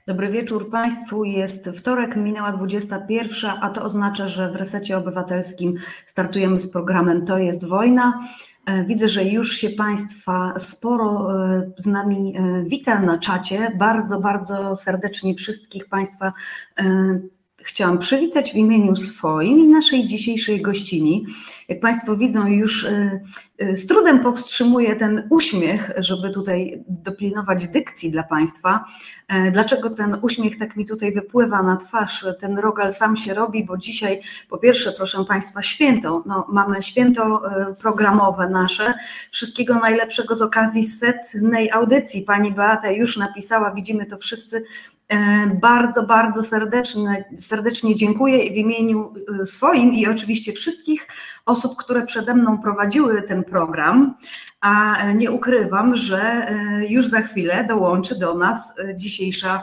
Dobry wieczór Państwu. Jest wtorek, minęła 21, a to oznacza, że w Resecie Obywatelskim startujemy z programem To jest wojna. Widzę, że już się Państwa sporo z nami wita na czacie. Bardzo, bardzo serdecznie wszystkich Państwa chciałam przywitać w imieniu swoim i naszej dzisiejszej gościni. Jak Państwo widzą, już z trudem powstrzymuję ten uśmiech, żeby tutaj dopilnować dykcji dla Państwa. Dlaczego ten uśmiech tak mi tutaj wypływa na twarz? Ten rogal sam się robi, bo dzisiaj po pierwsze, proszę Państwa, święto. No, mamy święto programowe nasze. Wszystkiego najlepszego z okazji 100. audycji. Pani Beata już napisała, widzimy to wszyscy. Bardzo, bardzo serdecznie dziękuję w imieniu swoim i oczywiście wszystkich osób, które przede mną prowadziły ten program, a nie ukrywam, że już za chwilę dołączy do nas dzisiejsza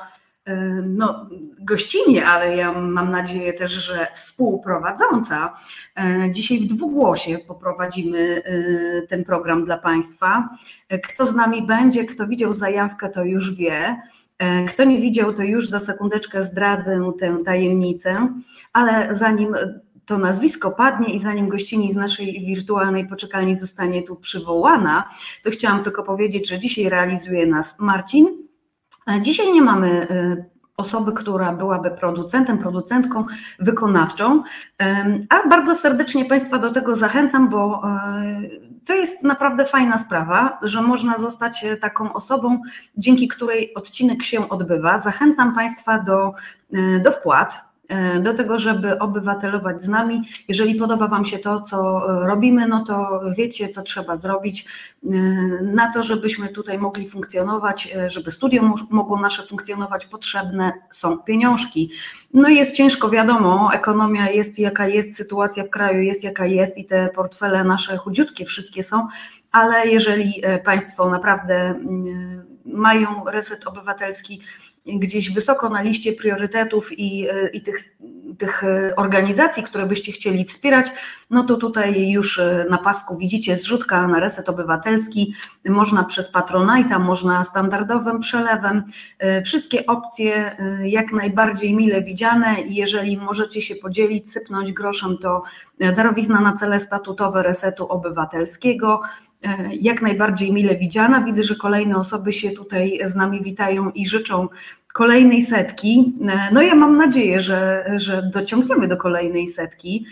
gościnie, ale ja mam nadzieję też, że współprowadząca. Dzisiaj w dwugłosie poprowadzimy ten program dla Państwa. Kto z nami będzie, kto widział zajawkę, to już wie. Kto nie widział, to już za sekundeczkę zdradzę tę tajemnicę, ale zanim to nazwisko padnie i zanim gościni z naszej wirtualnej poczekalni zostanie tu przywołana, to chciałam tylko powiedzieć, że dzisiaj realizuje nas Marcin. Dzisiaj nie mamy osoby, która byłaby producentem, producentką wykonawczą, a bardzo serdecznie Państwa do tego zachęcam, bo to jest naprawdę fajna sprawa, że można zostać taką osobą, dzięki której odcinek się odbywa. Zachęcam Państwa do wpłat, do tego, żeby obywatelować z nami. Jeżeli podoba Wam się to, co robimy, no to wiecie, co trzeba zrobić na to, żebyśmy tutaj mogli funkcjonować, żeby studio mogło nasze funkcjonować, potrzebne są pieniążki. No i jest ciężko, wiadomo, ekonomia jest jaka jest, sytuacja w kraju jest jaka jest i te portfele nasze chudziutkie wszystkie są, ale jeżeli Państwo naprawdę mają Reset Obywatelski gdzieś wysoko na liście priorytetów i tych organizacji, które byście chcieli wspierać, no to tutaj już na pasku widzicie zrzutka na Reset Obywatelski, można przez Patronite'a, można standardowym przelewem, wszystkie opcje jak najbardziej mile widziane i jeżeli możecie się podzielić, sypnąć groszem, to darowizna na cele statutowe Resetu Obywatelskiego, jak najbardziej mile widziana. Widzę, że kolejne osoby się tutaj z nami witają i życzą kolejnej setki. No ja mam nadzieję, że dociągniemy do kolejnej setki.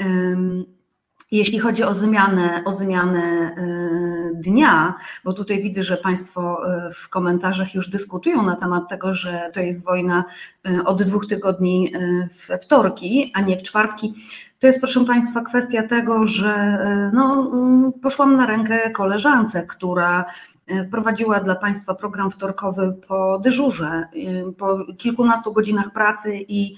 Jeśli chodzi o zmianę dnia, bo tutaj widzę, że Państwo w komentarzach już dyskutują na temat tego, że to jest wojna od 2 tygodni we wtorki, a nie w czwartki. To jest, proszę Państwa, kwestia tego, że poszłam na rękę koleżance, która prowadziła dla Państwa program wtorkowy po dyżurze, po kilkunastu godzinach pracy i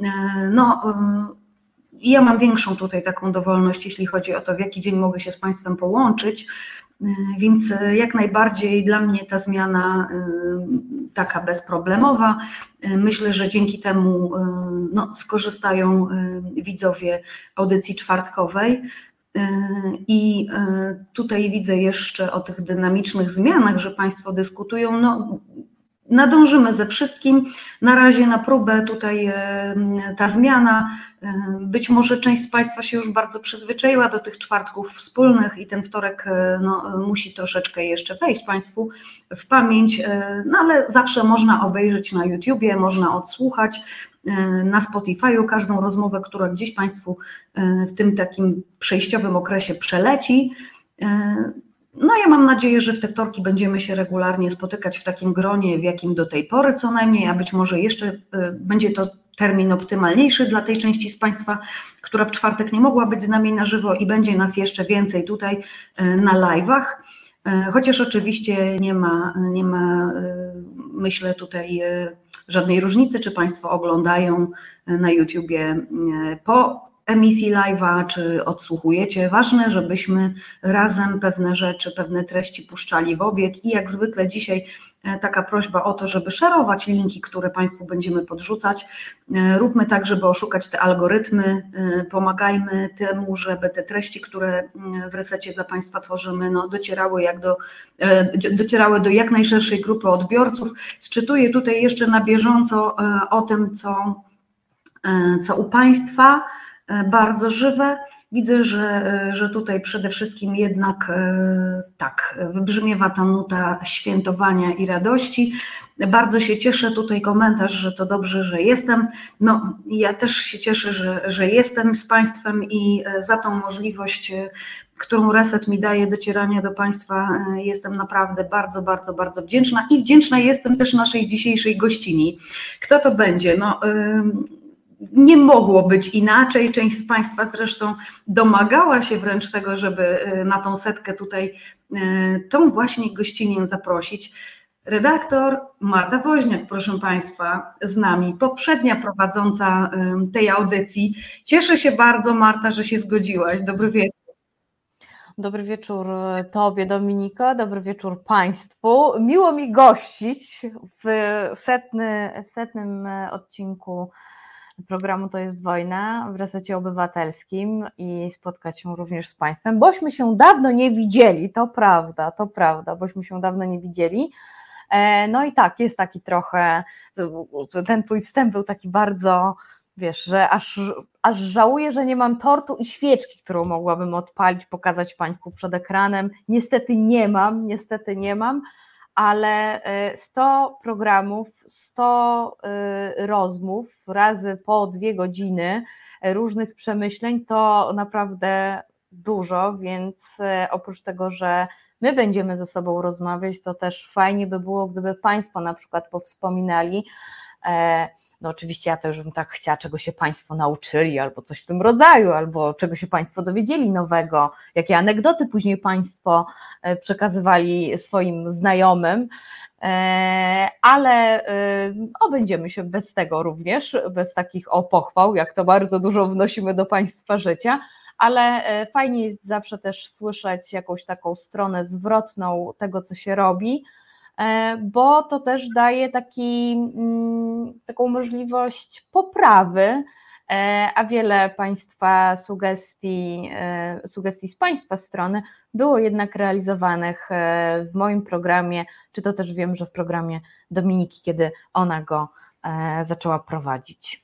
ja mam większą tutaj taką dowolność, jeśli chodzi o to, w jaki dzień mogę się z Państwem połączyć, więc jak najbardziej dla mnie ta zmiana taka bezproblemowa. Myślę, że dzięki temu skorzystają widzowie audycji czwartkowej. I tutaj widzę jeszcze o tych dynamicznych zmianach, że Państwo dyskutują. Nadążymy ze wszystkim. Na razie na próbę tutaj ta zmiana. Być może część z Państwa się już bardzo przyzwyczaiła do tych czwartków wspólnych i ten wtorek musi troszeczkę jeszcze wejść Państwu w pamięć, ale zawsze można obejrzeć na YouTubie, można odsłuchać na Spotify'u każdą rozmowę, która gdzieś Państwu w tym takim przejściowym okresie przeleci. Ja mam nadzieję, że w te wtorki będziemy się regularnie spotykać w takim gronie, w jakim do tej pory co najmniej, a być może jeszcze będzie to termin optymalniejszy dla tej części z Państwa, która w czwartek nie mogła być z nami na żywo i będzie nas jeszcze więcej tutaj na live'ach. Chociaż oczywiście nie ma myślę tutaj żadnej różnicy, czy Państwo oglądają na YouTubie po emisji live'a, czy odsłuchujecie. Ważne, żebyśmy razem pewne rzeczy, pewne treści puszczali w obieg i jak zwykle dzisiaj taka prośba o to, żeby szerować linki, które Państwu będziemy podrzucać. Róbmy tak, żeby oszukać te algorytmy, pomagajmy temu, żeby te treści, które w Resecie dla Państwa tworzymy, no, docierały do jak najszerszej grupy odbiorców. Sczytuję tutaj jeszcze na bieżąco o tym, co u Państwa, bardzo żywe. Widzę, że tutaj przede wszystkim jednak tak, wybrzmiewa ta nuta świętowania i radości. Bardzo się cieszę, tutaj komentarz, że to dobrze, że jestem. No, ja też się cieszę, że jestem z Państwem i za tą możliwość, którą Reset mi daje docierania do Państwa, jestem naprawdę bardzo, bardzo, bardzo wdzięczna i wdzięczna jestem też naszej dzisiejszej gościni. Kto to będzie? No, nie mogło być inaczej. Część z Państwa zresztą domagała się wręcz tego, żeby na tą setkę tutaj tą właśnie gościnię zaprosić. Redaktor Marta Woźniak, proszę Państwa, z nami, poprzednia prowadząca tej audycji. Cieszę się bardzo, Marta, że się zgodziłaś. Dobry wieczór. Dobry wieczór Tobie, Dominiko, dobry wieczór Państwu. Miło mi gościć w setnym odcinku programu To jest wojna w Resecie Obywatelskim i spotkać się również z Państwem, bośmy się dawno nie widzieli, to prawda, bośmy się dawno nie widzieli. No i tak, jest taki trochę, ten Twój wstęp był taki bardzo, wiesz, że aż żałuję, że nie mam tortu i świeczki, którą mogłabym odpalić, pokazać Państwu przed ekranem. Niestety nie mam, ale 100 programów, 100 rozmów razy po 2 godziny różnych przemyśleń to naprawdę dużo, więc oprócz tego, że my będziemy ze sobą rozmawiać, to też fajnie by było, gdyby Państwo na przykład powspominali. No oczywiście ja też bym tak chciała, czego się Państwo nauczyli, albo coś w tym rodzaju, albo czego się Państwo dowiedzieli nowego, jakie anegdoty później Państwo przekazywali swoim znajomym, ale obędziemy się bez tego również, bez takich pochwał, jak to bardzo dużo wnosimy do Państwa życia, ale fajnie jest zawsze też słyszeć jakąś taką stronę zwrotną tego, co się robi, bo to też daje taką możliwość poprawy, a wiele Państwa sugestii z Państwa strony było jednak realizowanych w moim programie, czy to też wiem, że w programie Dominiki, kiedy ona go zaczęła prowadzić.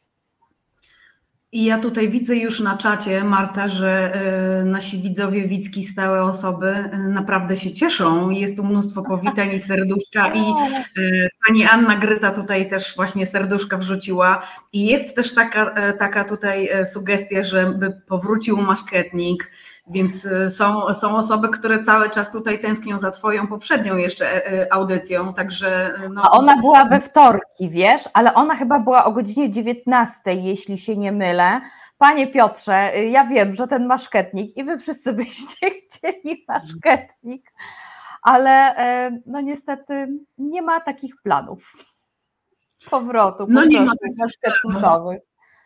I ja tutaj widzę już na czacie, Marta, że nasi widzowie, widzki, stałe osoby naprawdę się cieszą. Jest tu mnóstwo powitań i serduszka i pani Anna Gryta tutaj też właśnie serduszka wrzuciła. I jest też taka tutaj sugestia, żeby powrócił maszketnik, więc są osoby, które cały czas tutaj tęsknią za Twoją poprzednią jeszcze audycją, także... No. A ona była we wtorki, wiesz, ale ona chyba była o godzinie 19, jeśli się nie mylę. Panie Piotrze, ja wiem, że ten maszketnik i Wy wszyscy byście chcieli maszketnik, ale no niestety nie ma takich planów powrotu maszketnikowych.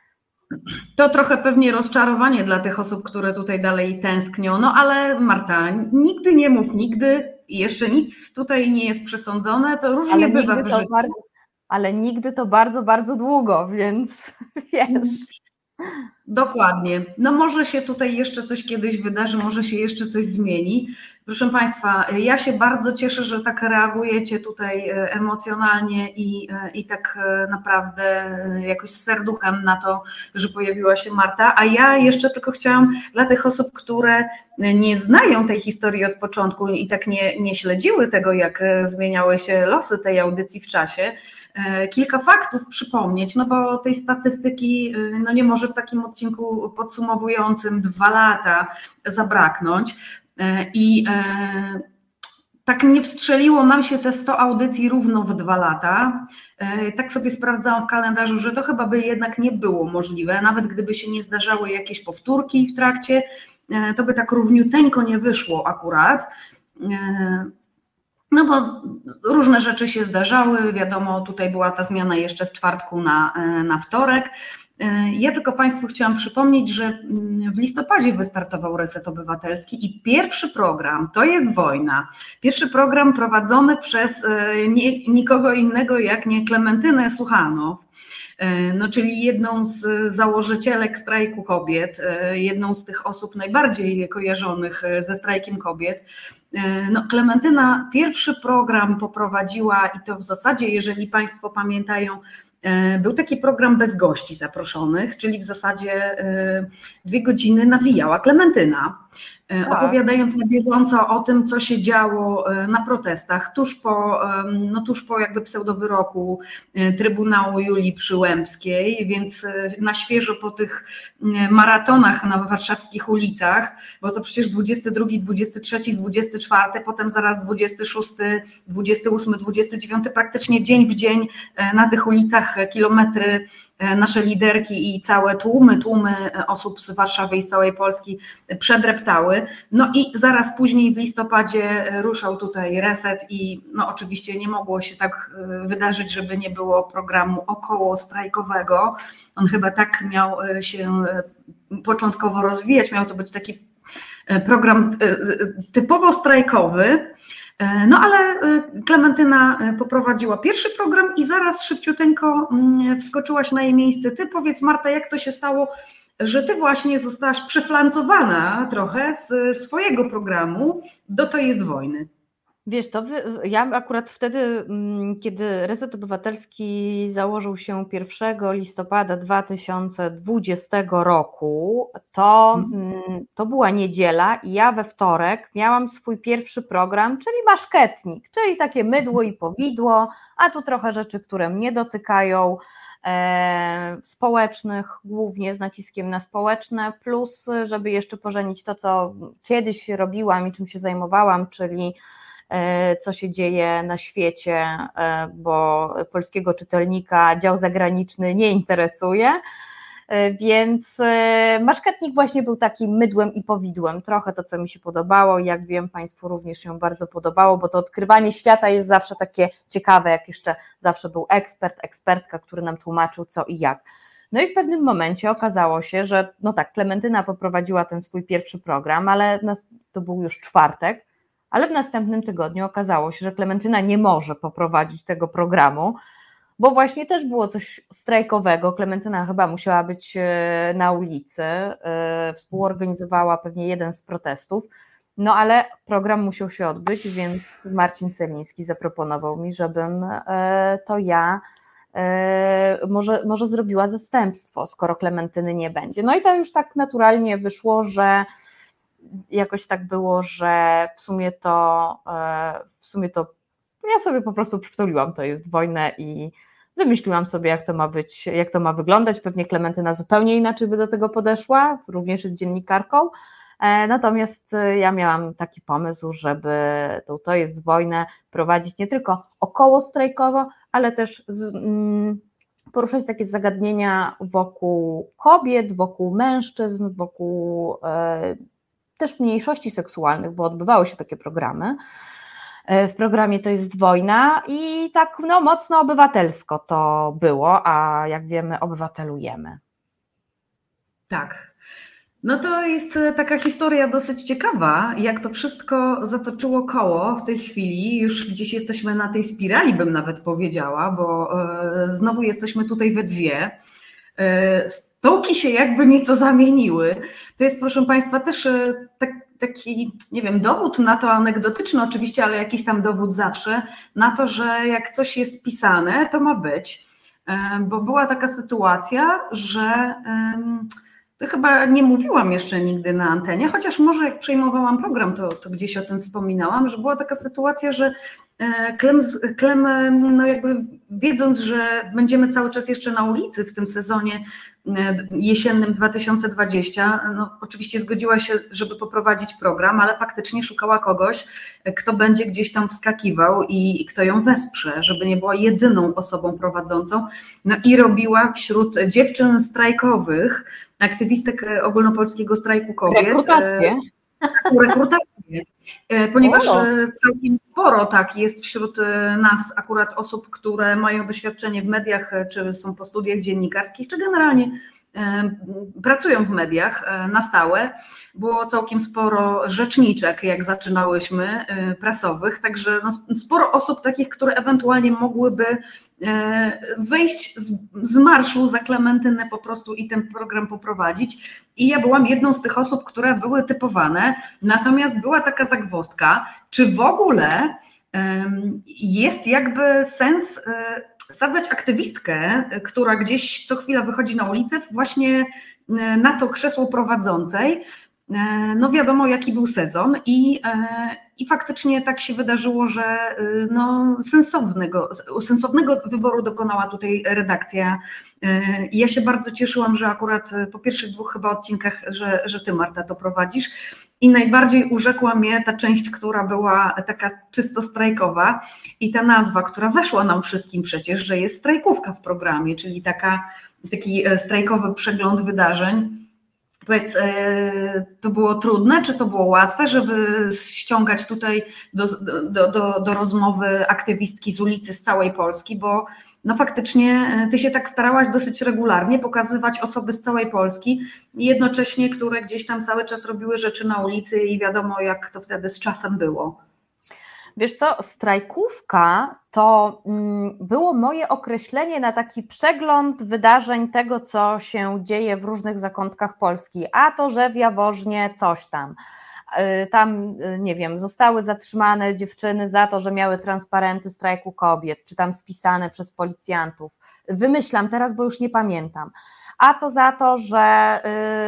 To trochę pewnie rozczarowanie dla tych osób, które tutaj dalej tęsknią, no ale Marta, nigdy nie mów nigdy, jeszcze nic tutaj nie jest przesądzone, to różnie bywa w życiu. Ale nigdy to bardzo, bardzo długo, więc wiesz. Dokładnie. No może się tutaj jeszcze coś kiedyś wydarzy, może się jeszcze coś zmieni. Proszę Państwa, ja się bardzo cieszę, że tak reagujecie tutaj emocjonalnie i tak naprawdę jakoś z serduchem na to, że pojawiła się Marta, a ja jeszcze tylko chciałam dla tych osób, które nie znają tej historii od początku i tak nie śledziły tego, jak zmieniały się losy tej audycji w czasie, kilka faktów przypomnieć, no bo tej statystyki no nie może w takim odcinku podsumowującym 2 lata zabraknąć. I tak nie wstrzeliło nam się te 100 audycji równo w 2 lata. Tak sobie sprawdzałam w kalendarzu, że to chyba by jednak nie było możliwe, nawet gdyby się nie zdarzały jakieś powtórki w trakcie, to by tak równiuteńko nie wyszło akurat. No bo różne rzeczy się zdarzały, wiadomo, tutaj była ta zmiana jeszcze z czwartku na wtorek. Ja tylko Państwu chciałam przypomnieć, że w listopadzie wystartował Reset Obywatelski i pierwszy program, to jest wojna, pierwszy program prowadzony przez nikogo innego jak nie Klementynę Suchanow, no, czyli jedną z założycielek strajku kobiet, jedną z tych osób najbardziej kojarzonych ze strajkiem kobiet. No, Klementyna pierwszy program poprowadziła i to w zasadzie, jeżeli Państwo pamiętają, był taki program bez gości zaproszonych, czyli w zasadzie 2 godziny nawijała Klementyna, opowiadając na bieżąco o tym, co się działo na protestach tuż po jakby pseudowyroku Trybunału Julii Przyłębskiej, więc na świeżo po tych maratonach na warszawskich ulicach, bo to przecież 22, 23, 24, potem zaraz 26, 28, 29, praktycznie dzień w dzień na tych ulicach kilometry nasze liderki i całe tłumy osób z Warszawy i z całej Polski przedreptały. No i zaraz później w listopadzie ruszał tutaj Reset i no oczywiście nie mogło się tak wydarzyć, żeby nie było programu około strajkowego. On chyba tak miał się początkowo rozwijać, miał to być taki program typowo strajkowy. No ale Klementyna poprowadziła pierwszy program i zaraz szybciuteńko wskoczyłaś na jej miejsce. Ty powiedz, Marta, jak to się stało, że ty właśnie zostałaś przeflancowana trochę z swojego programu do To jest wojny? Wiesz, ja akurat wtedy, kiedy Reset Obywatelski założył się 1 listopada 2020 roku, to była niedziela i ja we wtorek miałam swój pierwszy program, czyli Maszketnik, czyli takie mydło i powidło, a tu trochę rzeczy, które mnie dotykają, społecznych, głównie z naciskiem na społeczne, plus żeby jeszcze pożenić to, co kiedyś robiłam i czym się zajmowałam, czyli co się dzieje na świecie, bo polskiego czytelnika dział zagraniczny nie interesuje, więc Maszketnik właśnie był takim mydłem i powidłem, trochę to, co mi się podobało, jak wiem, Państwu również się bardzo podobało, bo to odkrywanie świata jest zawsze takie ciekawe, jak jeszcze zawsze był ekspertka, który nam tłumaczył co i jak. No i w pewnym momencie okazało się, że no tak, Klementyna poprowadziła ten swój pierwszy program, ale to był już czwartek, ale w następnym tygodniu okazało się, że Klementyna nie może poprowadzić tego programu, bo właśnie też było coś strajkowego. Klementyna chyba musiała być na ulicy, współorganizowała pewnie jeden z protestów, no ale program musiał się odbyć, więc Marcin Celiński zaproponował mi, żebym to ja może zrobiła zastępstwo, skoro Klementyny nie będzie. No i to już tak naturalnie wyszło, że jakoś tak było, że w sumie to ja sobie po prostu przytuliłam To jest wojnę i wymyśliłam sobie, jak to ma być, jak to ma wyglądać. Pewnie Klementyna zupełnie inaczej by do tego podeszła, również jest dziennikarką, natomiast ja miałam taki pomysł, żeby To jest wojnę prowadzić nie tylko około strajkowo, ale też poruszać takie zagadnienia wokół kobiet, wokół mężczyzn, wokół też mniejszości seksualnych, bo odbywały się takie programy. W programie To jest wojna i tak no, mocno obywatelsko to było, a jak wiemy, obywatelujemy. Tak. No to jest taka historia dosyć ciekawa, jak to wszystko zatoczyło koło w tej chwili. Już gdzieś jesteśmy na tej spirali, bym nawet powiedziała, bo znowu jesteśmy tutaj we dwie. Stołki się jakby nieco zamieniły. To jest, proszę Państwa, też taki, nie wiem, dowód na to, anegdotyczny oczywiście, ale jakiś tam dowód zawsze, na to, że jak coś jest pisane, to ma być. Bo była taka sytuacja, że to chyba nie mówiłam jeszcze nigdy na antenie, chociaż może jak przejmowałam program, to gdzieś o tym wspominałam, że była taka sytuacja, że Klem, no jakby wiedząc, że będziemy cały czas jeszcze na ulicy w tym sezonie jesiennym 2020, no oczywiście zgodziła się, żeby poprowadzić program, ale faktycznie szukała kogoś, kto będzie gdzieś tam wskakiwał i kto ją wesprze, żeby nie była jedyną osobą prowadzącą. No i robiła wśród dziewczyn strajkowych, aktywistek ogólnopolskiego strajku kobiet. Rekrutację. taką rekrutację, ponieważ całkiem sporo tak jest wśród nas akurat osób, które mają doświadczenie w mediach, czy są po studiach dziennikarskich, czy generalnie pracują w mediach na stałe. Było całkiem sporo rzeczniczek, jak zaczynałyśmy, prasowych, także no, sporo osób takich, które ewentualnie mogłyby wejść z marszu za Klementynę po prostu i ten program poprowadzić. I ja byłam jedną z tych osób, które były typowane, natomiast była taka zagwozdka, czy w ogóle jest jakby sens sadzać aktywistkę, która gdzieś co chwila wychodzi na ulicę, właśnie na to krzesło prowadzącej. No wiadomo, jaki był sezon i faktycznie tak się wydarzyło, że no sensownego wyboru dokonała tutaj redakcja. I ja się bardzo cieszyłam, że akurat po pierwszych 2 chyba odcinkach, że ty, Marta, to prowadzisz. I najbardziej urzekła mnie ta część, która była taka czysto strajkowa i ta nazwa, która weszła nam wszystkim przecież, że jest strajkówka w programie, czyli taki strajkowy przegląd wydarzeń. Powiedz, to było trudne, czy to było łatwe, żeby ściągać tutaj do rozmowy aktywistki z ulicy z całej Polski, bo no faktycznie ty się tak starałaś dosyć regularnie pokazywać osoby z całej Polski i jednocześnie, które gdzieś tam cały czas robiły rzeczy na ulicy i wiadomo, jak to wtedy z czasem było. Wiesz co, strajkówka to było moje określenie na taki przegląd wydarzeń tego, co się dzieje w różnych zakątkach Polski, a to, że w Jaworznie coś tam. Tam, nie wiem, zostały zatrzymane dziewczyny za to, że miały transparenty strajku kobiet, czy tam spisane przez policjantów. Wymyślam teraz, bo już nie pamiętam. A to za to, że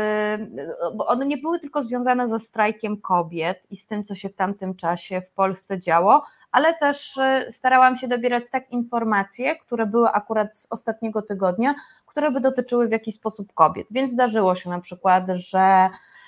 bo one nie były tylko związane ze strajkiem kobiet i z tym, co się w tamtym czasie w Polsce działo, ale też starałam się dobierać tak informacje, które były akurat z ostatniego tygodnia, które by dotyczyły w jakiś sposób kobiet. Więc zdarzyło się na przykład, że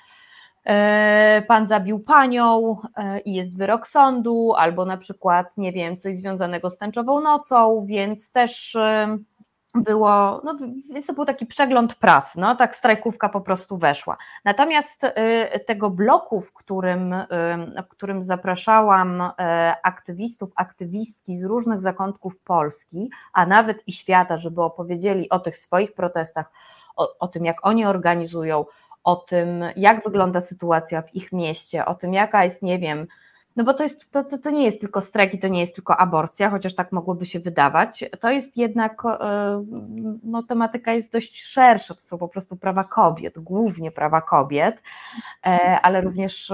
pan zabił panią i jest wyrok sądu, albo na przykład, nie wiem, coś związanego z tęczową nocą, więc też było, no więc to był taki przegląd prasy, no tak strajkówka po prostu weszła. Natomiast tego bloku, w którym zapraszałam aktywistów, aktywistki z różnych zakątków Polski, a nawet i świata, żeby opowiedzieli o tych swoich protestach, o tym, jak oni organizują, o tym, jak wygląda sytuacja w ich mieście, o tym, jaka jest, nie wiem, no bo to nie jest tylko strajk i to nie jest tylko aborcja, chociaż tak mogłoby się wydawać, to jest jednak, no tematyka jest dość szersza, to są po prostu prawa kobiet, głównie prawa kobiet, ale również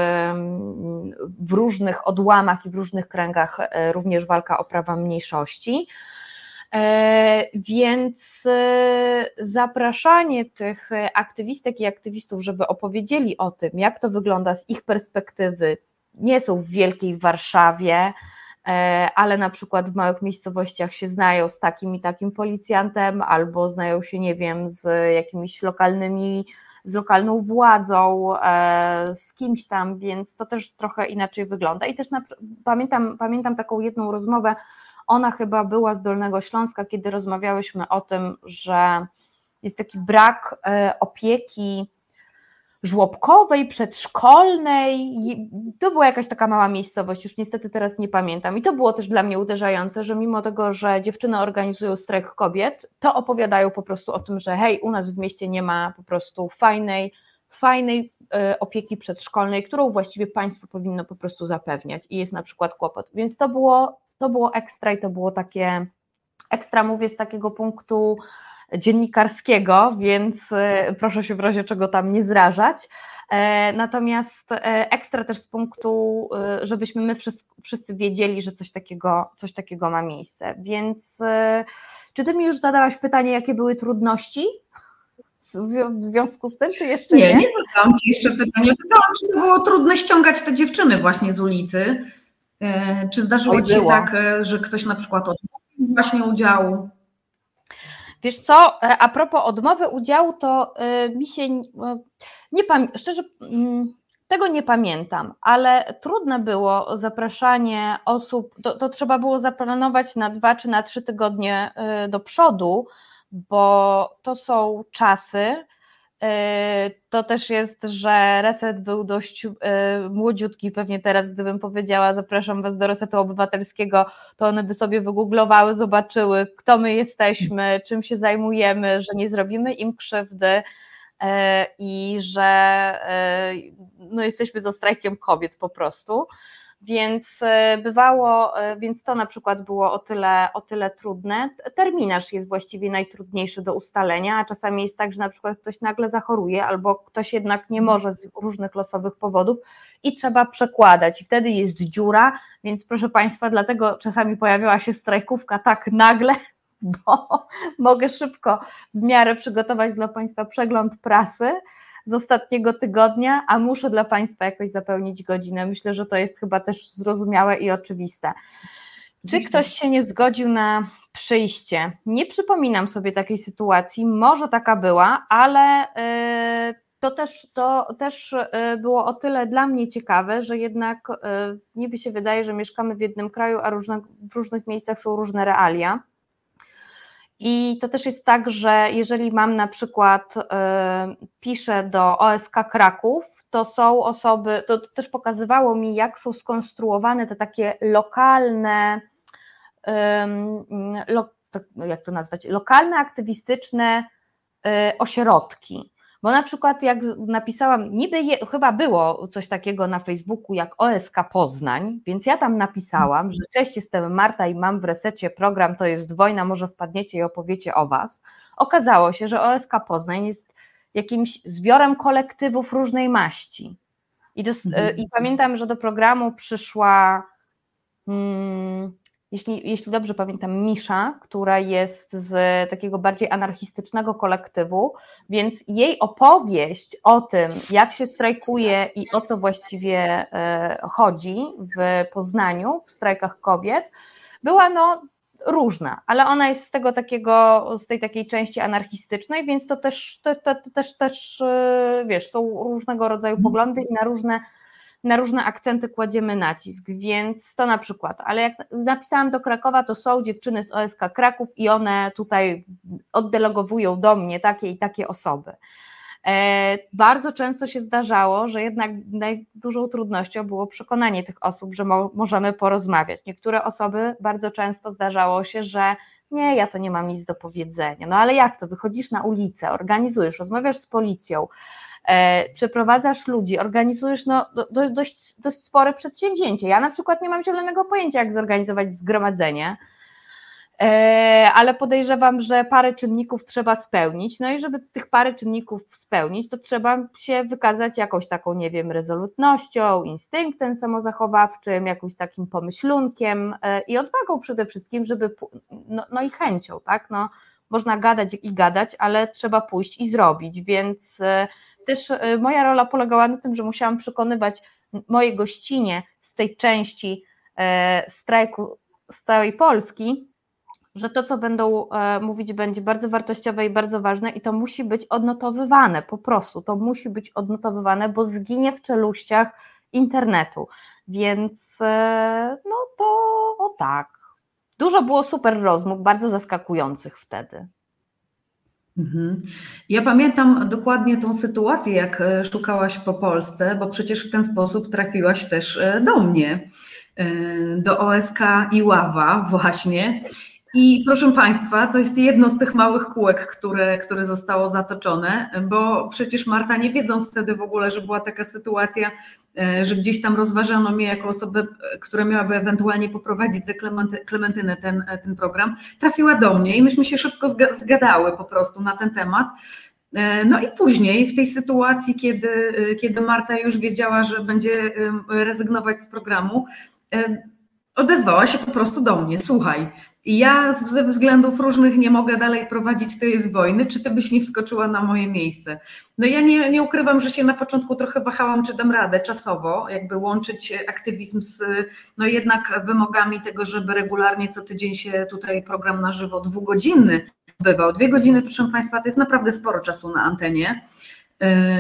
w różnych odłamach i w różnych kręgach również walka o prawa mniejszości. Więc zapraszanie tych aktywistek i aktywistów, żeby opowiedzieli o tym, jak to wygląda z ich perspektywy, nie są w wielkiej Warszawie, ale na przykład w małych miejscowościach się znają z takim i takim policjantem, albo znają się, nie wiem, z jakimiś z lokalną władzą, z kimś tam, więc to też trochę inaczej wygląda. I też pamiętam taką jedną rozmowę, ona chyba była z Dolnego Śląska, kiedy rozmawiałyśmy o tym, że jest taki brak opieki żłobkowej, przedszkolnej, to była jakaś taka mała miejscowość, już niestety teraz nie pamiętam i to było też dla mnie uderzające, że mimo tego, że dziewczyny organizują strajk kobiet, to opowiadają po prostu o tym, że hej, u nas w mieście nie ma po prostu fajnej opieki przedszkolnej, którą właściwie państwo powinno po prostu zapewniać i jest na przykład kłopot, więc to było ekstra i to było takie ekstra, mówię z takiego punktu dziennikarskiego, więc proszę się w razie czego tam nie zrażać. Natomiast ekstra też z punktu, żebyśmy my wszyscy wiedzieli, że coś takiego ma miejsce. Więc czy ty mi już zadałaś pytanie, jakie były trudności w związku z tym, czy jeszcze nie? Nie zadałam ci jeszcze pytania. Pytałam, czy było trudno ściągać te dziewczyny właśnie z ulicy. Czy zdarzyło ci się tak, że ktoś na przykład odmówił właśnie udziału? Wiesz co, a propos odmowy udziału, to mi się szczerze tego nie pamiętam, ale trudne było zapraszanie osób, to trzeba było zaplanować na 2 czy na 3 tygodnie do przodu, bo to są czasy, To też jest, że Reset był dość młodziutki, pewnie teraz gdybym powiedziała zapraszam Was do Resetu Obywatelskiego, to one by sobie wygooglowały, zobaczyły kto my jesteśmy, czym się zajmujemy, że nie zrobimy im krzywdy i że no, jesteśmy za strajkiem kobiet po prostu. Więc bywało, więc to na przykład było o tyle trudne. Terminarz jest właściwie najtrudniejszy do ustalenia, a czasami jest tak, że na przykład ktoś nagle zachoruje albo ktoś jednak nie może z różnych losowych powodów i trzeba przekładać i wtedy jest dziura, więc proszę Państwa, dlatego czasami pojawiała się strajkówka tak nagle, bo mogę szybko w miarę przygotować dla Państwa przegląd prasy z ostatniego tygodnia, a muszę dla Państwa jakoś zapełnić godzinę. Myślę, że to jest chyba też zrozumiałe i oczywiste. Czy ktoś się nie zgodził na przyjście? Nie przypominam sobie takiej sytuacji, może taka była, ale to też było o tyle dla mnie ciekawe, że jednak niby się wydaje, że mieszkamy w jednym kraju, a w różnych miejscach są różne realia. I to też jest tak, że jeżeli mam na przykład, piszę do OSK Kraków, to są osoby, to też pokazywało mi, jak są skonstruowane te takie lokalne, jak to nazwać, lokalne aktywistyczne ośrodki. Bo na przykład jak napisałam, chyba było coś takiego na Facebooku jak OSK Poznań, więc ja tam napisałam, że cześć, jestem Marta i mam w Resecie program To jest wojna, może wpadniecie i opowiecie o Was. Okazało się, że OSK Poznań jest jakimś zbiorem kolektywów różnej maści. I pamiętam, że do programu przyszła, jeśli dobrze pamiętam, Misza, która jest z takiego bardziej anarchistycznego kolektywu, więc jej opowieść o tym, jak się strajkuje i o co właściwie chodzi w Poznaniu, w strajkach kobiet, była różna, ale ona jest z tej takiej części anarchistycznej, więc to też wiesz, są różnego rodzaju poglądy i na różne akcenty kładziemy nacisk, więc to na przykład, ale jak napisałam do Krakowa, to są dziewczyny z OSK Kraków i one tutaj oddelegowują do mnie takie i takie osoby. Bardzo często się zdarzało, że jednak najdużą trudnością było przekonanie tych osób, że możemy porozmawiać. Niektóre osoby bardzo często zdarzało się, że nie, ja to nie mam nic do powiedzenia, no ale jak to, wychodzisz na ulicę, organizujesz, rozmawiasz z policją, przeprowadzasz ludzi, organizujesz dość spore przedsięwzięcie. Ja na przykład nie mam zielonego pojęcia, jak zorganizować zgromadzenie, ale podejrzewam, że parę czynników trzeba spełnić, no i żeby tych parę czynników spełnić, to trzeba się wykazać jakąś taką, nie wiem, rezolutnością, instynktem samozachowawczym, jakimś takim pomyślunkiem i odwagą przede wszystkim, żeby, no i chęcią, tak, no można gadać i gadać, ale trzeba pójść i zrobić, więc też moja rola polegała na tym, że musiałam przekonywać moje gościnie z tej części strajku z całej Polski, że to, co będą mówić, będzie bardzo wartościowe i bardzo ważne i to musi być odnotowywane, po prostu to musi być odnotowywane, bo zginie w czeluściach internetu, więc no to tak. Dużo było super rozmów, bardzo zaskakujących wtedy. Ja pamiętam dokładnie tą sytuację, jak szukałaś po Polsce, bo przecież w ten sposób trafiłaś też do mnie, do OSK Iława właśnie. I proszę Państwa, to jest jedno z tych małych kółek, które zostało zatoczone, bo przecież Marta, nie wiedząc wtedy w ogóle, że była taka sytuacja, że gdzieś tam rozważano mnie jako osobę, która miałaby ewentualnie poprowadzić za Klementynę ten program, trafiła do mnie i myśmy się szybko zgadały po prostu na ten temat. No i później w tej sytuacji, kiedy Marta już wiedziała, że będzie rezygnować z programu, odezwała się po prostu do mnie, słuchaj, ja ze względów różnych nie mogę dalej prowadzić To jest wojny, czy ty byś nie wskoczyła na moje miejsce? No ja nie ukrywam, że się na początku trochę wahałam, czy dam radę czasowo, jakby łączyć aktywizm z jednak wymogami tego, żeby regularnie co tydzień się tutaj program na żywo 2-godzinny bywał. 2 godziny, proszę Państwa, to jest naprawdę sporo czasu na antenie.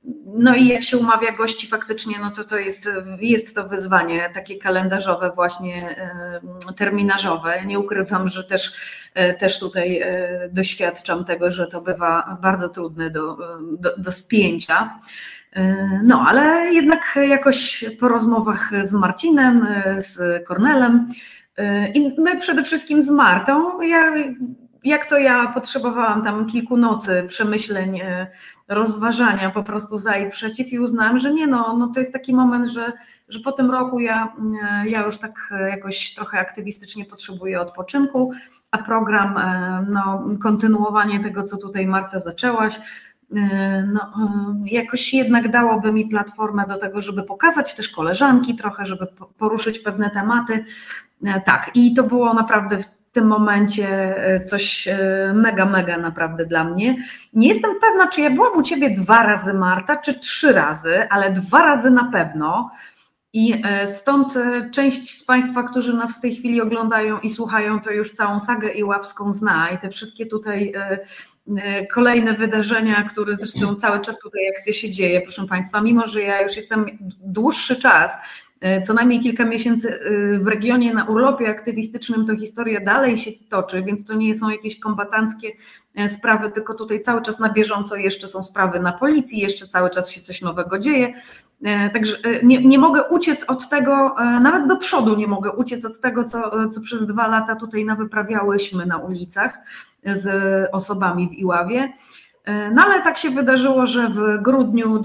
No i jak się umawia gości faktycznie, no to jest to wyzwanie takie kalendarzowe właśnie, terminarzowe. Nie ukrywam, że też tutaj doświadczam tego, że to bywa bardzo trudne do spięcia. No, ale jednak jakoś po rozmowach z Marcinem, z Kornelem i przede wszystkim z Martą, ja potrzebowałam tam kilku nocy przemyśleń, rozważania po prostu za i przeciw i uznałam, że nie, no to jest taki moment, że po tym roku ja już tak jakoś trochę aktywistycznie potrzebuję odpoczynku, a program, no kontynuowanie tego, co tutaj Marta zaczęłaś, no, jakoś jednak dałoby mi platformę do tego, żeby pokazać też koleżanki trochę, żeby poruszyć pewne tematy. Tak, i to było naprawdę w tym momencie coś mega naprawdę dla mnie. Nie jestem pewna, czy ja byłam u Ciebie 2 razy, Marta, czy 3 razy, ale 2 razy na pewno. I stąd część z Państwa, którzy nas w tej chwili oglądają i słuchają, to już całą sagę iławską zna i te wszystkie tutaj kolejne wydarzenia, które zresztą cały czas tutaj akcja się dzieje, proszę Państwa, mimo że ja już jestem dłuższy czas, co najmniej kilka miesięcy w regionie na urlopie aktywistycznym, to historia dalej się toczy, więc to nie są jakieś kombatanckie sprawy, tylko tutaj cały czas na bieżąco jeszcze są sprawy na policji, jeszcze cały czas się coś nowego dzieje. Także nie mogę uciec od tego, nawet do przodu nie mogę uciec od tego, co przez 2 lata tutaj nawyprawiałyśmy na ulicach z osobami w Iławie. No ale tak się wydarzyło, że w grudniu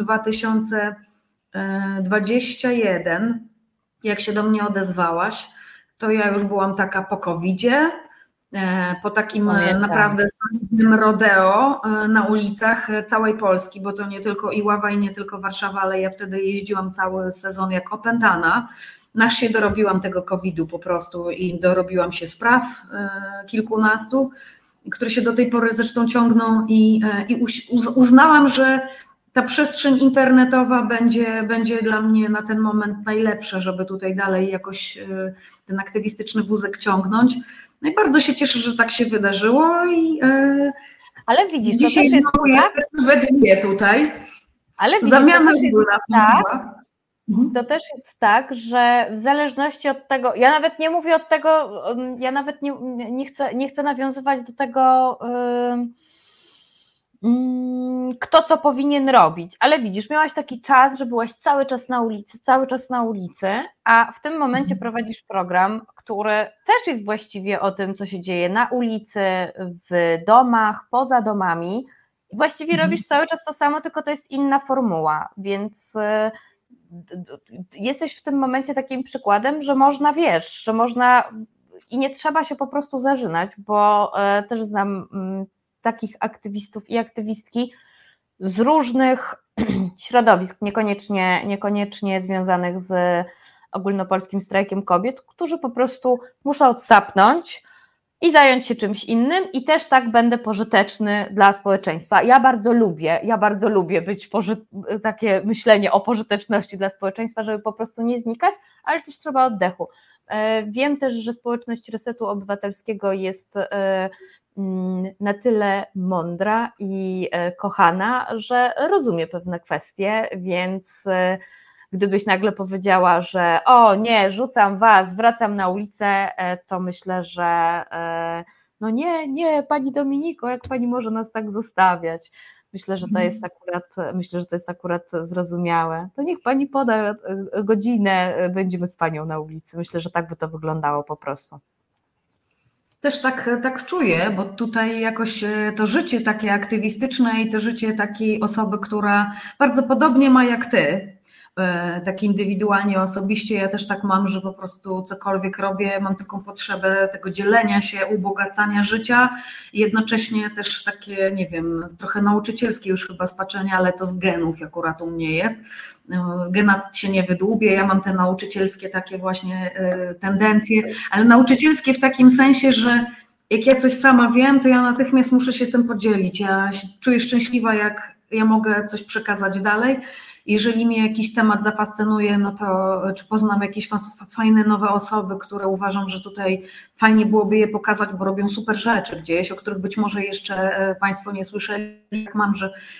2021, jak się do mnie odezwałaś, to ja już byłam taka po COVID-zie, po takim naprawdę solidnym rodeo na ulicach całej Polski, bo to nie tylko Iława i nie tylko Warszawa, ale ja wtedy jeździłam cały sezon jak opętana. Nasz się dorobiłam tego COVID-u po prostu i dorobiłam się spraw kilkunastu, które się do tej pory zresztą ciągną i uznałam, że ta przestrzeń internetowa będzie dla mnie na ten moment najlepsza, żeby tutaj dalej jakoś ten aktywistyczny wózek ciągnąć. No i bardzo się cieszę, że tak się wydarzyło. Ale widzisz, dzisiaj to też jest jesteśmy we dwie tutaj. Ale widzisz, zamiana to też jest tak, że w zależności od tego, ja nawet nie mówię od tego, ja nawet nie chcę nawiązywać do tego, kto co powinien robić, ale widzisz, miałaś taki czas, że byłaś cały czas na ulicy, a w tym momencie prowadzisz program, który też jest właściwie o tym, co się dzieje na ulicy, w domach, poza domami. Właściwie robisz cały czas to samo, tylko to jest inna formuła, więc jesteś w tym momencie takim przykładem, że można, że można i nie trzeba się po prostu zażynać, bo też znam takich aktywistów i aktywistki z różnych środowisk, niekoniecznie związanych z ogólnopolskim strajkiem kobiet, którzy po prostu muszą odsapnąć i zająć się czymś innym i też tak będę pożyteczny dla społeczeństwa. Ja bardzo lubię być takie myślenie o pożyteczności dla społeczeństwa, żeby po prostu nie znikać, ale też trzeba oddechu. Wiem też, że społeczność Resetu Obywatelskiego jest na tyle mądra i kochana, że rozumie pewne kwestie, więc gdybyś nagle powiedziała, że o nie, rzucam was, wracam na ulicę, to myślę, że no nie, pani Dominiko, jak pani może nas tak zostawiać? Myślę, że to jest akurat zrozumiałe. To niech pani poda godzinę, będziemy z panią na ulicy. Myślę, że tak by to wyglądało po prostu. Też tak czuję, bo tutaj jakoś to życie takie aktywistyczne i to życie takiej osoby, która bardzo podobnie ma jak ty, tak indywidualnie, osobiście, ja też tak mam, że po prostu cokolwiek robię, mam taką potrzebę tego dzielenia się, ubogacania życia i jednocześnie też takie, nie wiem, trochę nauczycielskie już chyba spaczenie, ale to z genów akurat u mnie jest. Gena się nie wydłubie, ja mam te nauczycielskie takie właśnie tendencje, ale nauczycielskie w takim sensie, że jak ja coś sama wiem, to ja natychmiast muszę się tym podzielić. Ja się czuję szczęśliwa, jak ja mogę coś przekazać dalej. Jeżeli mnie jakiś temat zafascynuje, no to czy poznam jakieś fajne nowe osoby, które uważam, że tutaj fajnie byłoby je pokazać, bo robią super rzeczy gdzieś, o których być może jeszcze Państwo nie słyszeli. Jak mam, że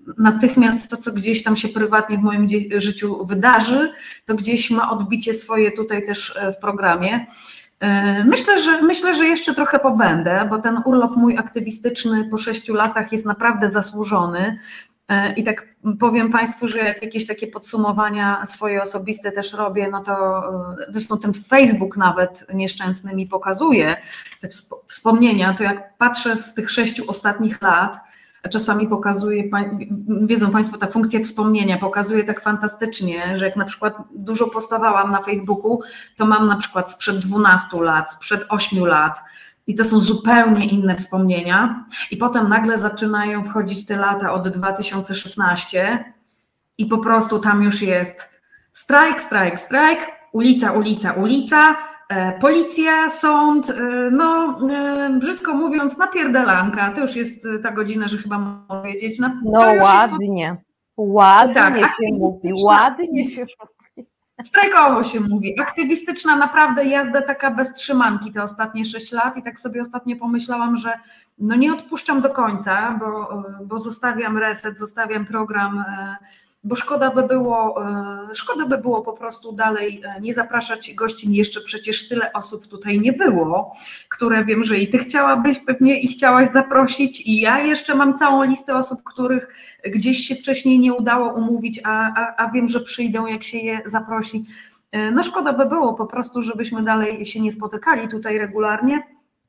natychmiast to, co gdzieś tam się prywatnie w moim życiu wydarzy, to gdzieś ma odbicie swoje tutaj też w programie. Myślę, że jeszcze trochę pobędę, bo ten urlop mój aktywistyczny po 6 latach jest naprawdę zasłużony. I tak powiem Państwu, że jak jakieś takie podsumowania swoje osobiste też robię, no to zresztą ten Facebook nawet nieszczęsny mi pokazuje te wspomnienia, to jak patrzę z tych 6 ostatnich lat, a czasami pokazuje, wiedzą Państwo, ta funkcja wspomnienia pokazuje tak fantastycznie, że jak na przykład dużo postowałam na Facebooku, to mam na przykład sprzed 12 lat, sprzed 8 lat, i to są zupełnie inne wspomnienia. I potem nagle zaczynają wchodzić te lata od 2016 i po prostu tam już jest strajk, strajk, strajk, ulica, ulica, ulica, policja, sąd, no brzydko mówiąc napierdalanka. To już jest ta godzina, że chyba mogę powiedzieć. No ładnie, ładnie tak, się mówi, ładnie się mówi. Strajkowo się mówi, aktywistyczna naprawdę jazda taka bez trzymanki te ostatnie 6 lat i tak sobie ostatnio pomyślałam, że no nie odpuszczam do końca, bo zostawiam reset, zostawiam program, bo szkoda by było po prostu dalej nie zapraszać gości, jeszcze przecież tyle osób tutaj nie było, które wiem, że i Ty chciałabyś pewnie i chciałaś zaprosić i ja jeszcze mam całą listę osób, których gdzieś się wcześniej nie udało umówić, a wiem, że przyjdą, jak się je zaprosi. No szkoda by było po prostu, żebyśmy dalej się nie spotykali tutaj regularnie.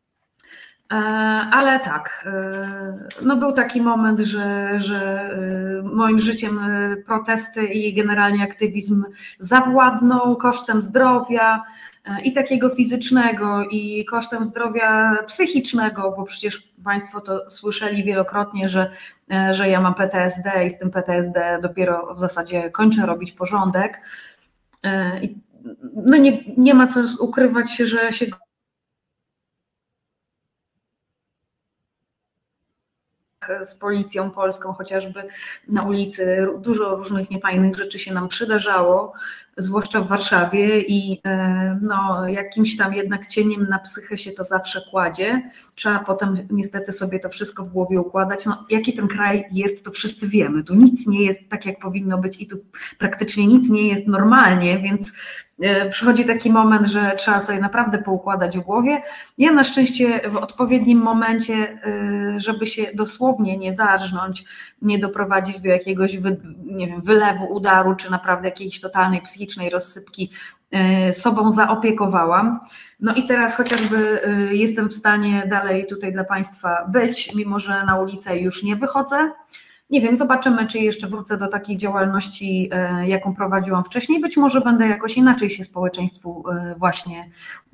Ale tak, no był taki moment, że moim życiem protesty i generalnie aktywizm zawładnął kosztem zdrowia i takiego fizycznego, i kosztem zdrowia psychicznego, bo przecież Państwo to słyszeli wielokrotnie, że ja mam PTSD i z tym PTSD dopiero w zasadzie kończę robić porządek. No nie ma co ukrywać się, że się z policją polską, chociażby na ulicy, dużo różnych niefajnych rzeczy się nam przydarzało, zwłaszcza w Warszawie i no, jakimś tam jednak cieniem na psychę się to zawsze kładzie. Trzeba potem niestety sobie to wszystko w głowie układać. No, jaki ten kraj jest, to wszyscy wiemy. Tu nic nie jest tak, jak powinno być i tu praktycznie nic nie jest normalnie, więc przychodzi taki moment, że trzeba sobie naprawdę poukładać w głowie. Ja na szczęście w odpowiednim momencie, żeby się dosłownie nie zarżnąć, nie doprowadzić do jakiegoś nie wiem, wylewu, udaru, czy naprawdę jakiejś totalnej psychicznej rozsypki, sobą zaopiekowałam. No i teraz chociażby jestem w stanie dalej tutaj dla Państwa być, mimo że na ulicę już nie wychodzę. Nie wiem, zobaczymy, czy jeszcze wrócę do takiej działalności, jaką prowadziłam wcześniej. Być może będę jakoś inaczej się społeczeństwu właśnie,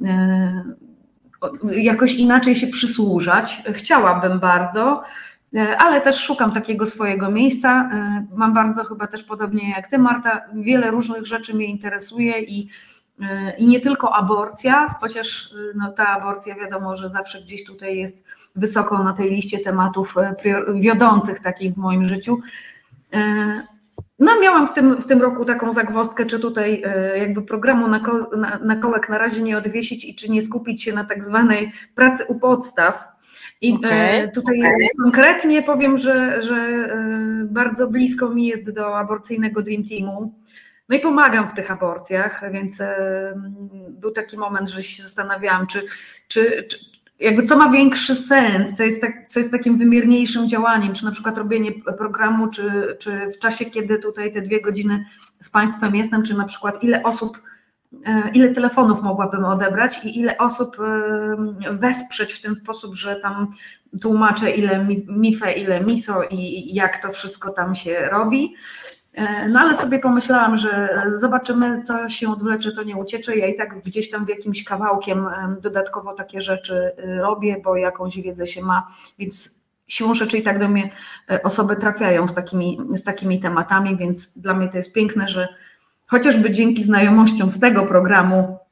jakoś inaczej się przysłużać. Chciałabym bardzo, ale też szukam takiego swojego miejsca. Mam bardzo chyba też podobnie jak Ty, Marta, wiele różnych rzeczy mnie interesuje i nie tylko aborcja, chociaż no, ta aborcja wiadomo, że zawsze gdzieś tutaj jest wysoko na tej liście tematów wiodących takich w moim życiu. No miałam w tym roku taką zagwozdkę, czy tutaj jakby programu na kołek na razie nie odwiesić i czy nie skupić się na tak zwanej pracy u podstaw. I tutaj konkretnie powiem, że bardzo blisko mi jest do aborcyjnego Dream Teamu. No i pomagam w tych aborcjach, więc był taki moment, że się zastanawiałam, czy jakby co ma większy sens, co jest takim wymierniejszym działaniem, czy na przykład robienie programu, czy w czasie, kiedy tutaj te 2 godziny z Państwem jestem, czy na przykład ile telefonów mogłabym odebrać i ile osób wesprzeć w ten sposób, że tam tłumaczę ile mife, ile miso i jak to wszystko tam się robi. No ale sobie pomyślałam, że zobaczymy, co się odwlecze, to nie uciecze. Ja i tak gdzieś tam w jakimś kawałkiem dodatkowo takie rzeczy robię, bo jakąś wiedzę się ma, więc siłą rzeczy i tak do mnie osoby trafiają z takimi tematami, więc dla mnie to jest piękne, że chociażby dzięki znajomościom z tego programu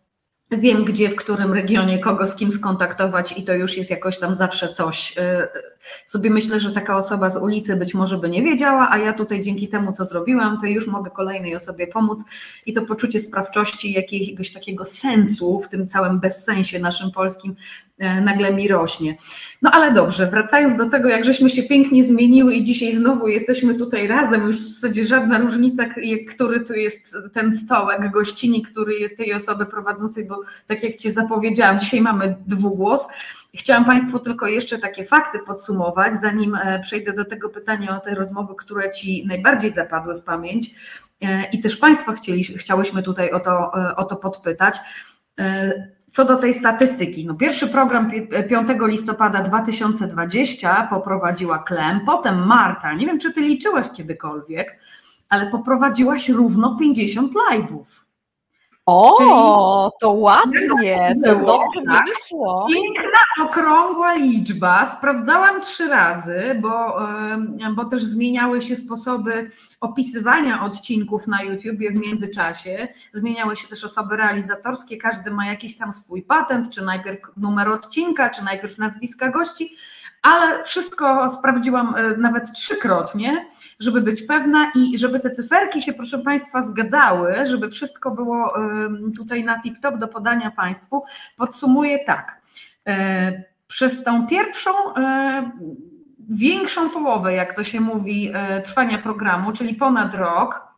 Wiem, gdzie, w którym regionie, kogo z kim skontaktować i to już jest jakoś tam zawsze coś. Sobie myślę, że taka osoba z ulicy być może by nie wiedziała, a ja tutaj dzięki temu, co zrobiłam, to już mogę kolejnej osobie pomóc i to poczucie sprawczości, jakiegoś takiego sensu w tym całym bezsensie naszym polskim nagle mi rośnie. No ale dobrze, wracając do tego, jak żeśmy się pięknie zmieniły i dzisiaj znowu jesteśmy tutaj razem, już w zasadzie żadna różnica, który tu jest ten stołek gościni, który jest tej osoby prowadzącej, bo tak jak Ci zapowiedziałam, dzisiaj mamy dwugłos. Chciałam Państwu tylko jeszcze takie fakty podsumować, zanim przejdę do tego pytania o te rozmowy, które Ci najbardziej zapadły w pamięć i też Państwa chciałyśmy tutaj o to podpytać. Co do tej statystyki, no pierwszy program 5 listopada 2020 poprowadziła Klem, potem Marta, nie wiem, czy Ty liczyłaś kiedykolwiek, ale poprowadziłaś równo 50 live'ów. O, czyli to ładnie, to dobrze mi wyszło. Piękna, okrągła liczba. Sprawdzałam 3 razy, bo też zmieniały się sposoby opisywania odcinków na YouTubie w międzyczasie. Zmieniały się też osoby realizatorskie, każdy ma jakiś tam swój patent, czy najpierw numer odcinka, czy najpierw nazwiska gości, ale wszystko sprawdziłam nawet 3-krotnie, żeby być pewna i żeby te cyferki się, proszę Państwa, zgadzały, żeby wszystko było tutaj na tip-top do podania Państwu. Podsumuję tak. Przez tą pierwszą, większą połowę, jak to się mówi, trwania programu, czyli ponad rok,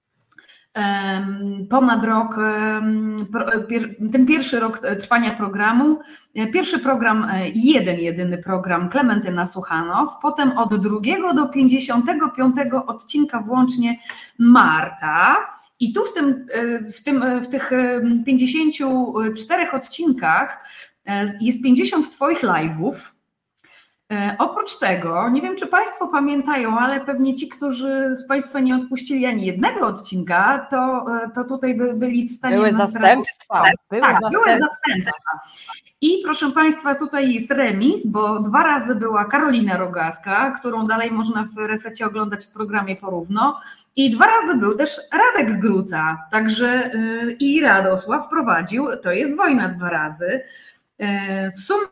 ten pierwszy rok trwania programu, pierwszy program, jedyny program Klementyna Suchanow, potem od 2 do 55 odcinka włącznie Marta i tu w tych 54 odcinkach jest 50 Twoich live'ów. Oprócz tego, nie wiem, czy Państwo pamiętają, ale pewnie ci, którzy z Państwa nie odpuścili ani jednego odcinka, to tutaj byli w stanie... Były zastępstwa. Były zastępstwa. I proszę Państwa, tutaj jest remis, bo 2 razy była Karolina Rogaska, którą dalej można w Resecie oglądać w programie Porówno, i 2 razy był też Radek Gruca, także i Radosław prowadził, to jest wojna 2 razy. W sumie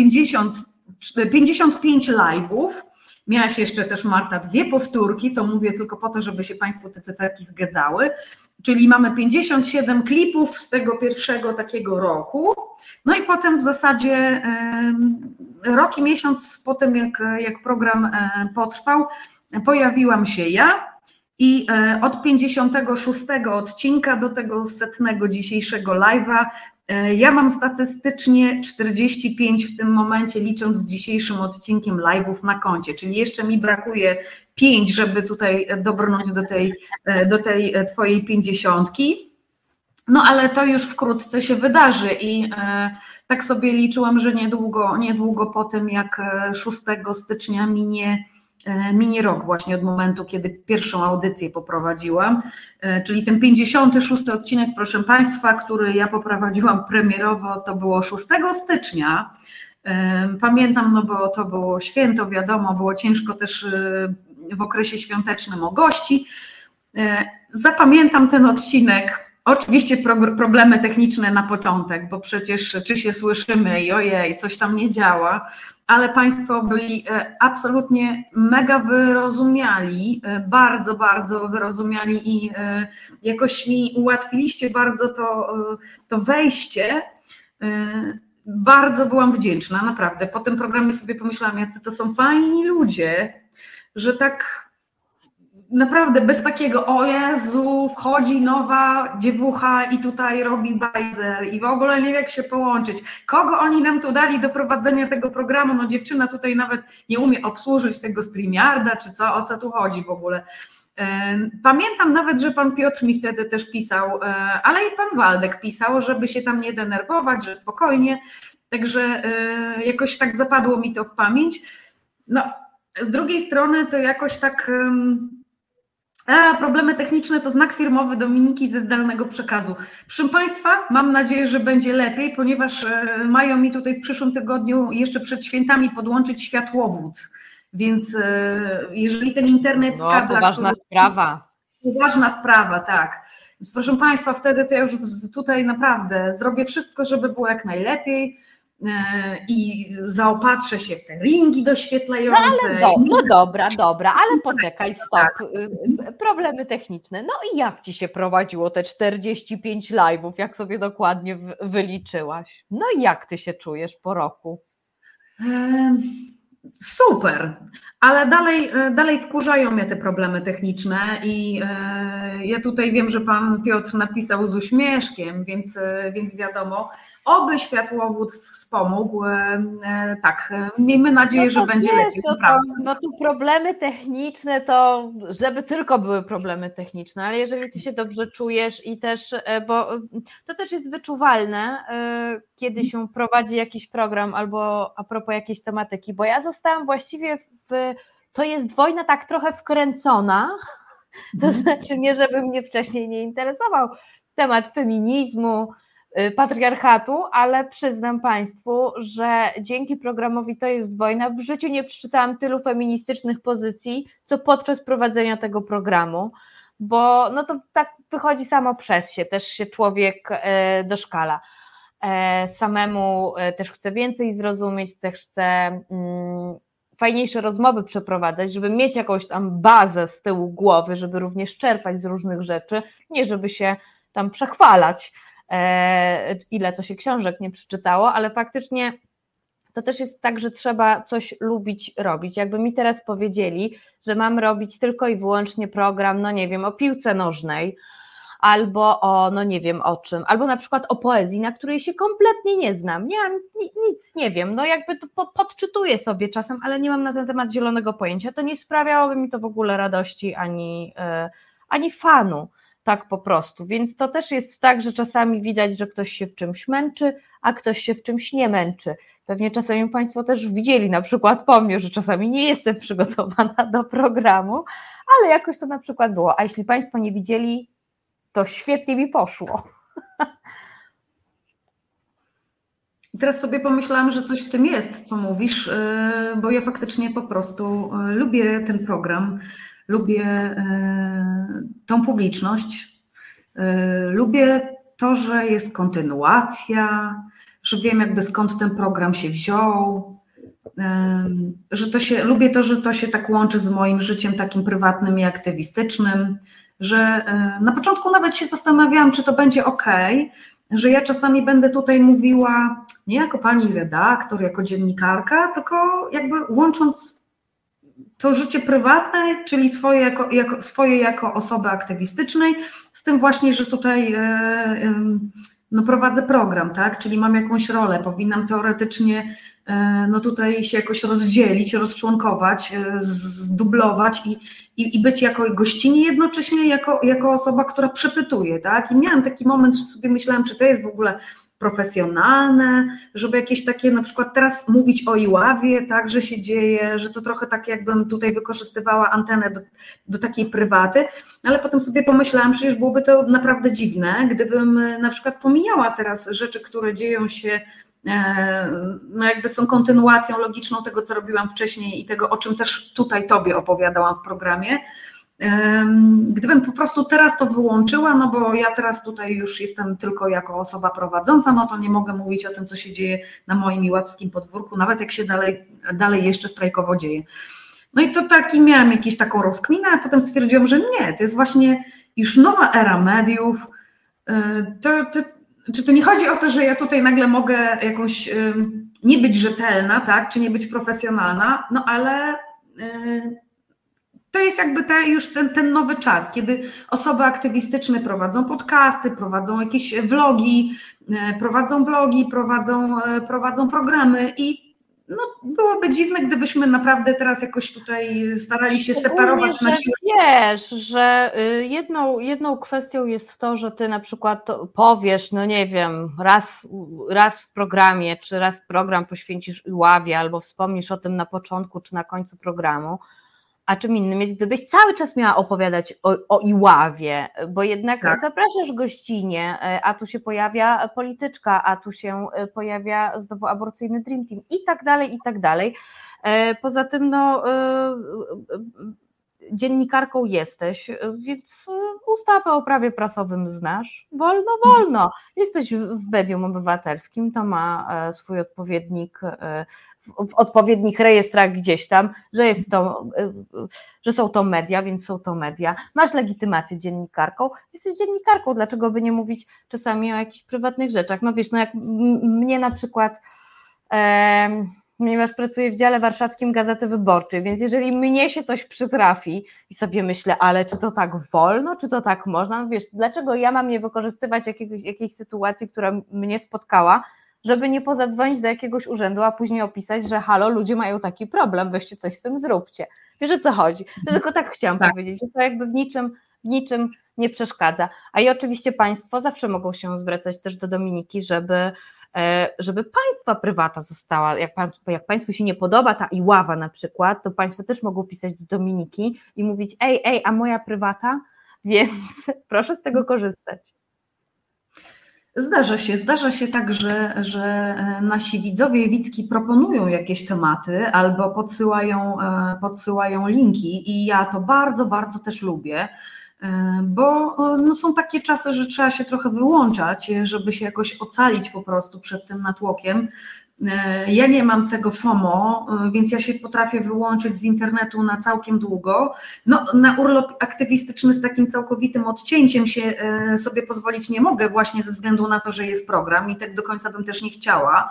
55 live'ów, miałaś jeszcze też Marta 2 powtórki, co mówię tylko po to, żeby się Państwu te cyferki zgadzały, czyli mamy 57 klipów z tego pierwszego takiego roku, no i potem w zasadzie rok i miesiąc po tym, jak program potrwał, pojawiłam się ja i od 56 odcinka do tego 100 dzisiejszego live'a ja mam statystycznie 45 w tym momencie, licząc z dzisiejszym odcinkiem live'ów na koncie, czyli jeszcze mi brakuje 5, żeby tutaj dobrnąć do tej Twojej 50. No ale to już wkrótce się wydarzy i tak sobie liczyłam, że niedługo po tym, jak 6 stycznia minie rok właśnie od momentu, kiedy pierwszą audycję poprowadziłam, czyli ten 56 odcinek, proszę Państwa, który ja poprowadziłam premierowo, to było 6 stycznia. Pamiętam, no bo to było święto, wiadomo, było ciężko też w okresie świątecznym o gości. Zapamiętam ten odcinek. Oczywiście problemy techniczne na początek, bo przecież czy się słyszymy i ojej, coś tam nie działa, ale Państwo byli absolutnie mega wyrozumiali, bardzo, bardzo wyrozumiali i jakoś mi ułatwiliście bardzo to wejście. Bardzo byłam wdzięczna, naprawdę. Po tym programie sobie pomyślałam, jacy to są fajni ludzie, że tak naprawdę bez takiego, o Jezu, wchodzi nowa dziewucha i tutaj robi bajzel i w ogóle nie wie, jak się połączyć. Kogo oni nam tu dali do prowadzenia tego programu? No dziewczyna tutaj nawet nie umie obsłużyć tego StreamYarda, czy co, o co tu chodzi w ogóle. Pamiętam nawet, że pan Piotr mi wtedy też pisał, ale i pan Waldek pisał, żeby się tam nie denerwować, że spokojnie, także jakoś tak zapadło mi to w pamięć. No, z drugiej strony to jakoś tak... problemy techniczne to znak firmowy Dominiki ze zdalnego przekazu. Proszę Państwa, mam nadzieję, że będzie lepiej, ponieważ mają mi tutaj w przyszłym tygodniu jeszcze przed świętami podłączyć światłowód, więc jeżeli ten internet z kabla... Poważna sprawa. Poważna sprawa, tak. Więc proszę Państwa, wtedy to ja już tutaj naprawdę zrobię wszystko, żeby było jak najlepiej i zaopatrzę się w te ringi doświetlające. No dobra, ale poczekaj, stop. Problemy techniczne. No i jak Ci się prowadziło te 45 live'ów, jak sobie dokładnie wyliczyłaś? No i jak Ty się czujesz po roku? Super, ale dalej wkurzają mnie te problemy techniczne i ja tutaj wiem, że pan Piotr napisał z uśmieszkiem, więc wiadomo, oby światłowód wspomógł, tak, miejmy nadzieję, że będzie lepiej. No tu problemy techniczne to, żeby tylko były problemy techniczne, ale jeżeli Ty się dobrze czujesz i też, bo to też jest wyczuwalne, kiedy się prowadzi jakiś program albo a propos jakiejś tematyki, bo ja zostałam właściwie to jest wojna tak trochę wkręcona, to znaczy nie, żeby mnie wcześniej nie interesował temat feminizmu, patriarchatu, ale przyznam Państwu, że dzięki programowi To jest wojna w życiu nie przeczytałam tylu feministycznych pozycji, co podczas prowadzenia tego programu, bo no to tak wychodzi samo przez się, też się człowiek doszkala. Samemu też chce więcej zrozumieć, też chce fajniejsze rozmowy przeprowadzać, żeby mieć jakąś tam bazę z tyłu głowy, żeby również czerpać z różnych rzeczy, nie żeby się tam przechwalać, ile to się książek nie przeczytało, ale faktycznie to też jest tak, że trzeba coś lubić robić. Jakby mi teraz powiedzieli, że mam robić tylko i wyłącznie program, no nie wiem, o piłce nożnej, albo o, no nie wiem o czym, albo na przykład o poezji, na której się kompletnie nie znam, nic nie wiem, no jakby to podczytuję sobie czasem, ale nie mam na ten temat zielonego pojęcia, to nie sprawiałoby mi to w ogóle radości ani fanu, tak po prostu, więc to też jest tak, że czasami widać, że ktoś się w czymś męczy, a ktoś się w czymś nie męczy. Pewnie czasami Państwo też widzieli na przykład po mnie, że czasami nie jestem przygotowana do programu, ale jakoś to na przykład było, a jeśli Państwo nie widzieli, to świetnie mi poszło. Teraz sobie pomyślałam, że coś w tym jest, co mówisz, bo ja faktycznie po prostu lubię ten program, lubię tą publiczność, lubię to, że jest kontynuacja, że wiem jakby skąd ten program się wziął, lubię to, że to się tak łączy z moim życiem takim prywatnym i aktywistycznym, że na początku nawet się zastanawiałam, czy to będzie okej, że ja czasami będę tutaj mówiła nie jako pani redaktor, jako dziennikarka, tylko jakby łącząc to życie prywatne, czyli swoje jako osoby aktywistycznej, z tym właśnie, że tutaj no prowadzę program, tak? Czyli mam jakąś rolę, powinnam teoretycznie no tutaj się jakoś rozdzielić, rozczłonkować, zdublować i być jako gościni jednocześnie jako osoba, która przepytuje, tak? I miałam taki moment, że sobie myślałam, czy to jest w ogóle profesjonalne, żeby jakieś takie na przykład teraz mówić o Iławie, tak, że się dzieje, że to trochę tak jakbym tutaj wykorzystywała antenę do takiej prywaty, ale potem sobie pomyślałam, przecież byłoby to naprawdę dziwne, gdybym na przykład pomijała teraz rzeczy, które dzieją się, no jakby są kontynuacją logiczną tego, co robiłam wcześniej i tego, o czym też tutaj Tobie opowiadałam w programie. Gdybym po prostu teraz to wyłączyła, no bo ja teraz tutaj już jestem tylko jako osoba prowadząca, no to nie mogę mówić o tym, co się dzieje na moim iławskim podwórku, nawet jak się dalej jeszcze strajkowo dzieje. No i to miałam jakąś taką rozkminę, a potem stwierdziłam, że nie, to jest właśnie już nowa era mediów. Czy to nie chodzi o to, że ja tutaj nagle mogę jakoś nie być rzetelna, tak, czy nie być profesjonalna, no ale to jest jakby już ten nowy czas, kiedy osoby aktywistyczne prowadzą podcasty, prowadzą jakieś vlogi, prowadzą blogi, prowadzą programy i no, byłoby dziwne, gdybyśmy naprawdę teraz jakoś tutaj starali się separować na siłę. Wiesz, że jedną kwestią jest to, że ty na przykład powiesz, no nie wiem, raz w programie, czy raz program poświęcisz Iławie, albo wspomnisz o tym na początku, czy na końcu programu, a czym innym jest, gdybyś cały czas miała opowiadać o Iławie, bo jednak tak. Zapraszasz gościnie, a tu się pojawia polityczka, a tu się pojawia znowu aborcyjny Dream Team i tak dalej, i tak dalej. Poza tym no, dziennikarką jesteś, więc ustawę o prawie prasowym znasz, wolno. Jesteś w medium obywatelskim, to ma swój odpowiednik w odpowiednich rejestrach gdzieś tam, że są to media, więc są to media. Masz legitymację dziennikarką, jesteś dziennikarką, dlaczego by nie mówić czasami o jakichś prywatnych rzeczach? No wiesz, no jak mnie na przykład, ponieważ pracuję w dziale warszawskim Gazety Wyborczej, więc jeżeli mnie się coś przytrafi i sobie myślę, ale czy to tak wolno, czy to tak można, no wiesz, dlaczego ja mam nie wykorzystywać jakiejś sytuacji, która mnie spotkała, żeby nie pozadzwonić do jakiegoś urzędu, a później opisać, że halo, ludzie mają taki problem, weźcie coś z tym zróbcie. Wiesz, o co chodzi? To tylko tak chciałam powiedzieć, że to jakby w niczym nie przeszkadza. A i oczywiście Państwo zawsze mogą się zwracać też do Dominiki, żeby Państwa prywata została, jak Państwu się nie podoba ta Iława na przykład, to Państwo też mogą pisać do Dominiki i mówić, ej, a moja prywata, więc proszę z tego korzystać. Zdarza się tak, że nasi widzowie i widzki proponują jakieś tematy albo podsyłają linki i ja to bardzo, bardzo też lubię, bo no są takie czasy, że trzeba się trochę wyłączać, żeby się jakoś ocalić po prostu przed tym natłokiem. Ja nie mam tego FOMO, więc ja się potrafię wyłączyć z internetu na całkiem długo. No, na urlop aktywistyczny z takim całkowitym odcięciem się sobie pozwolić nie mogę, właśnie ze względu na to, że jest program i tak do końca bym też nie chciała.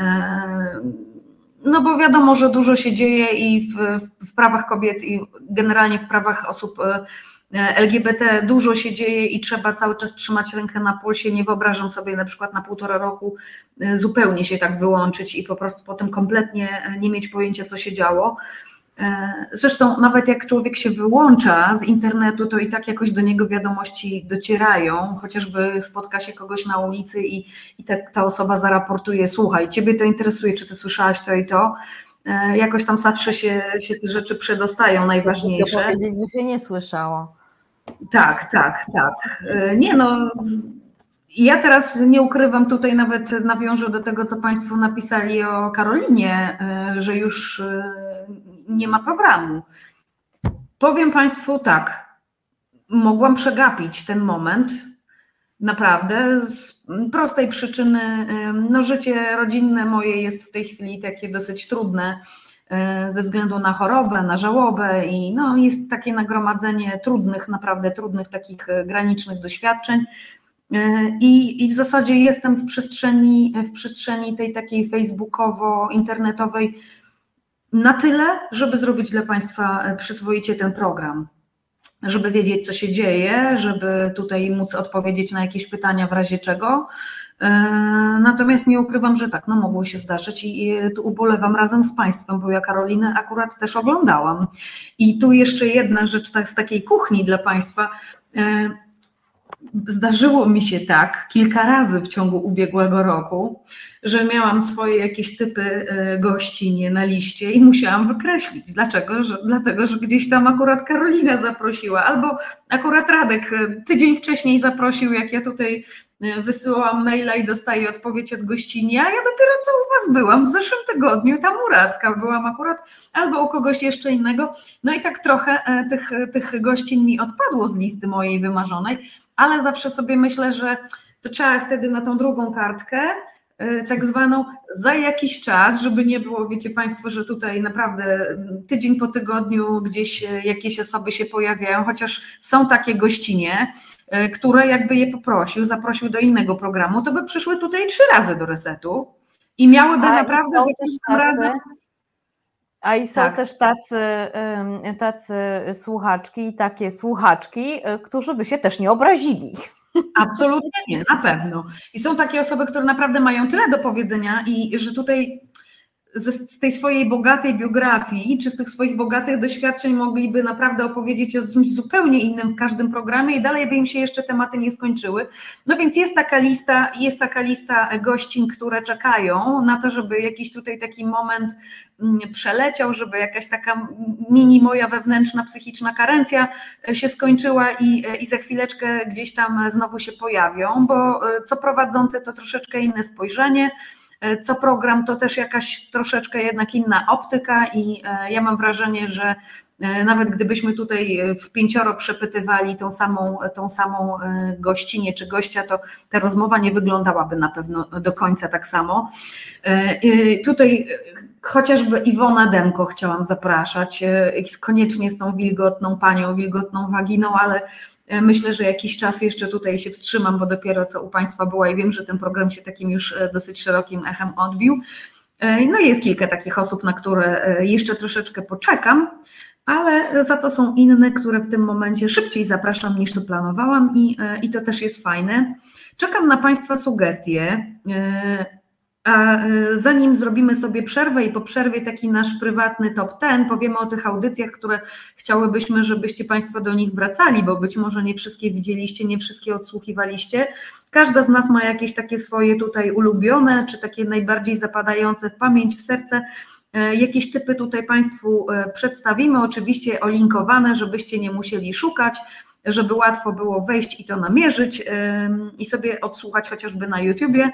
No bo wiadomo, że dużo się dzieje i w prawach kobiet i generalnie w prawach osób LGBT dużo się dzieje i trzeba cały czas trzymać rękę na pulsie. Nie wyobrażam sobie na przykład na 1,5 roku zupełnie się tak wyłączyć i po prostu potem kompletnie nie mieć pojęcia, co się działo. Zresztą nawet jak człowiek się wyłącza z internetu, to i tak jakoś do niego wiadomości docierają, chociażby spotka się kogoś na ulicy i ta osoba zaraportuje, słuchaj, ciebie to interesuje, czy ty słyszałaś to i to. Jakoś tam zawsze się te rzeczy przedostają, najważniejsze. Mogę powiedzieć, że się nie słyszało. Tak. Nie no, ja teraz nie ukrywam, tutaj nawet nawiążę do tego, co Państwo napisali o Karolinie, że już nie ma programu. Powiem Państwu tak, mogłam przegapić ten moment, naprawdę, z prostej przyczyny, no życie rodzinne moje jest w tej chwili takie dosyć trudne, ze względu na chorobę, na żałobę i no jest takie nagromadzenie naprawdę trudnych takich granicznych doświadczeń i w zasadzie jestem w przestrzeni tej takiej facebookowo-internetowej na tyle, żeby zrobić dla Państwa przyzwoicie ten program, żeby wiedzieć, co się dzieje, żeby tutaj móc odpowiedzieć na jakieś pytania w razie czego. Natomiast nie ukrywam, że tak, no mogło się zdarzyć i tu ubolewam razem z Państwem, bo ja Karolinę akurat też oglądałam. I tu jeszcze jedna rzecz tak z takiej kuchni dla Państwa. Zdarzyło mi się tak kilka razy w ciągu ubiegłego roku, że miałam swoje jakieś typy gościnie na liście i musiałam wykreślić. Dlaczego? Dlatego, że gdzieś tam akurat Karolina zaprosiła, albo akurat Radek tydzień wcześniej zaprosił, jak ja tutaj wysyłałam maila i dostaję odpowiedź od gościni, a ja dopiero co u Was byłam w zeszłym tygodniu, tam u Radka byłam akurat, albo u kogoś jeszcze innego. No i tak trochę tych gościń mi odpadło z listy mojej wymarzonej, ale zawsze sobie myślę, że to trzeba wtedy na tą drugą kartkę, tak zwaną za jakiś czas, żeby nie było, wiecie Państwo, że tutaj naprawdę tydzień po tygodniu gdzieś jakieś osoby się pojawiają, chociaż są takie gościnie, które jakby je zaprosił do innego programu, to by przyszły tutaj 3 razy do Resetu i miałyby naprawdę z jakimś razem... A i są też tacy słuchaczki i takie słuchaczki, którzy by się też nie obrazili. Absolutnie nie, na pewno. I są takie osoby, które naprawdę mają tyle do powiedzenia i że tutaj z tej swojej bogatej biografii czy z tych swoich bogatych doświadczeń mogliby naprawdę opowiedzieć o czymś zupełnie innym w każdym programie i dalej by im się jeszcze tematy nie skończyły. No więc jest taka lista gościń, które czekają na to, żeby jakiś tutaj taki moment przeleciał, żeby jakaś taka mini moja wewnętrzna psychiczna karencja się skończyła i za chwileczkę gdzieś tam znowu się pojawią, bo co prowadzący to troszeczkę inne spojrzenie. co program to też jakaś troszeczkę jednak inna optyka i ja mam wrażenie, że nawet gdybyśmy tutaj w 5 przepytywali tą samą gościnię czy gościa, to ta rozmowa nie wyglądałaby na pewno do końca tak samo. Tutaj chociażby Iwona Demko chciałam zapraszać, koniecznie z tą wilgotną panią, wilgotną waginą, ale myślę, że jakiś czas jeszcze tutaj się wstrzymam, bo dopiero co u Państwa była i wiem, że ten program się takim już dosyć szerokim echem odbił. No jest kilka takich osób, na które jeszcze troszeczkę poczekam, ale za to są inne, które w tym momencie szybciej zapraszam niż to planowałam i to też jest fajne. Czekam na Państwa sugestie, a zanim zrobimy sobie przerwę i po przerwie taki nasz prywatny top 10, powiemy o tych audycjach, które chciałybyśmy, żebyście Państwo do nich wracali, bo być może nie wszystkie widzieliście, nie wszystkie odsłuchiwaliście. Każda z nas ma jakieś takie swoje tutaj ulubione, czy takie najbardziej zapadające w pamięć, w serce. Jakieś typy tutaj Państwu przedstawimy, oczywiście olinkowane, żebyście nie musieli szukać, żeby łatwo było wejść i to namierzyć i sobie odsłuchać chociażby na YouTubie.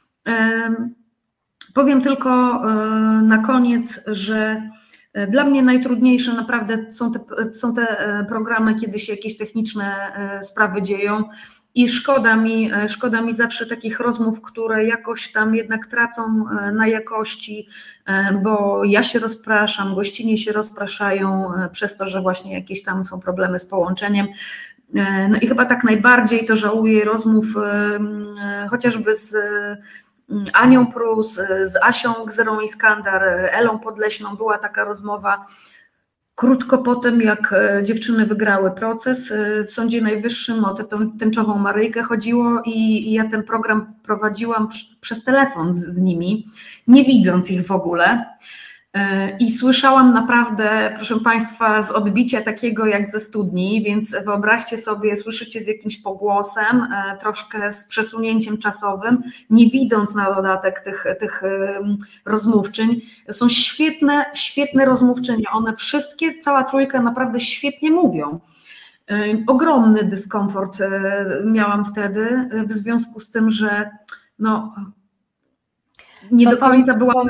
Powiem tylko na koniec, że dla mnie najtrudniejsze naprawdę są te programy, kiedy się jakieś techniczne sprawy dzieją i szkoda mi zawsze takich rozmów, które jakoś tam jednak tracą na jakości, bo ja się rozpraszam, gościnie się rozpraszają przez to, że właśnie jakieś tam są problemy z połączeniem. No i chyba tak najbardziej to żałuję rozmów chociażby z Anią Prus, z Asią Gzerą Iskandar, Elą Podleśną. Była taka rozmowa krótko po tym, jak dziewczyny wygrały proces w Sądzie Najwyższym, o tę tęczową Maryjkę chodziło i ja ten program prowadziłam przez telefon z nimi, nie widząc ich w ogóle. I słyszałam naprawdę, proszę Państwa, z odbicia takiego jak ze studni, więc wyobraźcie sobie, słyszycie z jakimś pogłosem, troszkę z przesunięciem czasowym, nie widząc na dodatek tych rozmówczyń. Są świetne rozmówczynie, one wszystkie, cała trójka naprawdę świetnie mówią. Ogromny dyskomfort miałam wtedy w związku z tym, że no, nie do końca byłam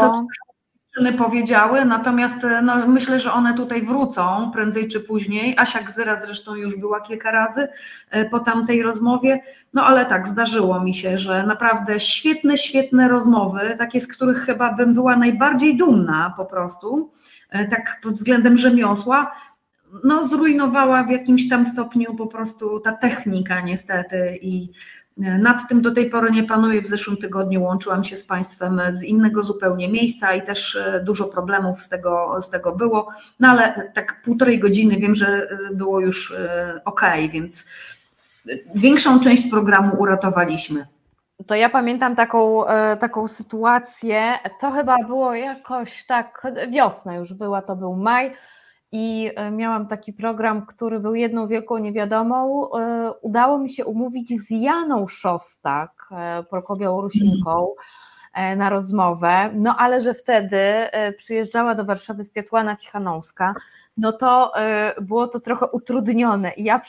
powiedziały, natomiast no, myślę, że one tutaj wrócą prędzej czy później. Asia Gzyra zresztą już była kilka razy po tamtej rozmowie, no ale tak, zdarzyło mi się, że naprawdę świetne rozmowy, takie, z których chyba bym była najbardziej dumna po prostu, tak pod względem rzemiosła, no zrujnowała w jakimś tam stopniu po prostu ta technika niestety i nad tym do tej pory nie panuję. W zeszłym tygodniu łączyłam się z Państwem z innego zupełnie miejsca i też dużo problemów z tego było, no ale tak 1,5 godziny wiem, że było już okej, więc większą część programu uratowaliśmy. To ja pamiętam taką sytuację, to chyba było jakoś tak, wiosna już była, to był maj, i miałam taki program, który był jedną wielką niewiadomą. Udało mi się umówić z Janą Szostak, Polko-Białorusinką, na rozmowę, no ale że wtedy przyjeżdżała do Warszawy Spiatłana Cichanouska, no to było to trochę utrudnione i ja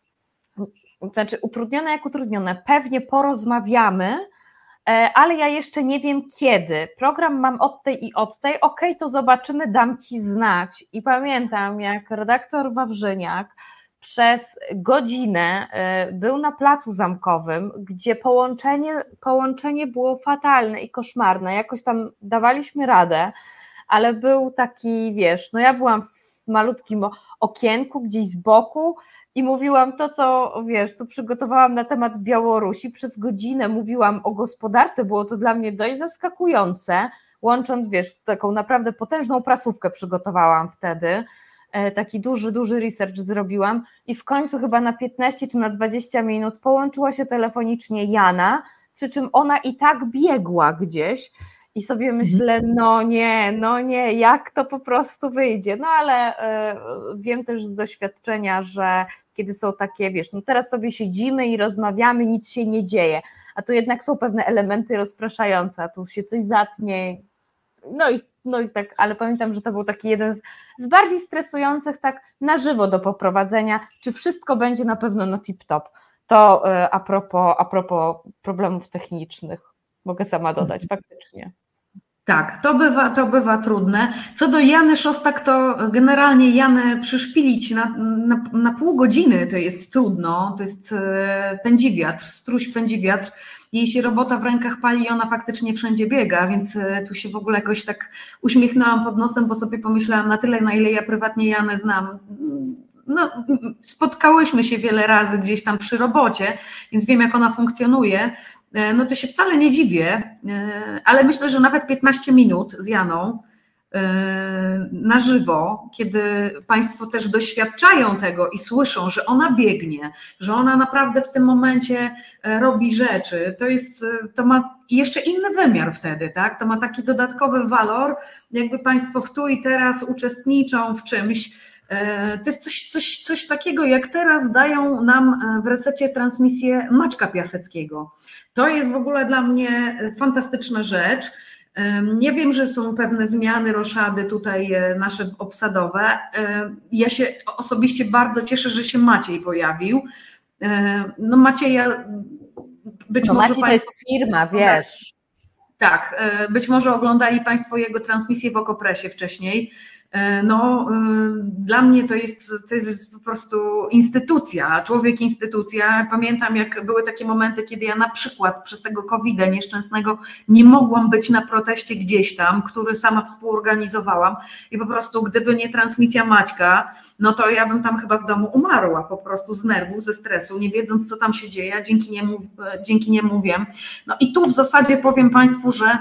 utrudnione, pewnie porozmawiamy, ale ja jeszcze nie wiem kiedy, program mam od tej, okej, to zobaczymy, dam Ci znać. I pamiętam, jak redaktor Wawrzyniak przez godzinę był na Placu Zamkowym, gdzie połączenie było fatalne i koszmarne, jakoś tam dawaliśmy radę, ale był taki, wiesz, no ja byłam w malutkim okienku gdzieś z boku i mówiłam to, co wiesz, co przygotowałam na temat Białorusi. Przez godzinę mówiłam o gospodarce, było to dla mnie dość zaskakujące, łącząc, wiesz, taką naprawdę potężną prasówkę przygotowałam wtedy, taki duży research zrobiłam i w końcu chyba na 15 czy na 20 minut połączyła się telefonicznie Jana, przy czym ona i tak biegła gdzieś i sobie myślę, no nie, jak to po prostu wyjdzie, no ale wiem też z doświadczenia, że kiedy są takie, wiesz, no teraz sobie siedzimy i rozmawiamy, nic się nie dzieje, a tu jednak są pewne elementy rozpraszające, a tu się coś zatnie, no i tak, ale pamiętam, że to był taki jeden z bardziej stresujących tak na żywo do poprowadzenia, czy wszystko będzie na pewno na tip-top, to a propos problemów technicznych. mogę sama dodać, faktycznie. Tak, to bywa trudne. Co do Jany Szostak, to generalnie Janę przyszpilić na pół godziny to jest trudno, to jest pędzi wiatr, struś pędzi wiatr. Jej się robota w rękach pali i ona faktycznie wszędzie biega, więc tu się w ogóle jakoś tak uśmiechnęłam pod nosem, bo sobie pomyślałam, na tyle, na ile ja prywatnie Janę znam, no, spotkałyśmy się wiele razy gdzieś tam przy robocie, więc wiem, jak ona funkcjonuje. No to się wcale nie dziwię, ale myślę, że nawet 15 minut z Janą na żywo, kiedy Państwo też doświadczają tego i słyszą, że ona biegnie, że ona naprawdę w tym momencie robi rzeczy, to ma jeszcze inny wymiar wtedy, tak? To ma taki dodatkowy walor, jakby Państwo w tu i teraz uczestniczą w czymś. To jest coś takiego, jak teraz dają nam w Resecie transmisję Maćka Piaseckiego. To jest w ogóle dla mnie fantastyczna rzecz. Nie wiem, że są pewne zmiany, roszady tutaj nasze obsadowe. Ja się osobiście bardzo cieszę, że się Maciej pojawił. No Macieja być może Maciej to jest firma, wiesz. Tak, być może oglądali Państwo jego transmisję w Okopresie wcześniej. No, dla mnie to jest po prostu instytucja, człowiek instytucja. Pamiętam, jak były takie momenty, kiedy ja na przykład przez tego COVID-a nieszczęsnego nie mogłam być na proteście gdzieś tam, który sama współorganizowałam i po prostu gdyby nie transmisja Maćka, no to ja bym tam chyba w domu umarła po prostu z nerwów, ze stresu, nie wiedząc, co tam się dzieje, a dzięki niemu wiem. No i tu w zasadzie powiem Państwu, że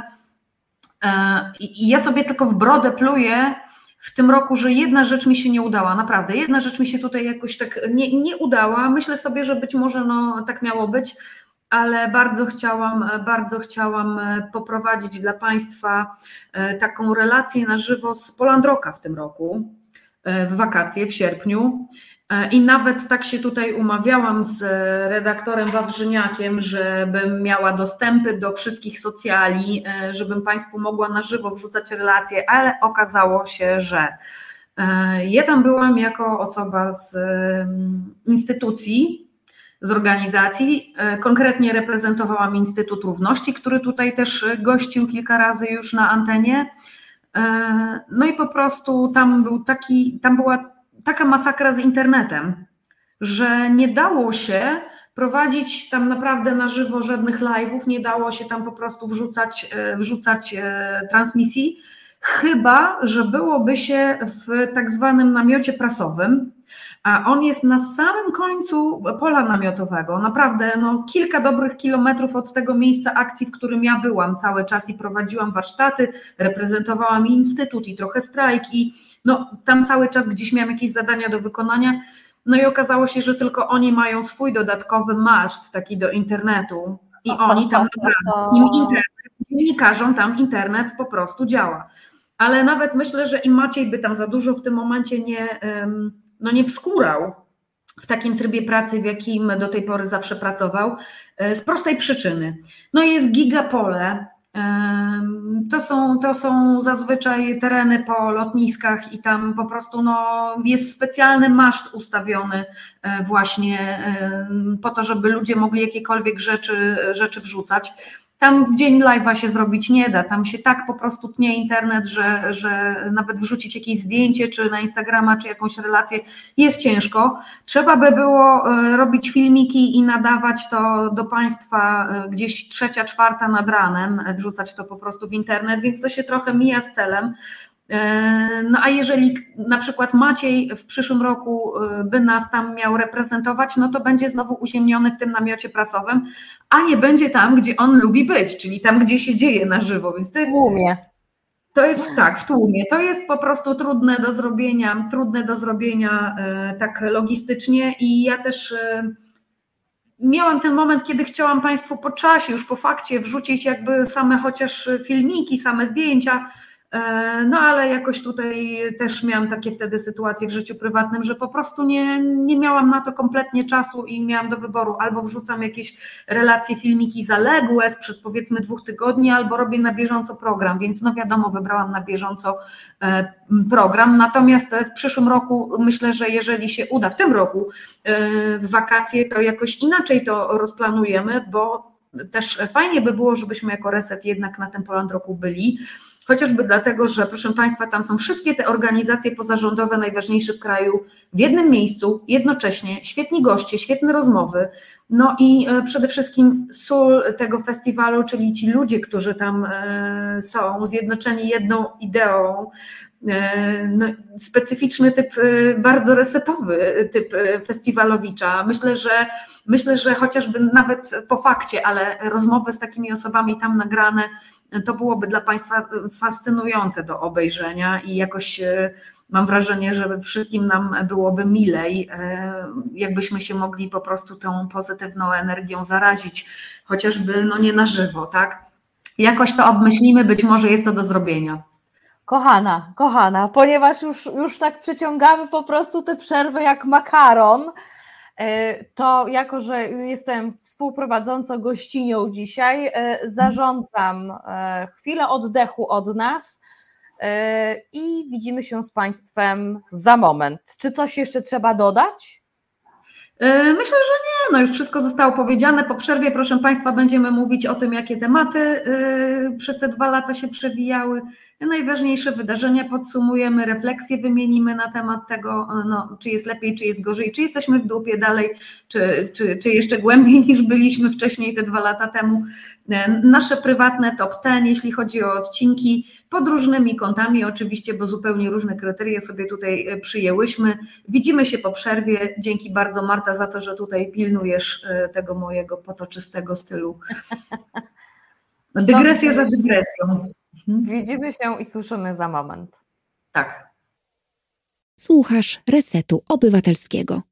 ja sobie tylko w brodę pluję w tym roku, że jedna rzecz mi się nie udała, naprawdę, jedna rzecz mi się tutaj jakoś tak nie udała, myślę sobie, że być może no, tak miało być, ale bardzo chciałam poprowadzić dla Państwa taką relację na żywo z Poland Rocka w tym roku, w wakacje, w sierpniu. I nawet tak się tutaj umawiałam z redaktorem Wawrzyniakiem, żebym miała dostępy do wszystkich socjali, żebym Państwu mogła na żywo wrzucać relacje, ale okazało się, że ja tam byłam jako osoba z instytucji, z organizacji, konkretnie reprezentowałam Instytut Równości, który tutaj też gościł kilka razy już na antenie. No i po prostu tam była taka masakra z internetem, że nie dało się prowadzić tam naprawdę na żywo żadnych live'ów, nie dało się tam po prostu wrzucać transmisji, chyba że byłoby się w tak zwanym namiocie prasowym, a on jest na samym końcu pola namiotowego, naprawdę no, kilka dobrych kilometrów od tego miejsca akcji, w którym ja byłam cały czas i prowadziłam warsztaty, reprezentowałam instytut i trochę strajk i no, tam cały czas gdzieś miałam jakieś zadania do wykonania, no i okazało się, że tylko oni mają swój dodatkowy maszt taki do internetu i oni tam dziennikarzom tam internet po prostu działa. Ale nawet myślę, że i Maciej by tam za dużo w tym momencie nie wskórał w takim trybie pracy, w jakim do tej pory zawsze pracował, z prostej przyczyny. No jest gigapole, to są zazwyczaj tereny po lotniskach i tam po prostu no, jest specjalny maszt ustawiony właśnie po to, żeby ludzie mogli jakiekolwiek rzeczy wrzucać. Tam w dzień live'a się zrobić nie da, tam się tak po prostu tnie internet, że nawet wrzucić jakieś zdjęcie, czy na Instagrama, czy jakąś relację jest ciężko. Trzeba by było robić filmiki i nadawać to do Państwa gdzieś 3., 4 nad ranem, wrzucać to po prostu w internet, więc to się trochę mija z celem. No a jeżeli na przykład Maciej w przyszłym roku by nas tam miał reprezentować, no to będzie znowu uziemniony w tym namiocie prasowym, a nie będzie tam, gdzie on lubi być, czyli tam, gdzie się dzieje na żywo. Więc to jest w tłumie. To jest tak, w tłumie. To jest po prostu trudne do zrobienia tak logistycznie i ja też miałam ten moment, kiedy chciałam Państwu po czasie, już po fakcie wrzucić jakby same chociaż filmiki, same zdjęcia. No ale jakoś tutaj też miałam takie wtedy sytuacje w życiu prywatnym, że po prostu nie miałam na to kompletnie czasu i miałam do wyboru albo wrzucam jakieś relacje, filmiki zaległe sprzed powiedzmy 2 tygodni, albo robię na bieżąco program, więc no wiadomo, wybrałam na bieżąco program, natomiast w przyszłym roku myślę, że jeżeli się uda w tym roku w wakacje, to jakoś inaczej to rozplanujemy, bo też fajnie by było, żebyśmy jako Reset jednak na tym Poland Roku byli, chociażby dlatego, że proszę Państwa, tam są wszystkie te organizacje pozarządowe najważniejsze w kraju w jednym miejscu, jednocześnie, świetni goście, świetne rozmowy, no i przede wszystkim sól tego festiwalu, czyli ci ludzie, którzy tam są, zjednoczeni jedną ideą, no, specyficzny typ, bardzo resetowy typ festiwalowicza. Myślę, że chociażby nawet po fakcie, ale rozmowy z takimi osobami tam nagrane, to byłoby dla Państwa fascynujące do obejrzenia i jakoś mam wrażenie, że wszystkim nam byłoby milej, jakbyśmy się mogli po prostu tą pozytywną energią zarazić, chociażby no nie na żywo, tak? Jakoś to obmyślimy, być może jest to do zrobienia. Kochana, ponieważ już tak przeciągamy po prostu tę przerwę jak makaron, to jako, że jestem współprowadzącą gościnią dzisiaj, zarządzam chwilę oddechu od nas i widzimy się z Państwem za moment. Czy coś jeszcze trzeba dodać? Myślę, że nie, no już wszystko zostało powiedziane. Po przerwie, proszę Państwa, będziemy mówić o tym, jakie tematy przez te 2 lata się przewijały. Najważniejsze wydarzenia podsumujemy, refleksje wymienimy na temat tego, no, czy jest lepiej, czy jest gorzej, czy jesteśmy w dupie dalej, czy jeszcze głębiej niż byliśmy wcześniej te 2 lata temu. Nasze prywatne top 10, jeśli chodzi o odcinki, pod różnymi kątami oczywiście, bo zupełnie różne kryteria sobie tutaj przyjęłyśmy. Widzimy się po przerwie. Dzięki bardzo, Marta, za to, że tutaj pilnujesz tego mojego potoczystego stylu. Dygresja za dygresją. Widzimy się i słyszymy za moment. Tak. Słuchasz Resetu Obywatelskiego.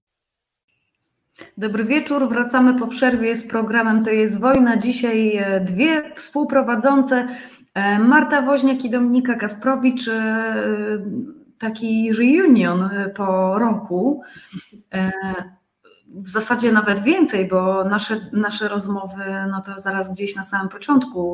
Dobry wieczór, wracamy po przerwie z programem To jest wojna. Dzisiaj 2 współprowadzące, Marta Woźniak i Dominika Kasprowicz, taki reunion po roku. W zasadzie nawet więcej, bo nasze rozmowy, no to zaraz gdzieś na samym początku,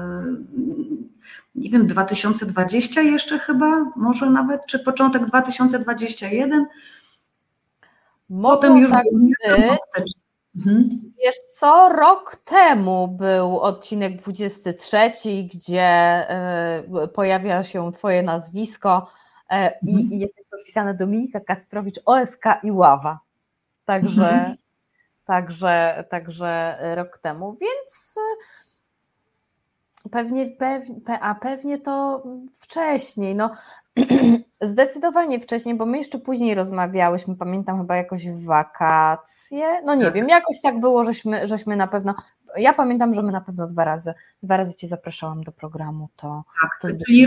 nie wiem, 2020 jeszcze chyba, może nawet, czy początek 2021. Potem już tak być. Wiesz co, rok temu był odcinek 23, gdzie pojawia się Twoje nazwisko i jest podpisane Dominika Kasprowicz, OSK i Ława. Także rok temu, więc pewnie to wcześniej, no zdecydowanie wcześniej, bo my jeszcze później rozmawiałyśmy, pamiętam chyba jakoś w wakacje, no nie wiem, jakoś tak było, żeśmy na pewno, ja pamiętam, że my na pewno dwa razy Cię zapraszałam do programu, to czyli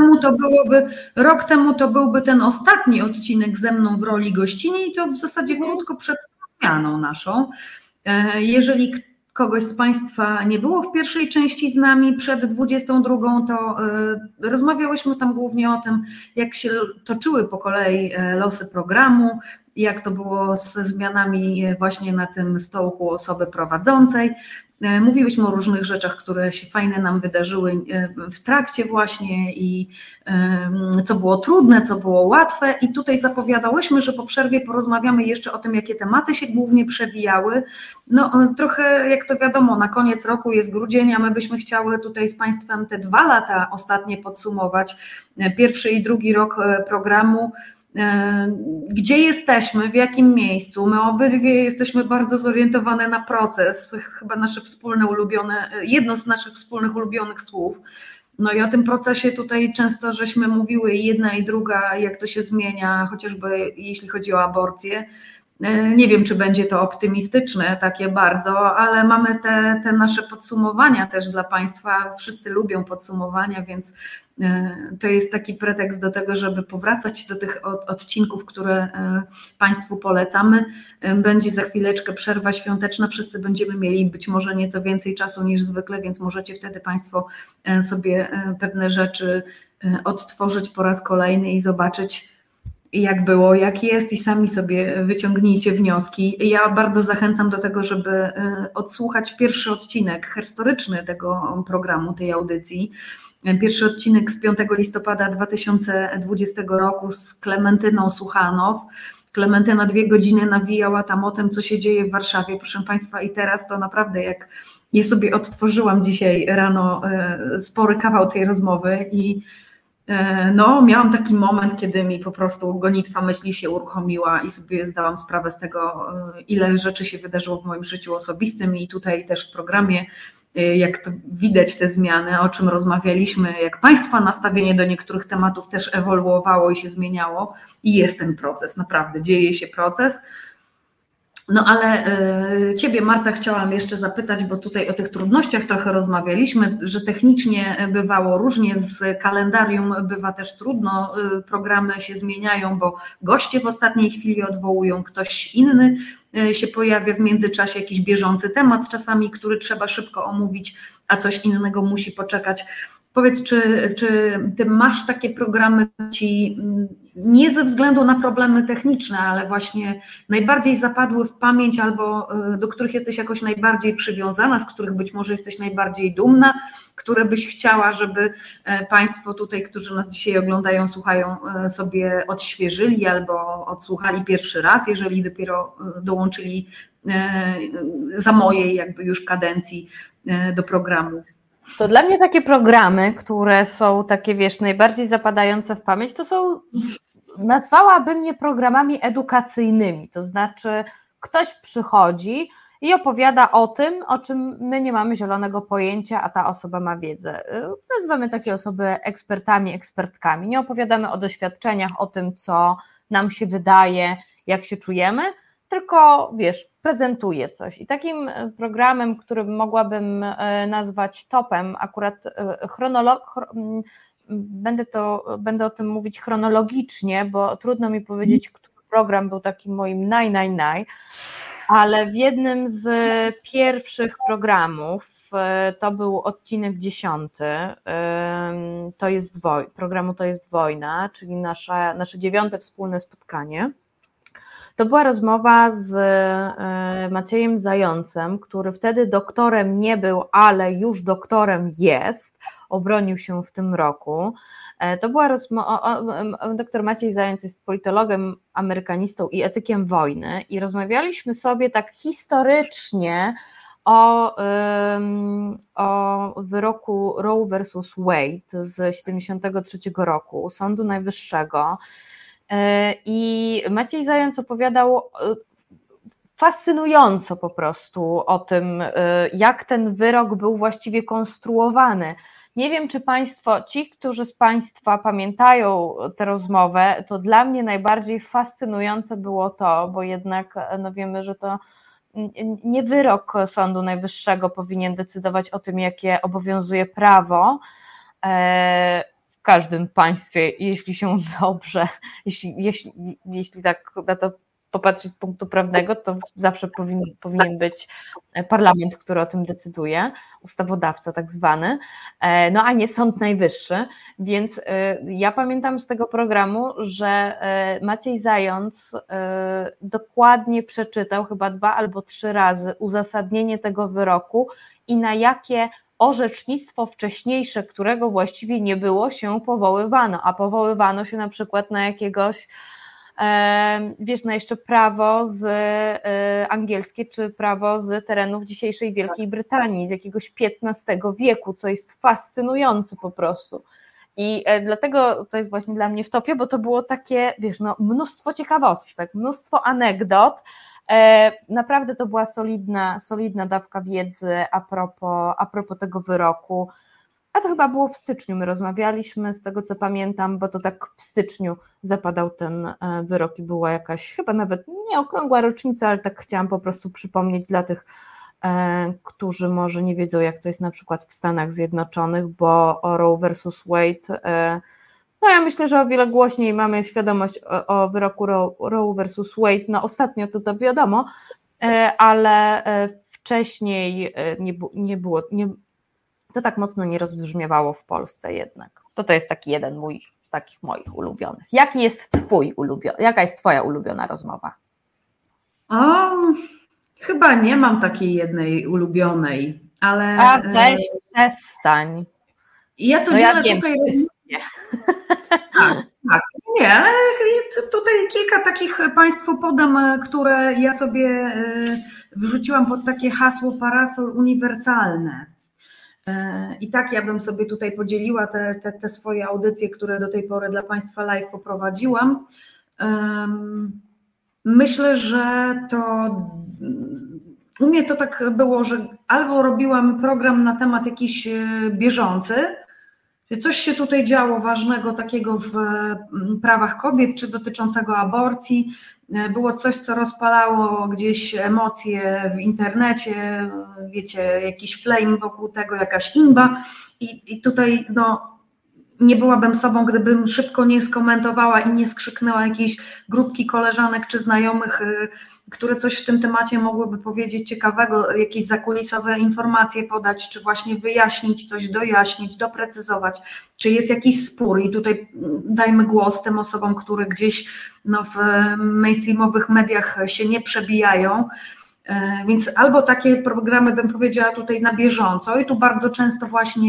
rok temu to byłby ten ostatni odcinek ze mną w roli gościni i to w zasadzie krótko przed zmianą naszą. Jeżeli kogoś z Państwa nie było w pierwszej części z nami przed 22, to rozmawiałyśmy tam głównie o tym, jak się toczyły po kolei losy programu, jak to było ze zmianami właśnie na tym stołku osoby prowadzącej. Mówiłyśmy o różnych rzeczach, które się fajne nam wydarzyły w trakcie właśnie i co było trudne, co było łatwe i tutaj zapowiadałyśmy, że po przerwie porozmawiamy jeszcze o tym, jakie tematy się głównie przewijały. No trochę jak to wiadomo, na koniec roku jest grudzień, a my byśmy chciały tutaj z Państwem te 2 lata ostatnie podsumować, 1. i 2 rok programu. Gdzie jesteśmy, w jakim miejscu. My obydwie jesteśmy bardzo zorientowane na proces, chyba nasze wspólne ulubione, jedno z naszych wspólnych ulubionych słów. No i o tym procesie tutaj często żeśmy mówiły i jedna i druga, jak to się zmienia, chociażby jeśli chodzi o aborcję. Nie wiem, czy będzie to optymistyczne takie bardzo, ale mamy te nasze podsumowania też dla Państwa. Wszyscy lubią podsumowania, więc to jest taki pretekst do tego, żeby powracać do tych odcinków, które Państwu polecamy. Będzie za chwileczkę przerwa świąteczna, wszyscy będziemy mieli być może nieco więcej czasu niż zwykle, więc możecie wtedy Państwo sobie pewne rzeczy odtworzyć po raz kolejny i zobaczyć, jak było, jak jest i sami sobie wyciągnijcie wnioski. Ja bardzo zachęcam do tego, żeby odsłuchać pierwszy odcinek historyczny tego programu, tej audycji. Pierwszy odcinek z 5 listopada 2020 roku z Klementyną Suchanow. Klementyna 2 godziny nawijała tam o tym, co się dzieje w Warszawie, proszę Państwa, i teraz to naprawdę jak Ja sobie odtworzyłam dzisiaj rano spory kawał tej rozmowy i no, miałam taki moment, kiedy mi po prostu gonitwa myśli się uruchomiła i sobie zdałam sprawę z tego, ile rzeczy się wydarzyło w moim życiu osobistym i tutaj też w programie, jak to widać te zmiany, o czym rozmawialiśmy, jak Państwa nastawienie do niektórych tematów też ewoluowało i się zmieniało i jest ten proces, naprawdę dzieje się proces. No ale Ciebie, Marta, chciałam jeszcze zapytać, bo tutaj o tych trudnościach trochę rozmawialiśmy, że technicznie bywało różnie, z kalendarium bywa też trudno, programy się zmieniają, bo goście w ostatniej chwili odwołują, ktoś inny się pojawia w międzyczasie, jakiś bieżący temat czasami, który trzeba szybko omówić, a coś innego musi poczekać. Powiedz, czy Ty masz takie programy, ci nie ze względu na problemy techniczne, ale właśnie najbardziej zapadły w pamięć albo do których jesteś jakoś najbardziej przywiązana, z których być może jesteś najbardziej dumna, które byś chciała, żeby Państwo tutaj, którzy nas dzisiaj oglądają, słuchają, sobie odświeżyli albo odsłuchali pierwszy raz, jeżeli dopiero dołączyli za mojej jakby już kadencji do programu. To dla mnie takie programy, które są takie, wiesz, najbardziej zapadające w pamięć, to są, nazwałabym je programami edukacyjnymi, to znaczy ktoś przychodzi i opowiada o tym, o czym my nie mamy zielonego pojęcia, a ta osoba ma wiedzę. Nazywamy takie osoby ekspertami, ekspertkami. Nie opowiadamy o doświadczeniach, o tym, co nam się wydaje, jak się czujemy, tylko, wiesz, prezentuje coś. I takim programem, który mogłabym nazwać topem, akurat będę o tym mówić chronologicznie, bo trudno mi powiedzieć, który program był takim moim ale w jednym z pierwszych programów, to był odcinek 10, programu To jest wojna, czyli nasze 9. wspólne spotkanie. To była rozmowa z Maciejem Zającem, który wtedy doktorem nie był, ale już doktorem jest, obronił się w tym roku. To była rozmowa, doktor Maciej Zając jest politologiem, amerykanistą i etykiem wojny i rozmawialiśmy sobie tak historycznie o wyroku Roe versus Wade z 1973 roku Sądu Najwyższego. I Maciej Zając opowiadał fascynująco po prostu o tym, jak ten wyrok był właściwie konstruowany. Nie wiem, czy ci, którzy z Państwa pamiętają tę rozmowę, to dla mnie najbardziej fascynujące było to, bo jednak no wiemy, że to nie wyrok Sądu Najwyższego powinien decydować o tym, jakie obowiązuje prawo w każdym państwie, jeśli się dobrze, jeśli tak na to popatrzeć z punktu prawnego, to zawsze powinien być parlament, który o tym decyduje, ustawodawca tak zwany, no a nie Sąd Najwyższy, więc ja pamiętam z tego programu, że Maciej Zając dokładnie przeczytał chyba 2 albo 3 razy uzasadnienie tego wyroku i na jakie orzecznictwo wcześniejsze, którego właściwie nie było, się powoływano, a powoływano się na przykład na jakiegoś, wiesz, na jeszcze prawo angielskie, czy prawo z terenów dzisiejszej Wielkiej Brytanii, z jakiegoś XV wieku, co jest fascynujące po prostu. I dlatego to jest właśnie dla mnie w topie, bo to było takie, wiesz, no, mnóstwo ciekawostek, mnóstwo anegdot. Naprawdę to była solidna dawka wiedzy a propos tego wyroku, a to chyba było w styczniu, my rozmawialiśmy, z tego co pamiętam, bo to tak w styczniu zapadał ten wyrok i była jakaś, chyba nawet nie okrągła rocznica, ale tak chciałam po prostu przypomnieć dla tych, którzy może nie wiedzą, jak to jest na przykład w Stanach Zjednoczonych, bo o Roe versus Wade, no ja myślę, że o wiele głośniej mamy świadomość o wyroku Roe versus Wade, no ostatnio to wiadomo, ale wcześniej to tak mocno nie rozbrzmiewało w Polsce jednak. To jest taki jeden z takich moich ulubionych. Jaka jest Twoja ulubiona rozmowa? Chyba nie mam takiej jednej ulubionej, ale... A weź, przestań. Ja to dzielę tutaj Nie. Tak. Nie, ale tutaj kilka takich Państwu podam, które ja sobie wrzuciłam pod takie hasło parasol uniwersalne. I tak ja bym sobie tutaj podzieliła te swoje audycje, które do tej pory dla Państwa live poprowadziłam. Myślę, że to u mnie to tak było, że albo robiłam program na temat jakiś bieżący, że coś się tutaj działo ważnego takiego w prawach kobiet, czy dotyczącego aborcji, było coś, co rozpalało gdzieś emocje w internecie, wiecie, jakiś flame wokół tego, jakaś imba i tutaj no nie byłabym sobą, gdybym szybko nie skomentowała i nie skrzyknęła jakiejś grupki koleżanek czy znajomych, które coś w tym temacie mogłyby powiedzieć ciekawego, jakieś zakulisowe informacje podać, czy właśnie wyjaśnić coś, dojaśnić, doprecyzować, czy jest jakiś spór i tutaj dajmy głos tym osobom, które gdzieś no, w mainstreamowych mediach się nie przebijają. Więc albo takie programy bym powiedziała tutaj na bieżąco i tu bardzo często właśnie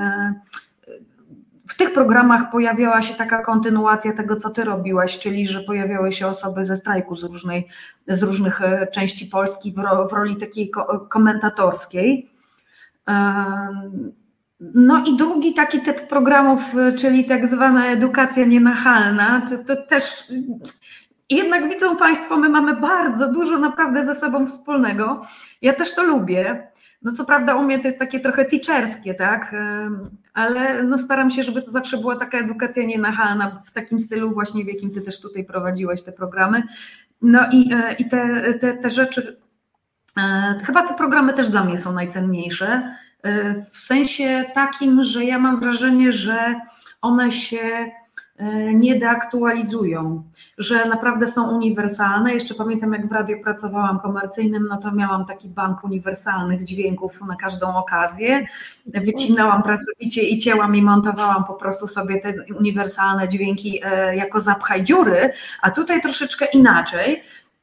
w tych programach pojawiała się taka kontynuacja tego, co ty robiłaś, czyli że pojawiały się osoby ze strajku z różnych części Polski w roli takiej komentatorskiej. No i drugi taki typ programów, czyli tak zwana edukacja nienachalna, to też jednak widzą Państwo, my mamy bardzo dużo naprawdę ze sobą wspólnego. Ja też to lubię. No co prawda u mnie to jest takie trochę teacherskie, tak, ale no staram się, żeby to zawsze była taka edukacja nienachalna w takim stylu właśnie, w jakim ty też tutaj prowadziłaś te programy. No i te rzeczy, chyba te programy też dla mnie są najcenniejsze, w sensie takim, że ja mam wrażenie, że one się nie deaktualizują, że naprawdę są uniwersalne. Jeszcze pamiętam, jak w radiu pracowałam komercyjnym, no to miałam taki bank uniwersalnych dźwięków na każdą okazję. Wycinałam pracowicie i cięłam i montowałam po prostu sobie te uniwersalne dźwięki jako zapchaj dziury, a tutaj troszeczkę inaczej.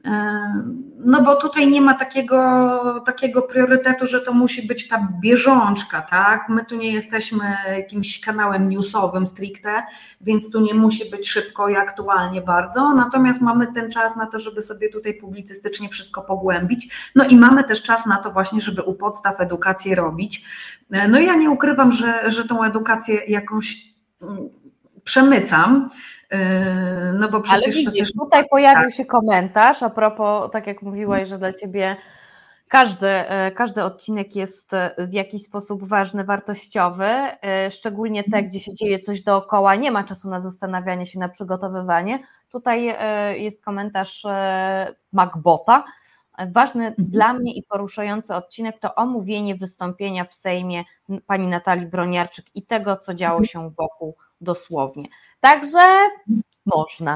No bo tutaj nie ma takiego priorytetu, że to musi być ta bieżączka, tak? My tu nie jesteśmy jakimś kanałem newsowym stricte, więc tu nie musi być szybko i aktualnie bardzo, natomiast mamy ten czas na to, żeby sobie tutaj publicystycznie wszystko pogłębić, no i mamy też czas na to właśnie, żeby u podstaw edukację robić. No i ja nie ukrywam, że tą edukację jakąś przemycam. No bo przecież ale widzisz, to też... tutaj pojawił się komentarz a propos, tak jak mówiłaś, że dla Ciebie każdy odcinek jest w jakiś sposób ważny, wartościowy, szczególnie te, gdzie się dzieje coś dookoła, nie ma czasu na zastanawianie się, na przygotowywanie. Tutaj jest komentarz Macbota. Ważny dla mnie i poruszający odcinek to omówienie wystąpienia w Sejmie pani Natalii Broniarczyk i tego, co działo się wokół dosłownie. Także można.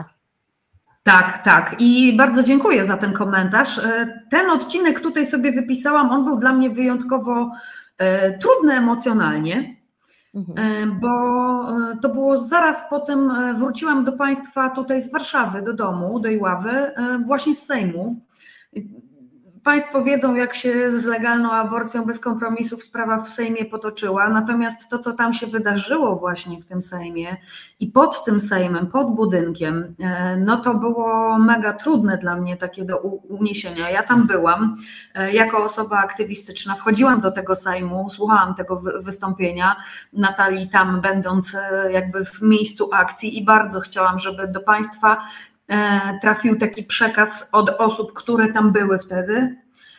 Tak. I bardzo dziękuję za ten komentarz. Ten odcinek tutaj sobie wypisałam, on był dla mnie wyjątkowo trudny emocjonalnie, bo to było zaraz po tym, wróciłam do Państwa tutaj z Warszawy, do domu, do Iławy, właśnie z Sejmu. Państwo wiedzą, jak się z legalną aborcją bez kompromisów sprawa w Sejmie potoczyła, natomiast to, co tam się wydarzyło właśnie w tym Sejmie i pod tym Sejmem, pod budynkiem, no to było mega trudne dla mnie takie do uniesienia. Ja tam byłam jako osoba aktywistyczna, wchodziłam do tego Sejmu, słuchałam tego wystąpienia Natalii tam będąc jakby w miejscu akcji i bardzo chciałam, żeby do Państwa trafił taki przekaz od osób, które tam były wtedy,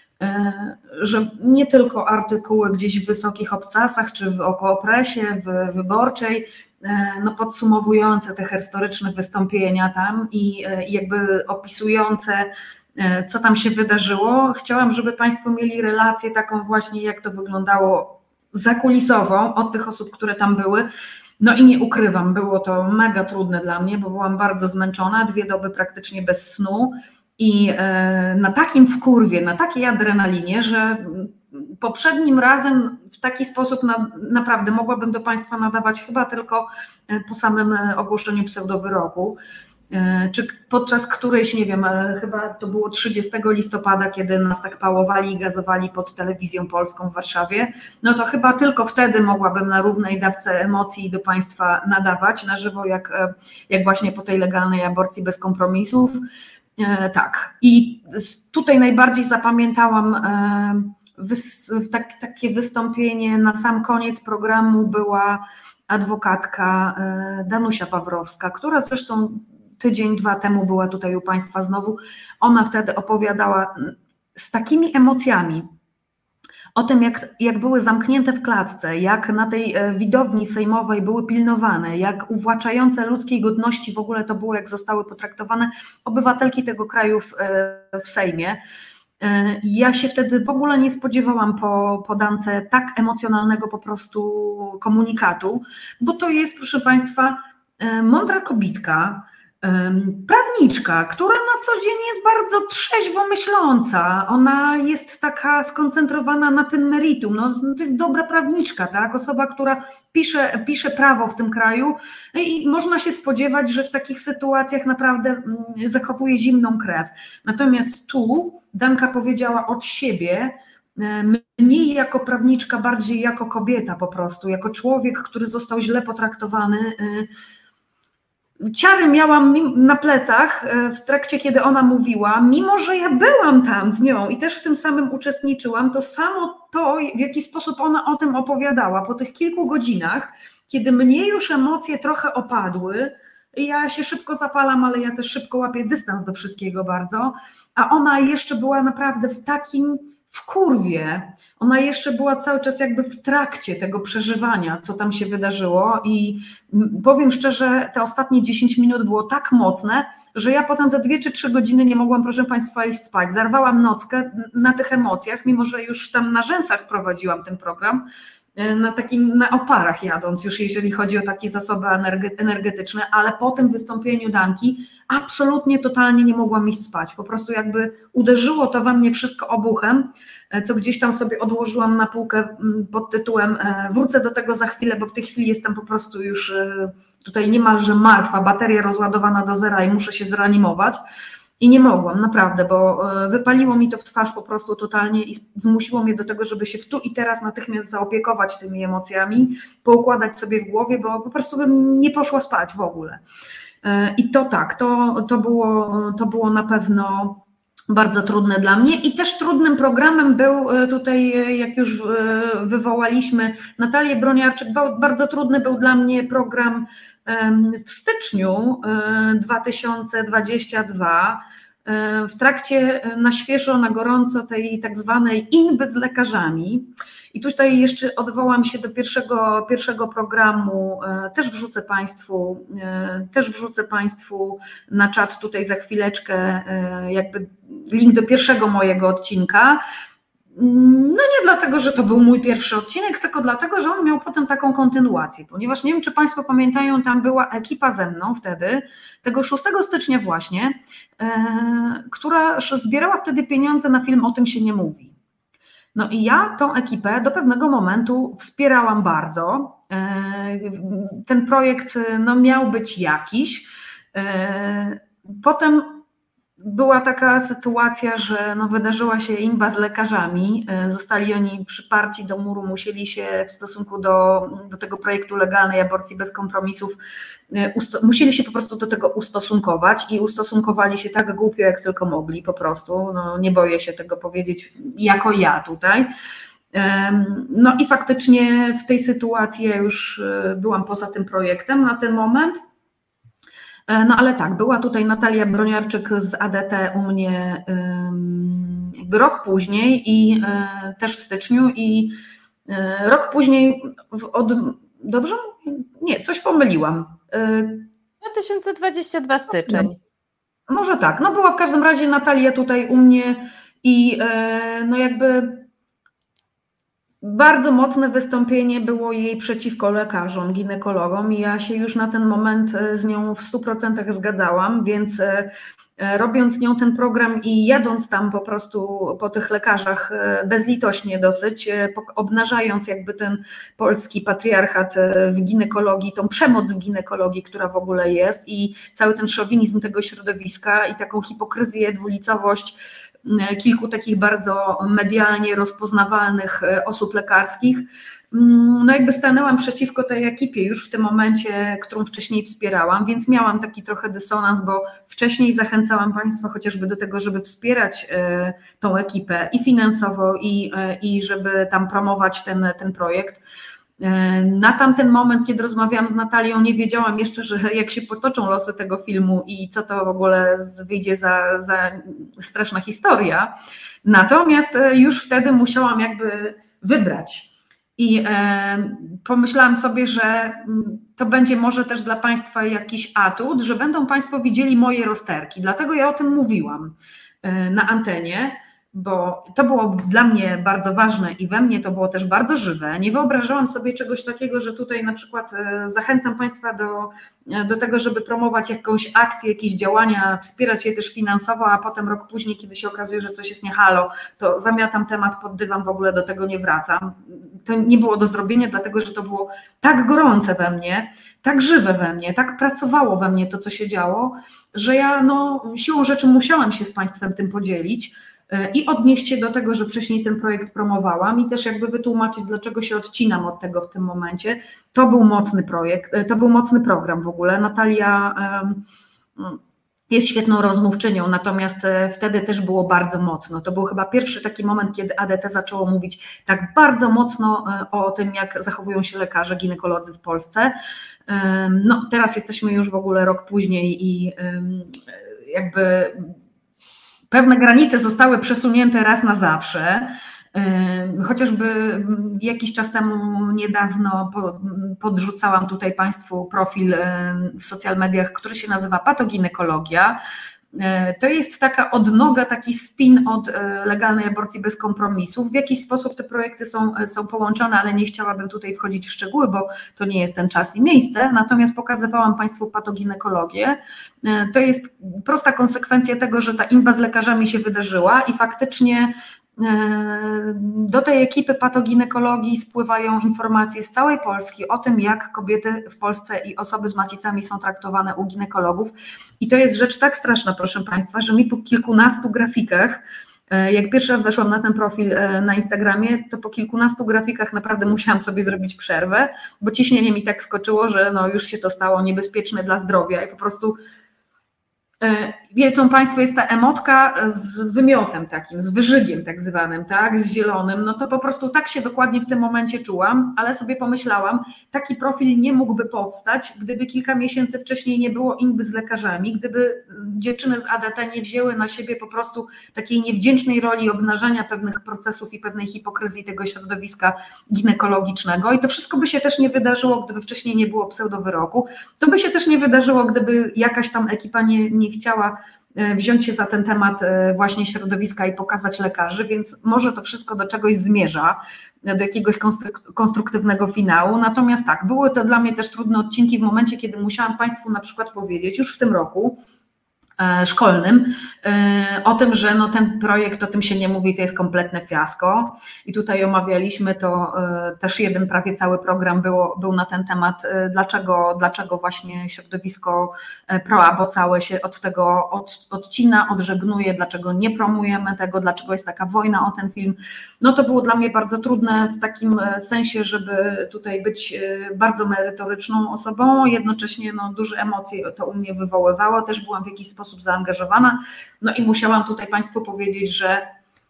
że nie tylko artykuły gdzieś w wysokich obcasach czy w Okopresie, w Wyborczej, no podsumowujące te historyczne wystąpienia tam i jakby opisujące, co tam się wydarzyło. Chciałam, żeby Państwo mieli relację taką właśnie, jak to wyglądało zakulisową od tych osób, które tam były. No i nie ukrywam, było to mega trudne dla mnie, bo byłam bardzo zmęczona, 2 doby praktycznie bez snu i na takim wkurwie, na takiej adrenalinie, że poprzednim razem w taki sposób naprawdę mogłabym do Państwa nadawać chyba tylko po samym ogłoszeniu pseudowyroku. czy podczas którejś, nie wiem, chyba to było 30 listopada, kiedy nas tak pałowali i gazowali pod telewizją polską w Warszawie, no to chyba tylko wtedy mogłabym na równej dawce emocji do Państwa nadawać na żywo, jak właśnie po tej legalnej aborcji bez kompromisów. Tak. I tutaj najbardziej zapamiętałam takie wystąpienie na sam koniec programu, była adwokatka Danusia Wawrowska, która zresztą tydzień, 2 temu była tutaj u Państwa znowu. Ona wtedy opowiadała z takimi emocjami o tym, jak były zamknięte w klatce, jak na tej widowni sejmowej były pilnowane, jak uwłaczające ludzkiej godności w ogóle to było, jak zostały potraktowane obywatelki tego kraju w Sejmie. Ja się wtedy w ogóle nie spodziewałam po Dance tak emocjonalnego po prostu komunikatu, bo to jest, proszę Państwa, mądra kobitka, prawniczka, która na co dzień jest bardzo trzeźwo myśląca, ona jest taka skoncentrowana na tym meritum, no, to jest dobra prawniczka, tak? Osoba, która pisze prawo w tym kraju i można się spodziewać, że w takich sytuacjach naprawdę zachowuje zimną krew. Natomiast tu Danka powiedziała od siebie, mniej jako prawniczka, bardziej jako kobieta po prostu, jako człowiek, który został źle potraktowany. Ciary miałam na plecach w trakcie, kiedy ona mówiła, mimo że ja byłam tam z nią i też w tym samym uczestniczyłam, to samo to, w jaki sposób ona o tym opowiadała, po tych kilku godzinach, kiedy mnie już emocje trochę opadły, ja się szybko zapalam, ale ja też szybko łapię dystans do wszystkiego bardzo, a ona jeszcze była naprawdę w takim wkurwie, ona jeszcze była cały czas jakby w trakcie tego przeżywania, co tam się wydarzyło i powiem szczerze, te ostatnie 10 minut było tak mocne, że ja potem za 2 czy 3 godziny nie mogłam, proszę Państwa, iść spać. Zarwałam nockę na tych emocjach, mimo że już tam na rzęsach prowadziłam ten program, na oparach jadąc już, jeżeli chodzi o takie zasoby energetyczne, ale po tym wystąpieniu Danki absolutnie, totalnie nie mogłam iść spać. Po prostu jakby uderzyło to we mnie wszystko obuchem, co gdzieś tam sobie odłożyłam na półkę pod tytułem wrócę do tego za chwilę, bo w tej chwili jestem po prostu już tutaj niemalże martwa, bateria rozładowana do zera i muszę się zreanimować. I nie mogłam, naprawdę, bo wypaliło mi to w twarz po prostu totalnie i zmusiło mnie do tego, żeby się w tu i teraz natychmiast zaopiekować tymi emocjami, poukładać sobie w głowie, bo po prostu bym nie poszła spać w ogóle. I to tak, to było na pewno bardzo trudne dla mnie i też trudnym programem był tutaj, jak już wywołaliśmy Natalię Broniarczyk, bardzo trudny był dla mnie program w styczniu 2022 w trakcie na świeżo, na gorąco tej tak zwanej inby z lekarzami. I tutaj jeszcze odwołam się do pierwszego programu, też wrzucę Państwu na czat tutaj za chwileczkę jakby link do pierwszego mojego odcinka. No nie dlatego, że to był mój pierwszy odcinek, tylko dlatego, że on miał potem taką kontynuację, ponieważ nie wiem, czy Państwo pamiętają, tam była ekipa ze mną wtedy, tego 6 stycznia właśnie, która zbierała wtedy pieniądze na film O tym się nie mówi. No i ja tą ekipę do pewnego momentu wspierałam bardzo. Ten projekt no, miał być jakiś. Potem była taka sytuacja, że no, wydarzyła się inba z lekarzami, zostali oni przyparci do muru, musieli się w stosunku do tego projektu legalnej aborcji bez kompromisów, musieli się po prostu do tego ustosunkować i ustosunkowali się tak głupio, jak tylko mogli po prostu, no, nie boję się tego powiedzieć jako ja tutaj. No i faktycznie w tej sytuacji ja już byłam poza tym projektem na ten moment. No ale tak, była tutaj Natalia Broniarczyk z ADT u mnie jakby rok później i też w styczniu i rok później dobrze? Nie, coś pomyliłam. 2022 styczeń. Może tak, no była w każdym razie Natalia tutaj u mnie i no jakby bardzo mocne wystąpienie było jej przeciwko lekarzom, ginekologom i ja się już na ten moment z nią w 100% zgadzałam, więc robiąc nią ten program i jadąc tam po prostu po tych lekarzach bezlitośnie dosyć, obnażając jakby ten polski patriarchat w ginekologii, tą przemoc w ginekologii, która w ogóle jest i cały ten szowinizm tego środowiska i taką hipokryzję, dwulicowość kilku takich bardzo medialnie rozpoznawalnych osób lekarskich, no jakby stanęłam przeciwko tej ekipie już w tym momencie, którą wcześniej wspierałam, więc miałam taki trochę dysonans, bo wcześniej zachęcałam Państwa chociażby do tego, żeby wspierać tą ekipę i finansowo, i żeby tam promować ten projekt. Na tamten moment, kiedy rozmawiałam z Natalią, nie wiedziałam jeszcze, że jak się potoczą losy tego filmu i co to w ogóle wyjdzie za straszna historia. Natomiast już wtedy musiałam jakby wybrać. I pomyślałam sobie, że to będzie może też dla Państwa jakiś atut, że będą Państwo widzieli moje rozterki. Dlatego ja o tym mówiłam na antenie, bo to było dla mnie bardzo ważne i we mnie to było też bardzo żywe. Nie wyobrażałam sobie czegoś takiego, że tutaj na przykład zachęcam Państwa do tego, żeby promować jakąś akcję, jakieś działania, wspierać je też finansowo, a potem rok później, kiedy się okazuje, że coś jest nie halo, to zamiatam temat pod dywan, w ogóle do tego nie wracam. To nie było do zrobienia, dlatego że to było tak gorące we mnie, tak żywe we mnie, tak pracowało we mnie to, co się działo, że ja siłą rzeczy musiałam się z Państwem tym podzielić i odnieść się do tego, że wcześniej ten projekt promowałam i też jakby wytłumaczyć, dlaczego się odcinam od tego w tym momencie. To był mocny projekt, to był mocny program w ogóle. Natalia jest świetną rozmówczynią, natomiast wtedy też było bardzo mocno. To był chyba pierwszy taki moment, kiedy ADT zaczęło mówić tak bardzo mocno o tym, jak zachowują się lekarze, ginekolodzy w Polsce. No, teraz jesteśmy już w ogóle rok później i jakby pewne granice zostały przesunięte raz na zawsze. Chociażby jakiś czas temu niedawno podrzucałam tutaj Państwu profil w social mediach, który się nazywa Patoginekologia. To jest taka odnoga, taki spin od legalnej aborcji bez kompromisów. W jakiś sposób te projekty są połączone, ale nie chciałabym tutaj wchodzić w szczegóły, bo to nie jest ten czas i miejsce. Natomiast pokazywałam Państwu patoginekologię. To jest prosta konsekwencja tego, że ta imba z lekarzami się wydarzyła i faktycznie do tej ekipy patoginekologii spływają informacje z całej Polski o tym, jak kobiety w Polsce i osoby z macicami są traktowane u ginekologów. I to jest rzecz tak straszna, proszę Państwa, że mi po kilkunastu grafikach, jak pierwszy raz weszłam na ten profil na Instagramie, to po kilkunastu grafikach naprawdę musiałam sobie zrobić przerwę, bo ciśnienie mi tak skoczyło, że już się to stało niebezpieczne dla zdrowia i po prostu wiedzą Państwo, jest ta emotka z wymiotem takim, z wyżygiem tak zwanym, tak, z zielonym, no to po prostu tak się dokładnie w tym momencie czułam, ale sobie pomyślałam, taki profil nie mógłby powstać, gdyby kilka miesięcy wcześniej nie było imby z lekarzami, gdyby dziewczyny z ADT nie wzięły na siebie po prostu takiej niewdzięcznej roli obnażania pewnych procesów i pewnej hipokryzji tego środowiska ginekologicznego i to wszystko by się też nie wydarzyło, gdyby wcześniej nie było pseudowyroku, to by się też nie wydarzyło, gdyby jakaś tam ekipa nie chciała wziąć się za ten temat właśnie środowiska i pokazać lekarzy, więc może to wszystko do czegoś zmierza, do jakiegoś konstruktywnego finału. Natomiast tak, były to dla mnie też trudne odcinki w momencie, kiedy musiałam Państwu na przykład powiedzieć już w tym roku szkolnym o tym, że ten projekt, o tym się nie mówi, to jest kompletne fiasko i tutaj omawialiśmy to, też jeden prawie cały program był na ten temat, dlaczego właśnie środowisko pro-abo całe się od tego odcina, odżegnuje, dlaczego nie promujemy tego, dlaczego jest taka wojna o ten film. No to było dla mnie bardzo trudne w takim sensie, żeby tutaj być bardzo merytoryczną osobą, jednocześnie duże emocje to u mnie wywoływało, też byłam w jakiś sposób zaangażowana, no i musiałam tutaj Państwu powiedzieć, że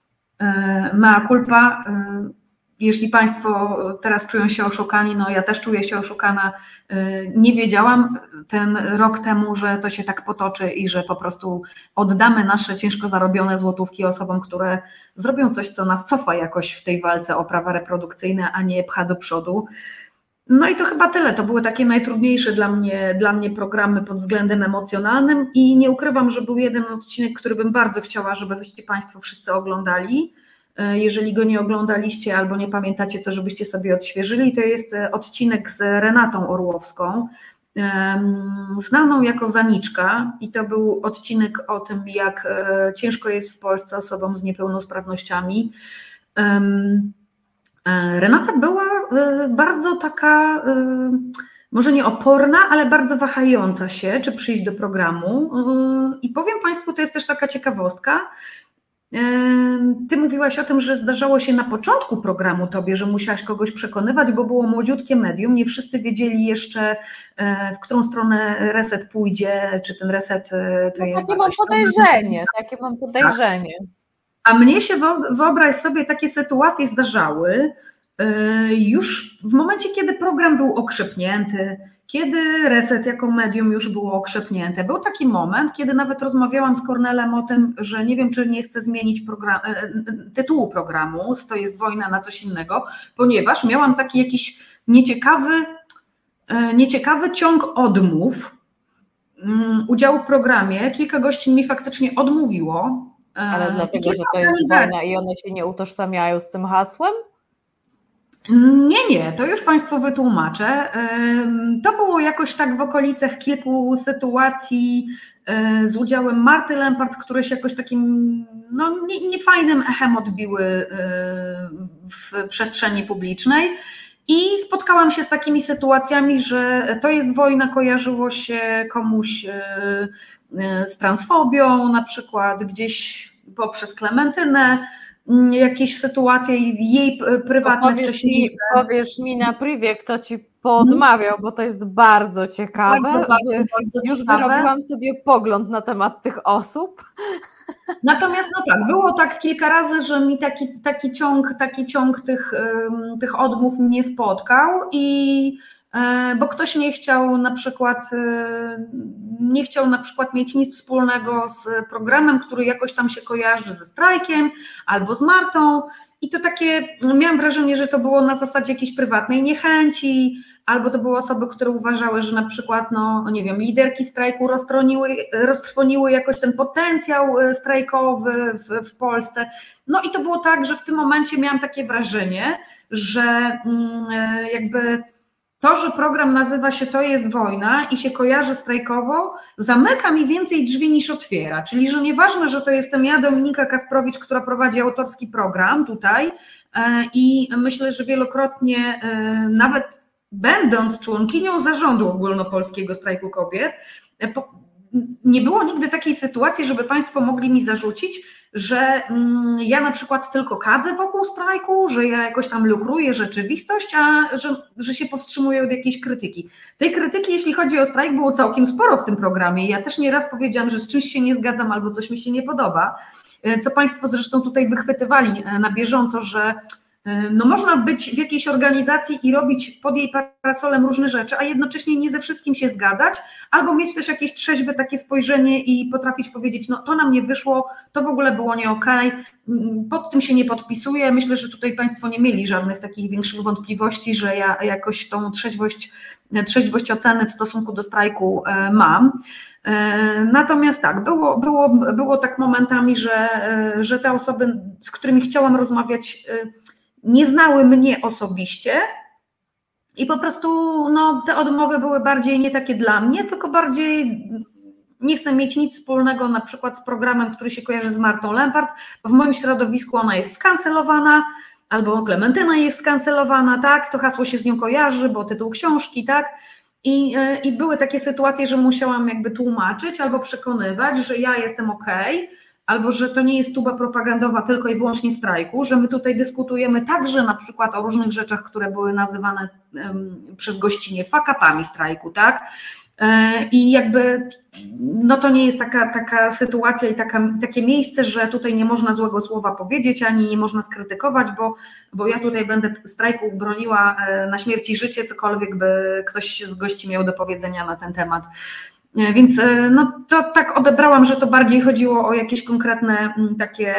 mea culpa, jeśli Państwo teraz czują się oszukani, ja też czuję się oszukana, nie wiedziałam ten rok temu, że to się tak potoczy i że po prostu oddamy nasze ciężko zarobione złotówki osobom, które zrobią coś, co nas cofa jakoś w tej walce o prawa reprodukcyjne, a nie pcha do przodu. No i to chyba tyle, to były takie najtrudniejsze dla mnie programy pod względem emocjonalnym i nie ukrywam, że był jeden odcinek, który bym bardzo chciała, żebyście Państwo wszyscy oglądali. Jeżeli go nie oglądaliście albo nie pamiętacie, to żebyście sobie odświeżyli. To jest odcinek z Renatą Orłowską, znaną jako Zaniczka, i to był odcinek o tym, jak ciężko jest w Polsce osobom z niepełnosprawnościami. Renata była bardzo taka, może nie oporna, ale bardzo wahająca się, czy przyjść do programu. I powiem Państwu, to jest też taka ciekawostka. Ty mówiłaś o tym, że zdarzało się na początku programu tobie, że musiałaś kogoś przekonywać, bo było młodziutkie medium, nie wszyscy wiedzieli jeszcze, w którą stronę reset pójdzie, czy ten reset to jest... Takie mam podejrzenie. A mnie się, wyobraź sobie, takie sytuacje zdarzały już w momencie, kiedy program był okrzepnięty, kiedy reset jako medium już było okrzepnięte. Był taki moment, kiedy nawet rozmawiałam z Kornelem o tym, że nie wiem, czy nie chcę zmienić tytułu programu, to jest wojna na coś innego, ponieważ miałam taki jakiś nieciekawy ciąg odmów udziału w programie. Kilka gości mi faktycznie odmówiło. Ale dlatego, że to jest wojna i one się nie utożsamiają z tym hasłem? Nie, to już Państwu wytłumaczę. To było jakoś tak w okolicach kilku sytuacji z udziałem Marty Lempart, które się jakoś takim niefajnym echem odbiły w przestrzeni publicznej. I spotkałam się z takimi sytuacjami, że to jest wojna, kojarzyło się komuś z transfobią, na przykład gdzieś poprzez Klementynę, jakieś sytuacje jej prywatne wcześniej. Powiesz mi na privie, kto ci poodmawiał, bo to jest bardzo ciekawe. Bardzo już ciekawe. Wyrobiłam sobie pogląd na temat tych osób. Natomiast było tak kilka razy, że mi taki ciąg tych odmów mnie spotkał, bo ktoś nie chciał na przykład mieć nic wspólnego z programem, który jakoś tam się kojarzy ze strajkiem albo z Martą, i to takie, miałam wrażenie, że to było na zasadzie jakiejś prywatnej niechęci, albo to były osoby, które uważały, że na przykład, liderki strajku roztrwoniły jakoś ten potencjał strajkowy w Polsce. No i to było tak, że w tym momencie miałam takie wrażenie, że jakby to, że program nazywa się To jest wojna i się kojarzy strajkowo, zamyka mi więcej drzwi niż otwiera. Czyli, że nieważne, że to jestem ja, Dominika Kasprowicz, która prowadzi autorski program tutaj, i myślę, że wielokrotnie, nawet będąc członkinią zarządu Ogólnopolskiego Strajku Kobiet, nie było nigdy takiej sytuacji, żeby Państwo mogli mi zarzucić, że ja na przykład tylko kadzę wokół strajku, że ja jakoś tam lukruję rzeczywistość, a że się powstrzymuję od jakiejś krytyki. Tej krytyki, jeśli chodzi o strajk, było całkiem sporo w tym programie. Ja też nieraz powiedziałam, że z czymś się nie zgadzam albo coś mi się nie podoba, co Państwo zresztą tutaj wychwytywali na bieżąco, że można być w jakiejś organizacji i robić pod jej parasolem różne rzeczy, a jednocześnie nie ze wszystkim się zgadzać, albo mieć też jakieś trzeźwe takie spojrzenie i potrafić powiedzieć, to nam nie wyszło, to w ogóle było nie okej, pod tym się nie podpisuję. Myślę, że tutaj Państwo nie mieli żadnych takich większych wątpliwości, że ja jakoś tą trzeźwość oceny w stosunku do strajku mam. Natomiast tak, było tak momentami, że te osoby, z którymi chciałam rozmawiać, nie znały mnie osobiście i po prostu te odmowy były bardziej nie takie dla mnie, tylko bardziej nie chcę mieć nic wspólnego na przykład z programem, który się kojarzy z Martą Lempart, bo w moim środowisku ona jest skancelowana, albo Klementyna jest skancelowana, tak, to hasło się z nią kojarzy, bo tytuł książki, tak. I były takie sytuacje, że musiałam jakby tłumaczyć albo przekonywać, że ja jestem okej, albo że to nie jest tuba propagandowa tylko i wyłącznie strajku, że my tutaj dyskutujemy także na przykład o różnych rzeczach, które były nazywane przez gościnie fuck-upami strajku, tak? I jakby to nie jest taka sytuacja i takie miejsce, że tutaj nie można złego słowa powiedzieć, ani nie można skrytykować, bo ja tutaj będę strajku broniła na śmierć i życie, cokolwiek by ktoś z gości miał do powiedzenia na ten temat. Więc to tak odebrałam, że to bardziej chodziło o jakieś konkretne takie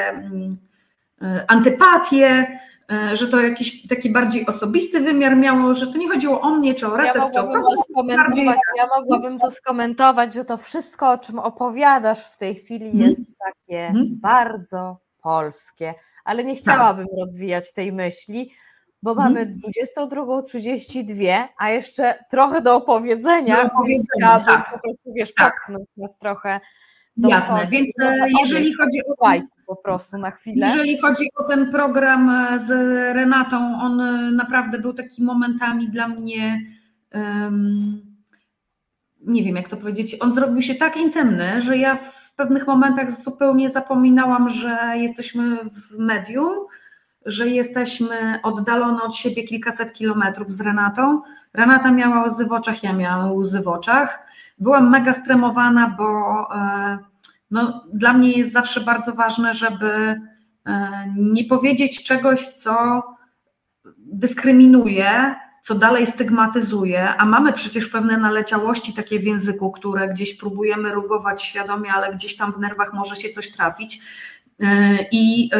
antypatie, że to jakiś taki bardziej osobisty wymiar miało, że to nie chodziło o mnie, czy o reset, czy o kogoś. Ja mogłabym to skomentować, że to wszystko, o czym opowiadasz w tej chwili, jest takie bardzo polskie, ale nie chciałabym rozwijać tej myśli, bo mamy 22:32, a jeszcze trochę do opowiedzenia, więc chciałabym tak. po prostu, wiesz, Tak. popchnąć nas trochę. Jasne, więc jeżeli chodzi o po prostu na chwilę. Jeżeli chodzi o ten program z Renatą, on naprawdę był taki momentami dla mnie, nie wiem jak to powiedzieć, on zrobił się tak intymny, że ja w pewnych momentach zupełnie zapominałam, że jesteśmy w medium, że jesteśmy oddalone od siebie kilkaset kilometrów z Renatą. Renata miała łzy w oczach, ja miałam łzy w oczach. Byłam mega stremowana, bo no, dla mnie jest zawsze bardzo ważne, żeby nie powiedzieć czegoś, co dyskryminuje, co dalej stygmatyzuje, a mamy przecież pewne naleciałości takie w języku, które gdzieś próbujemy rugować świadomie, ale gdzieś tam w nerwach może się coś trafić. I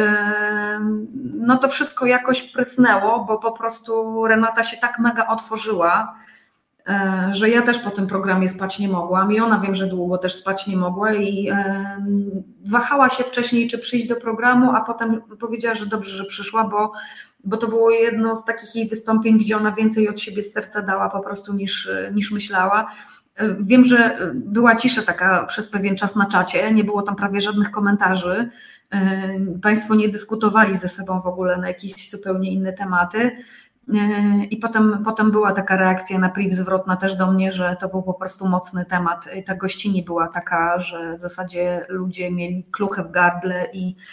no to wszystko jakoś prysnęło, bo po prostu Renata się tak mega otworzyła, że ja też po tym programie spać nie mogłam i ona wiem, że długo też spać nie mogła i wahała się wcześniej, czy przyjść do programu, a potem powiedziała, że dobrze, że przyszła, bo to było jedno z takich jej wystąpień, gdzie ona więcej od siebie z serca dała po prostu niż myślała. Wiem, że była cisza taka przez pewien czas na czacie, nie było tam prawie żadnych komentarzy, Państwo nie dyskutowali ze sobą w ogóle na jakieś zupełnie inne tematy. I potem była taka reakcja na priv zwrotna też do mnie, że to był po prostu mocny temat. I ta gościni była taka, że w zasadzie ludzie mieli kluchę w gardle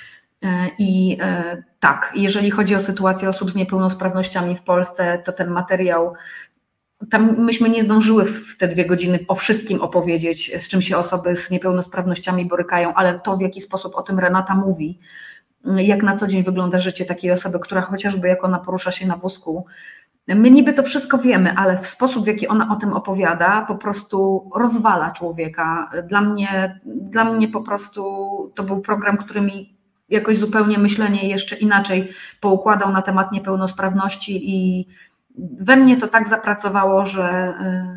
i tak, jeżeli chodzi o sytuację osób z niepełnosprawnościami w Polsce, to ten materiał, tam myśmy nie zdążyły w te 2 godziny o wszystkim opowiedzieć, z czym się osoby z niepełnosprawnościami borykają, ale to, w jaki sposób o tym Renata mówi, jak na co dzień wygląda życie takiej osoby, która chociażby jak ona porusza się na wózku. My niby to wszystko wiemy, ale w sposób, w jaki ona o tym opowiada, po prostu rozwala człowieka. Dla mnie po prostu to był program, który mi jakoś zupełnie myślenie jeszcze inaczej poukładał na temat niepełnosprawności i we mnie to tak zapracowało, że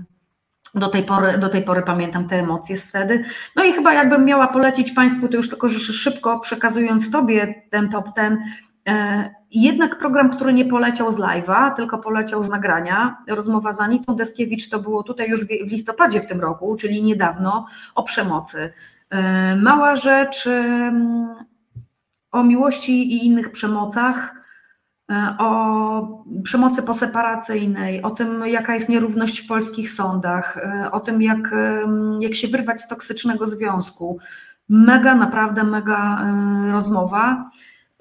do tej pory pamiętam te emocje z wtedy. No i chyba jakbym miała polecić Państwu, to już tylko szybko przekazując Tobie ten top 10, jednak program, który nie poleciał z live'a, tylko poleciał z nagrania, rozmowa z Anitą Deskiewicz, to było tutaj już w listopadzie w tym roku, czyli niedawno, o przemocy. Mała rzecz o miłości i innych przemocach, o przemocy poseparacyjnej, o tym, jaka jest nierówność w polskich sądach, o tym, jak się wyrwać z toksycznego związku. Naprawdę mega rozmowa.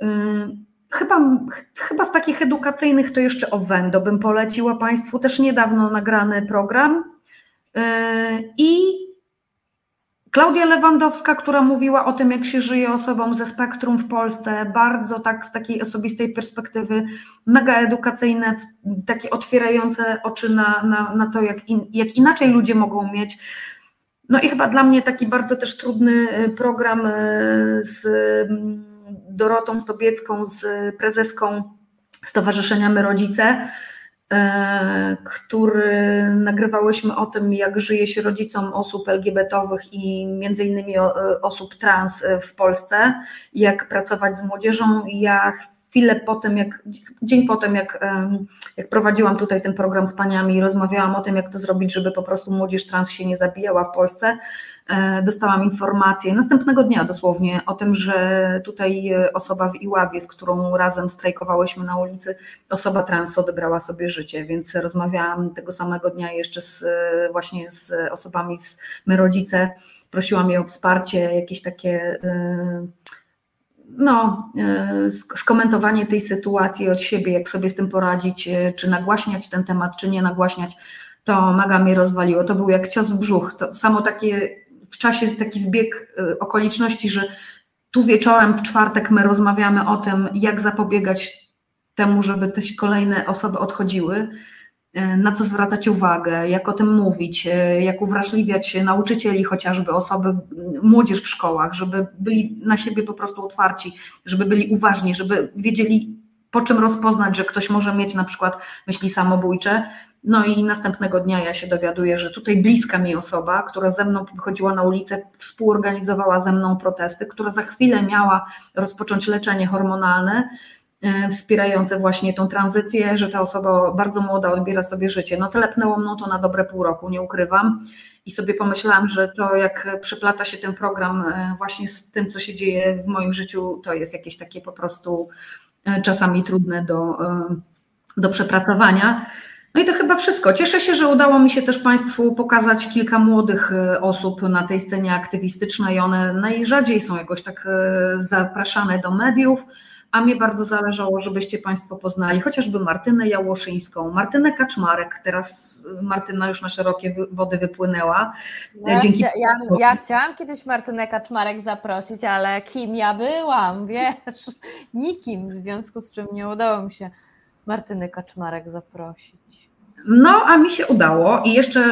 Chyba z takich edukacyjnych to jeszcze o Wendo bym poleciła Państwu, też niedawno nagrany program. I Klaudia Lewandowska, która mówiła o tym, jak się żyje osobom ze spektrum w Polsce, bardzo tak z takiej osobistej perspektywy, mega edukacyjne, takie otwierające oczy na to, jak inaczej ludzie mogą mieć. No i chyba dla mnie taki bardzo też trudny program z Dorotą Stobiecką, z prezeską Stowarzyszenia My Rodzice, który nagrywałyśmy o tym, jak żyje się rodzicom osób LGBT-owych i między innymi osób trans w Polsce, jak pracować z młodzieżą. I ja chwilę po tym, dzień po tym, jak prowadziłam tutaj ten program z paniami i rozmawiałam o tym, jak to zrobić, żeby po prostu młodzież trans się nie zabijała w Polsce, dostałam informację następnego dnia dosłownie o tym, że tutaj osoba w Iławie, z którą razem strajkowałyśmy na ulicy, osoba trans odebrała sobie życie, więc rozmawiałam tego samego dnia jeszcze właśnie z osobami z My Rodzice, prosiłam je o wsparcie, jakieś takie skomentowanie tej sytuacji od siebie, jak sobie z tym poradzić, czy nagłaśniać ten temat, czy nie nagłaśniać, to mega mnie rozwaliło, to był jak cios w brzuch, to samo takie w czasie taki zbieg okoliczności, że tu wieczorem w czwartek my rozmawiamy o tym, jak zapobiegać temu, żeby te kolejne osoby odchodziły, na co zwracać uwagę, jak o tym mówić, jak uwrażliwiać nauczycieli chociażby, osoby, młodzież w szkołach, żeby byli na siebie po prostu otwarci, żeby byli uważni, żeby wiedzieli, po czym rozpoznać, że ktoś może mieć na przykład myśli samobójcze. No i następnego dnia ja się dowiaduję, że tutaj bliska mi osoba, która ze mną wychodziła na ulicę, współorganizowała ze mną protesty, która za chwilę miała rozpocząć leczenie hormonalne, wspierające właśnie tą tranzycję, że ta osoba bardzo młoda odbiera sobie życie. No telepnęło mną to na dobre pół roku, nie ukrywam. I sobie pomyślałam, że to jak przeplata się ten program właśnie z tym, co się dzieje w moim życiu, to jest jakieś takie po prostu czasami trudne do przepracowania. No i to chyba wszystko. Cieszę się, że udało mi się też Państwu pokazać kilka młodych osób na tej scenie aktywistycznej. One najrzadziej są jakoś tak zapraszane do mediów, a mnie bardzo zależało, żebyście Państwo poznali chociażby Martynę Jałoszyńską, Martynę Kaczmarek, teraz Martyna już na szerokie wody wypłynęła. Ja chciałam kiedyś Martynę Kaczmarek zaprosić, ale kim ja byłam, wiesz, nikim, w związku z czym nie udało mi się Martyny Kaczmarek zaprosić. No, a mi się udało i jeszcze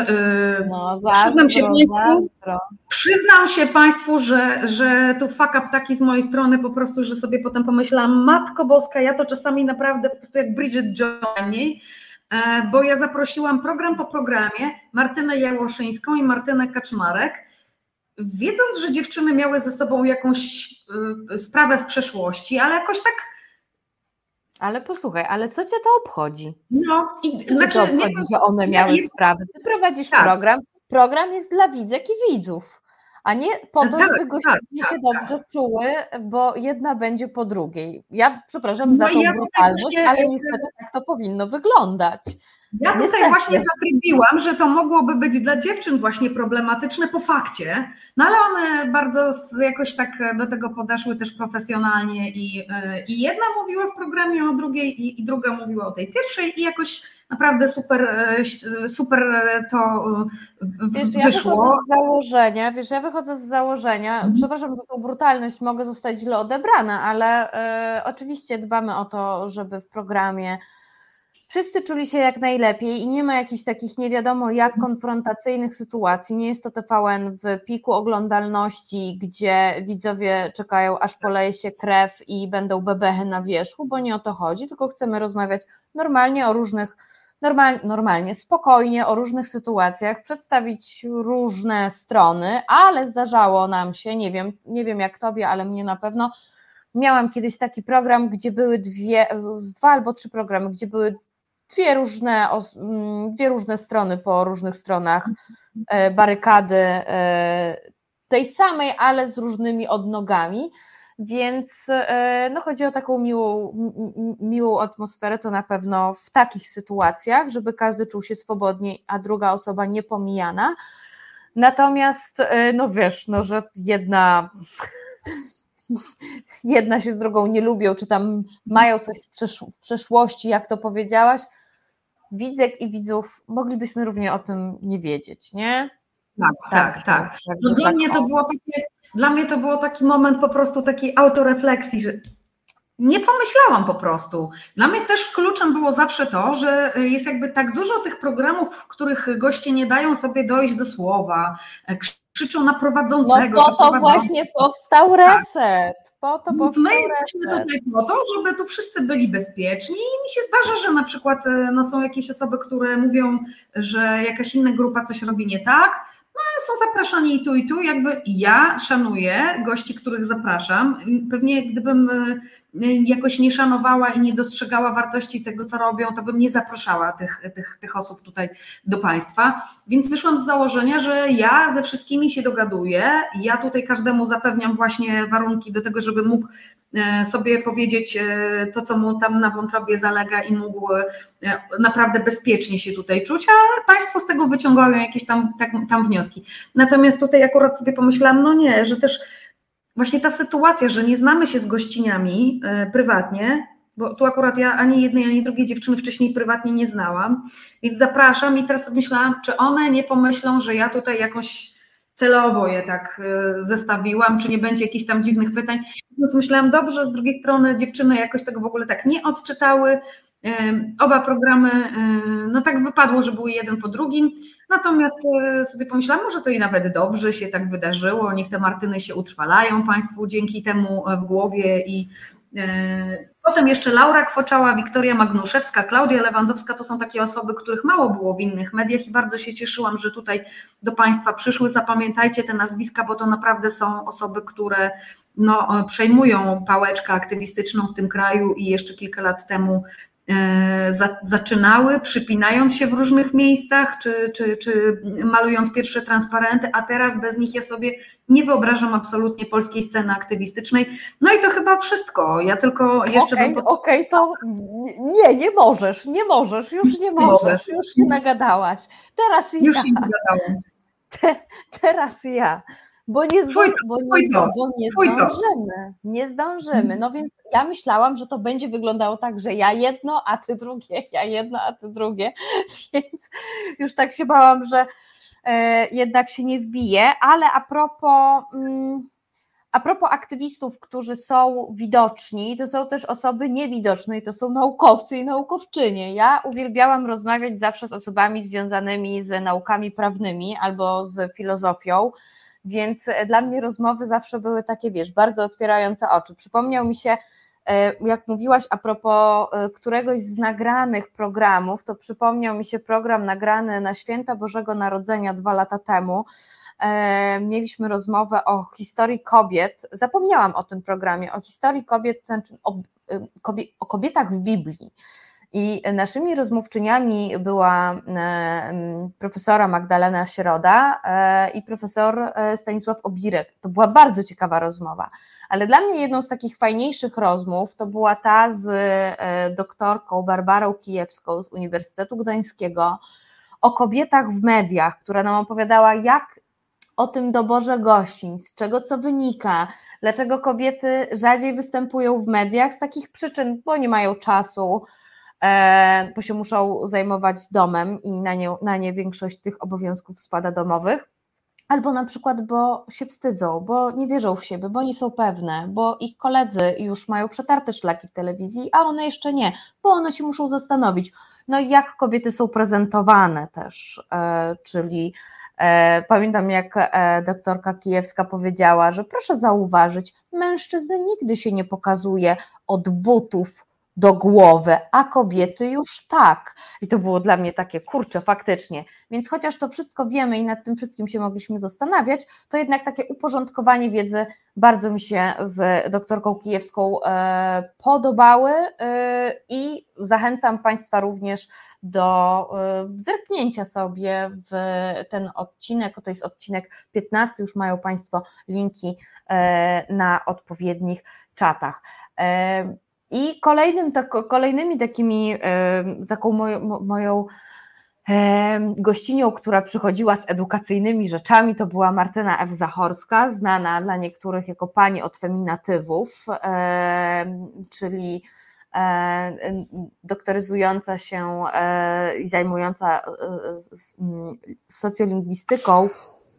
przyznam się Państwu, że tu fuck up taki z mojej strony po prostu, że sobie potem pomyślałam, Matko Boska, ja to czasami naprawdę po prostu jak Bridget Jones, bo ja zaprosiłam program po programie Martynę Jałoszyńską i Martynę Kaczmarek, wiedząc, że dziewczyny miały ze sobą jakąś sprawę w przeszłości, ale jakoś tak. Ale posłuchaj, ale co cię to obchodzi? No, to obchodzi, że one miały sprawy. Ty prowadzisz program jest dla widzek i widzów, a nie po to, żeby gościnie się dobrze czuły, bo jedna będzie po drugiej. Ja przepraszam za tą brutalność, ale niestety tak to powinno wyglądać. Ja tutaj właśnie zatrybiłam, że to mogłoby być dla dziewczyn właśnie problematyczne po fakcie, no ale one bardzo jakoś tak do tego podeszły też profesjonalnie i jedna mówiła w programie o drugiej i druga mówiła o tej pierwszej i jakoś naprawdę super to wyszło. Ja wychodzę z założenia, przepraszam za tą brutalność, mogę zostać źle odebrana, ale oczywiście dbamy o to, żeby w programie wszyscy czuli się jak najlepiej i nie ma jakichś takich nie wiadomo jak konfrontacyjnych sytuacji. Nie jest to TVN w piku oglądalności, gdzie widzowie czekają, aż poleje się krew i będą bebechy na wierzchu, bo nie o to chodzi, tylko chcemy rozmawiać normalnie o różnych, spokojnie o różnych sytuacjach, przedstawić różne strony, ale zdarzało nam się, nie wiem jak tobie, ale mnie na pewno, miałam kiedyś taki program, gdzie były dwa albo trzy programy, gdzie były dwie różne strony po różnych stronach barykady tej samej, ale z różnymi odnogami, więc no chodzi o taką miłą atmosferę, to na pewno w takich sytuacjach, żeby każdy czuł się swobodnie, a druga osoba nie-pomijana. Natomiast no wiesz, no, że jedna się z drugą nie lubią, czy tam mają coś w przeszłości, jak to powiedziałaś, widzek i widzów moglibyśmy równie o tym nie wiedzieć, nie? Tak. No dla mnie to było taki moment po prostu takiej autorefleksji, że nie pomyślałam po prostu. Dla mnie też kluczem było zawsze to, że jest jakby tak dużo tych programów, w których goście nie dają sobie dojść do słowa, krzyczą na prowadzącego. No to właśnie powstał reset. My jesteśmy tutaj po to, żeby tu wszyscy byli bezpieczni i mi się zdarza, że na przykład są jakieś osoby, które mówią, że jakaś inna grupa coś robi nie tak, no ale są zapraszani i tu, jakby ja szanuję gości, których zapraszam. Pewnie gdybym jakoś nie szanowała i nie dostrzegała wartości tego, co robią, to bym nie zapraszała tych osób tutaj do Państwa, więc wyszłam z założenia, że ja ze wszystkimi się dogaduję, ja tutaj każdemu zapewniam właśnie warunki do tego, żeby mógł sobie powiedzieć to, co mu tam na wątrobie zalega i mógł naprawdę bezpiecznie się tutaj czuć, a Państwo z tego wyciągają jakieś tam wnioski. Natomiast tutaj akurat sobie pomyślałam, no nie, że też właśnie ta sytuacja, że nie znamy się z gościniami prywatnie, bo tu akurat ja ani jednej, ani drugiej dziewczyny wcześniej prywatnie nie znałam, więc zapraszam i teraz sobie myślałam, czy one nie pomyślą, że ja tutaj jakoś celowo je tak zestawiłam, czy nie będzie jakichś tam dziwnych pytań. Więc myślałam, dobrze, z drugiej strony dziewczyny jakoś tego w ogóle tak nie odczytały. Oba programy, no tak wypadło, że były jeden po drugim, natomiast sobie pomyślałam, może to i nawet dobrze się tak wydarzyło, niech te Martyny się utrwalają Państwu dzięki temu w głowie i potem jeszcze Laura Kwoczała, Wiktoria Magnuszewska, Klaudia Lewandowska, to są takie osoby, których mało było w innych mediach i bardzo się cieszyłam, że tutaj do Państwa przyszły. Zapamiętajcie te nazwiska, bo to naprawdę są osoby, które przejmują pałeczkę aktywistyczną w tym kraju i jeszcze kilka lat temu zaczynały, przypinając się w różnych miejscach, czy malując pierwsze transparenty, a teraz bez nich ja sobie nie wyobrażam absolutnie polskiej sceny aktywistycznej. No i to chyba wszystko. Ja tylko jeszcze bym to nie możesz, już się nagadałaś. Teraz już się nagadałam. Teraz ja. Bo nie zdążymy. No więc ja myślałam, że to będzie wyglądało tak, że ja jedno, a ty drugie, więc już tak się bałam, że jednak się nie wbije, ale a propos aktywistów, którzy są widoczni, to są też osoby niewidoczne i to są naukowcy i naukowczynie. Ja uwielbiałam rozmawiać zawsze z osobami związanymi z naukami prawnymi albo z filozofią, więc dla mnie rozmowy zawsze były takie, bardzo otwierające oczy. Przypomniał mi się, jak mówiłaś a propos któregoś z nagranych programów, to przypomniał mi się program nagrany na Święta Bożego Narodzenia 2 lata temu. Mieliśmy rozmowę o historii kobiet, zapomniałam o tym programie, o historii kobiet, o kobietach w Biblii. I naszymi rozmówczyniami była profesora Magdalena Środa i profesor Stanisław Obirek. To była bardzo ciekawa rozmowa, ale dla mnie jedną z takich fajniejszych rozmów to była ta z doktorką Barbarą Kijewską z Uniwersytetu Gdańskiego o kobietach w mediach, która nam opowiadała, jak o tym doborze gościń, z czego co wynika, dlaczego kobiety rzadziej występują w mediach z takich przyczyn, bo nie mają czasu, bo się muszą zajmować domem i na nie większość tych obowiązków spada domowych, albo na przykład, bo się wstydzą, bo nie wierzą w siebie, bo nie są pewne, bo ich koledzy już mają przetarte szlaki w telewizji, a one jeszcze nie, bo one się muszą zastanowić. No i jak kobiety są prezentowane też, czyli pamiętam, jak doktorka Kijewska powiedziała, że proszę zauważyć, mężczyzny nigdy się nie pokazuje od butów do głowy, a kobiety już tak. I to było dla mnie takie, kurczę, faktycznie. Więc chociaż to wszystko wiemy i nad tym wszystkim się mogliśmy zastanawiać, to jednak takie uporządkowanie wiedzy bardzo mi się z doktorką Kijewską podobały i zachęcam Państwa również do zerknięcia sobie w ten odcinek, to jest odcinek 15, już mają Państwo linki na odpowiednich czatach. I kolejnymi taką moją gościnią, która przychodziła z edukacyjnymi rzeczami, to była Martyna F. Zachorska, znana dla niektórych jako pani od feminatywów, czyli doktoryzująca się i zajmująca socjolingwistyką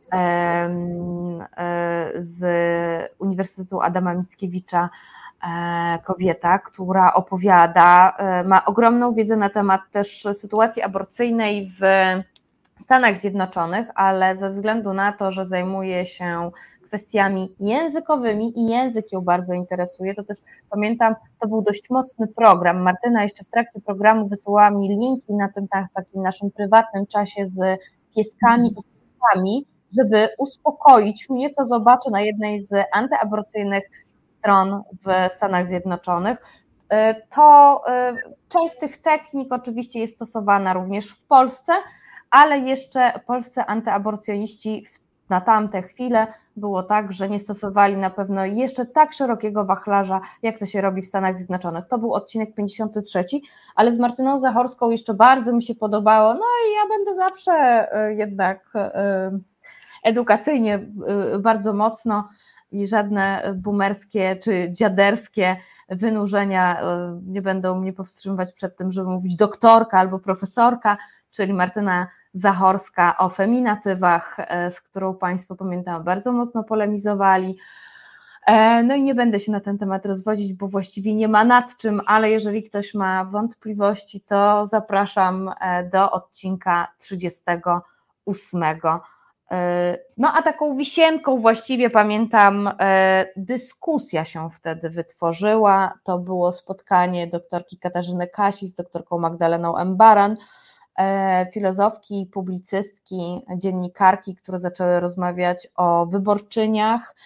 z Uniwersytetu Adama Mickiewicza, kobieta, która opowiada, ma ogromną wiedzę na temat też sytuacji aborcyjnej w Stanach Zjednoczonych, ale ze względu na to, że zajmuje się kwestiami językowymi i język ją bardzo interesuje, to też pamiętam, to był dość mocny program. Martyna jeszcze w trakcie programu wysyłała mi linki na tym takim naszym prywatnym czasie z pieskami i kotami, żeby uspokoić mnie, co zobaczę na jednej z antyaborcyjnych stron w Stanach Zjednoczonych. To część tych technik oczywiście jest stosowana również w Polsce, ale jeszcze polscy antyaborcjoniści na tamte chwile było tak, że nie stosowali na pewno jeszcze tak szerokiego wachlarza, jak to się robi w Stanach Zjednoczonych. To był odcinek 53, ale z Martyną Zachorską jeszcze bardzo mi się podobało, no i ja będę zawsze jednak edukacyjnie bardzo mocno i żadne boomerskie czy dziaderskie wynurzenia nie będą mnie powstrzymywać przed tym, żeby mówić doktorka albo profesorka, czyli Martyna Zachorska o feminatywach, z którą Państwo, pamiętam, bardzo mocno polemizowali. No i nie będę się na ten temat rozwodzić, bo właściwie nie ma nad czym, ale jeżeli ktoś ma wątpliwości, to zapraszam do odcinka 38. No a taką wisienką właściwie pamiętam, dyskusja się wtedy wytworzyła, to było spotkanie doktorki Katarzyny Kasi z doktorką Magdaleną M. Baran, filozofki, publicystki, dziennikarki, które zaczęły rozmawiać o wyborczyniach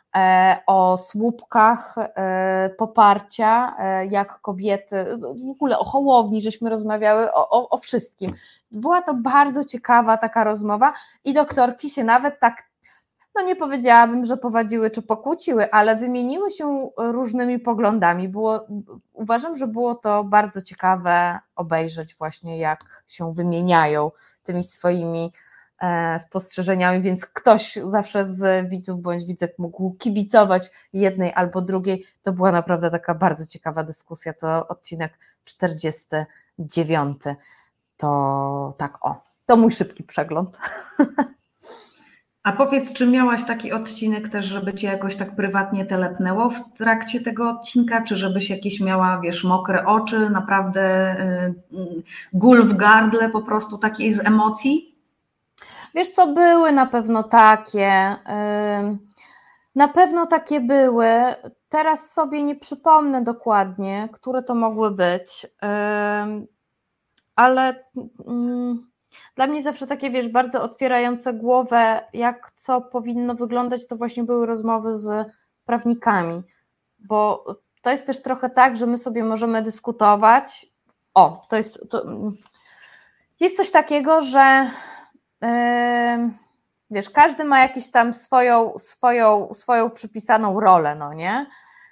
o słupkach poparcia, jak kobiety, w ogóle o Hołowni żeśmy rozmawiały, o wszystkim. Była to bardzo ciekawa taka rozmowa i doktorki się nawet tak, no nie powiedziałabym, że powadziły czy pokłóciły, ale wymieniły się różnymi poglądami. Uważam, że było to bardzo ciekawe obejrzeć właśnie, jak się wymieniają tymi swoimi spostrzeżeniami, więc ktoś zawsze z widzów bądź widzek mógł kibicować jednej albo drugiej. To była naprawdę taka bardzo ciekawa dyskusja. To odcinek 49. To tak, to mój szybki przegląd. A powiedz, czy miałaś taki odcinek też, żeby cię jakoś tak prywatnie telepnęło w trakcie tego odcinka, czy żebyś jakieś miała, wiesz, mokre oczy, naprawdę gól w gardle, po prostu takiej z emocji? Wiesz co, były na pewno takie były, teraz sobie nie przypomnę dokładnie, które to mogły być, ale dla mnie zawsze takie, wiesz, bardzo otwierające głowę, jak co powinno wyglądać, to właśnie były rozmowy z prawnikami, bo to jest też trochę tak, że my sobie możemy dyskutować, jest coś takiego, że wiesz, każdy ma jakąś tam swoją przypisaną rolę, no nie?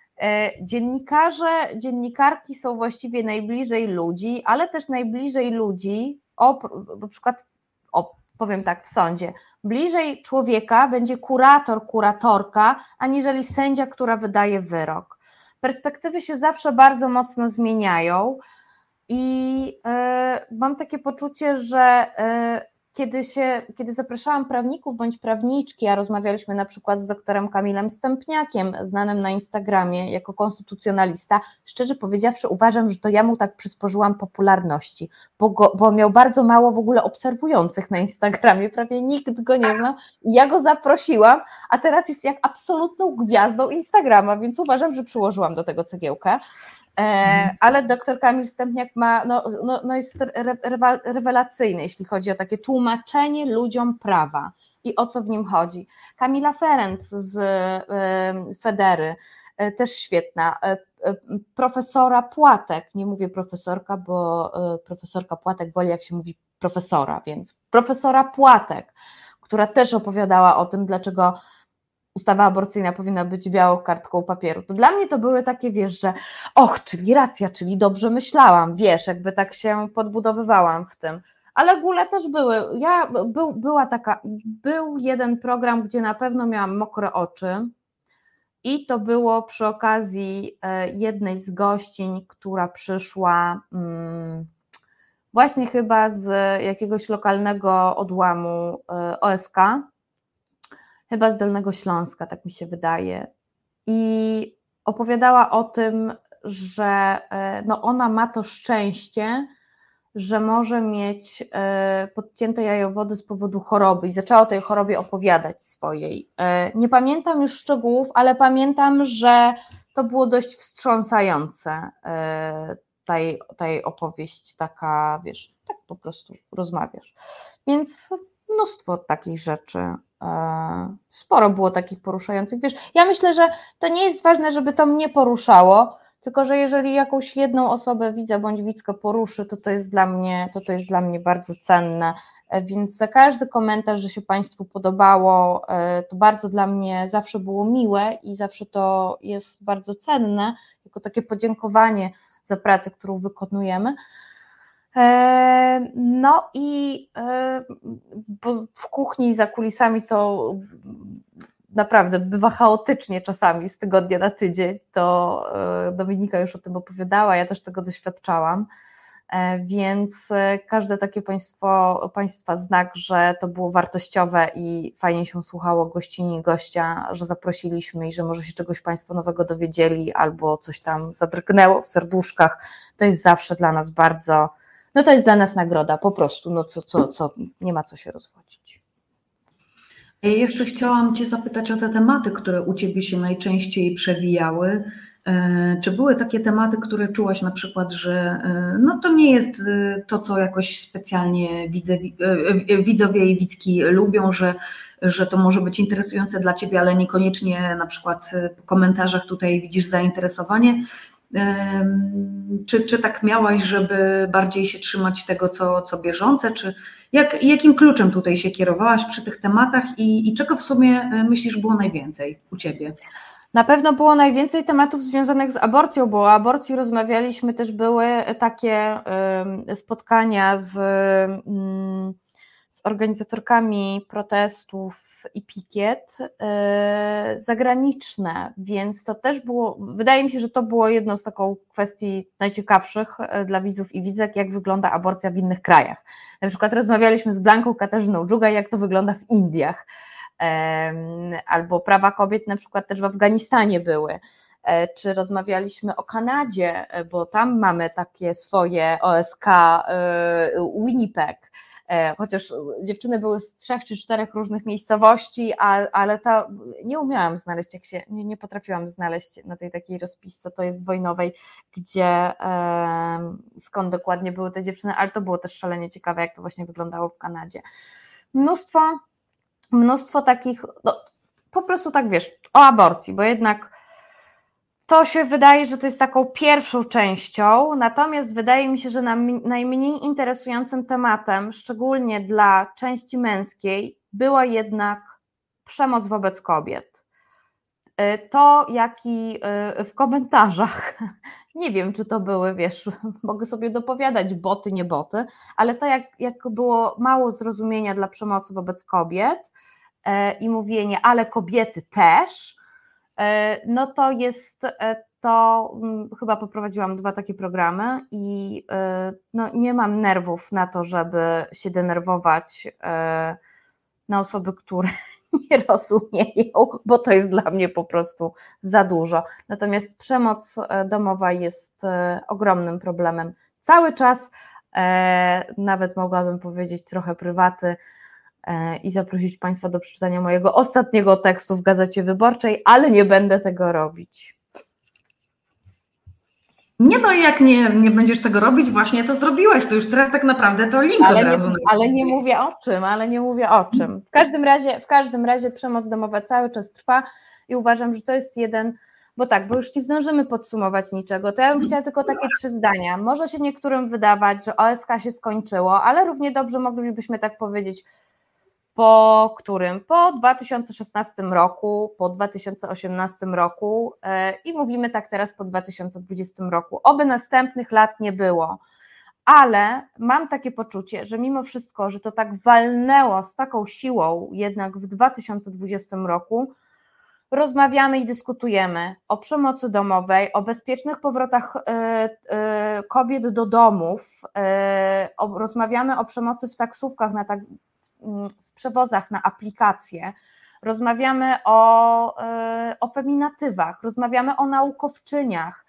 Dziennikarki są właściwie najbliżej ludzi, ale też najbliżej ludzi, na przykład, powiem tak, w sądzie, bliżej człowieka będzie kurator, kuratorka, aniżeli sędzia, która wydaje wyrok. Perspektywy się zawsze bardzo mocno zmieniają i mam takie poczucie, że kiedy zapraszałam prawników bądź prawniczki, a rozmawialiśmy na przykład z doktorem Kamilem Stępniakiem, znanym na Instagramie jako konstytucjonalista, szczerze powiedziawszy uważam, że to ja mu tak przysporzyłam popularności, bo miał bardzo mało w ogóle obserwujących na Instagramie, prawie nikt go nie znał i ja go zaprosiłam, a teraz jest jak absolutną gwiazdą Instagrama, więc uważam, że przyłożyłam do tego cegiełkę. Ale doktor Kamil Stępniak jest rewelacyjny, jeśli chodzi o takie tłumaczenie ludziom prawa i o co w nim chodzi. Kamila Ferenc z Federy, też świetna. Profesora Płatek, nie mówię profesorka, bo profesorka Płatek woli, jak się mówi profesora, więc profesora Płatek, która też opowiadała o tym, dlaczego ustawa aborcyjna powinna być białą kartką papieru. To dla mnie to były takie, wiesz, że czyli racja, czyli dobrze myślałam, wiesz, jakby tak się podbudowywałam w tym. Ale góle też były. Był jeden program, gdzie na pewno miałam mokre oczy i to było przy okazji jednej z gościń, która przyszła właśnie chyba z jakiegoś lokalnego odłamu OSK, chyba z Dolnego Śląska, tak mi się wydaje, i opowiadała o tym, że ona ma to szczęście, że może mieć podcięte jajowody z powodu choroby i zaczęła o tej chorobie opowiadać swojej. Nie pamiętam już szczegółów, ale pamiętam, że to było dość wstrząsające, tej opowieść, taka, wiesz, tak po prostu rozmawiasz. Więc mnóstwo takich rzeczy, sporo było takich poruszających, wiesz, ja myślę, że to nie jest ważne, żeby to mnie poruszało, tylko że jeżeli jakąś jedną osobę widza bądź widzkę poruszy, to jest dla mnie bardzo cenne, więc za każdy komentarz, że się Państwu podobało, to bardzo dla mnie zawsze było miłe i zawsze to jest bardzo cenne, jako takie podziękowanie za pracę, którą wykonujemy. No i w kuchni za kulisami to naprawdę bywa chaotycznie czasami z tygodnia na tydzień, to Dominika już o tym opowiadała, ja też tego doświadczałam, więc każde takie Państwa znak, że to było wartościowe i fajnie się słuchało gościni i gościa, że zaprosiliśmy i że może się czegoś Państwo nowego dowiedzieli albo coś tam zadrgnęło w serduszkach, to jest zawsze dla nas bardzo, to jest dla nas nagroda, po prostu, nie ma co się rozwodzić. Ja jeszcze chciałam Cię zapytać o te tematy, które u Ciebie się najczęściej przewijały. Czy były takie tematy, które czułaś na przykład, że no to nie jest to, co jakoś specjalnie widzowie i widzki lubią, że to może być interesujące dla Ciebie, ale niekoniecznie na przykład w komentarzach tutaj widzisz zainteresowanie? Czy tak miałaś, żeby bardziej się trzymać tego, co bieżące? Czy jakim kluczem tutaj się kierowałaś przy tych tematach i czego w sumie myślisz było najwięcej u Ciebie? Na pewno było najwięcej tematów związanych z aborcją, bo o aborcji rozmawialiśmy, też były takie spotkania z organizatorkami protestów i pikiet zagraniczne, więc to też było, wydaje mi się, że to było jedną z taką kwestii najciekawszych dla widzów i widzek, jak wygląda aborcja w innych krajach. Na przykład rozmawialiśmy z Blanką Katarzyną Dżugaj, jak to wygląda w Indiach, albo prawa kobiet na przykład też w Afganistanie były, czy rozmawialiśmy o Kanadzie, bo tam mamy takie swoje OSK Winnipeg, chociaż dziewczyny były z 3 czy 4 różnych miejscowości, ale nie umiałam znaleźć, nie potrafiłam znaleźć na tej takiej rozpisce, to jest wojnowej, gdzie skąd dokładnie były te dziewczyny, ale to było też szalenie ciekawe, jak to właśnie wyglądało w Kanadzie. Mnóstwo takich, no, po prostu tak wiesz, o aborcji, bo jednak to się wydaje, że to jest taką pierwszą częścią, natomiast wydaje mi się, że najmniej interesującym tematem, szczególnie dla części męskiej, była jednak przemoc wobec kobiet. To, jaki w komentarzach, nie wiem, czy to były, wiesz, mogę sobie dopowiadać, boty, nie boty, ale to, jak było mało zrozumienia dla przemocy wobec kobiet i mówienie, ale kobiety też, no to jest to, chyba poprowadziłam 2 takie programy i no, nie mam nerwów na to, żeby się denerwować na osoby, które nie rozumieją, bo to jest dla mnie po prostu za dużo. Natomiast przemoc domowa jest ogromnym problemem cały czas, nawet mogłabym powiedzieć trochę prywaty, i zaprosić Państwa do przeczytania mojego ostatniego tekstu w Gazecie Wyborczej, ale nie będę tego robić. Nie, no i jak nie będziesz tego robić, właśnie to zrobiłaś, to już teraz tak naprawdę to link od razu. Ale nie mówię o czym. W każdym razie przemoc domowa cały czas trwa i uważam, że to jest bo już nie zdążymy podsumować niczego, to ja bym chciała tylko takie 3 zdania. Może się niektórym wydawać, że OSK się skończyło, ale równie dobrze moglibyśmy tak powiedzieć, po którym? Po 2016 roku, po 2018 roku i mówimy tak teraz po 2020 roku. Oby następnych lat nie było, ale mam takie poczucie, że mimo wszystko, że to tak walnęło z taką siłą jednak w 2020 roku, rozmawiamy i dyskutujemy o przemocy domowej, o bezpiecznych powrotach kobiet do domów, rozmawiamy o przemocy w taksówkach, w przewozach na aplikacje, rozmawiamy o feminatywach, rozmawiamy o naukowczyniach,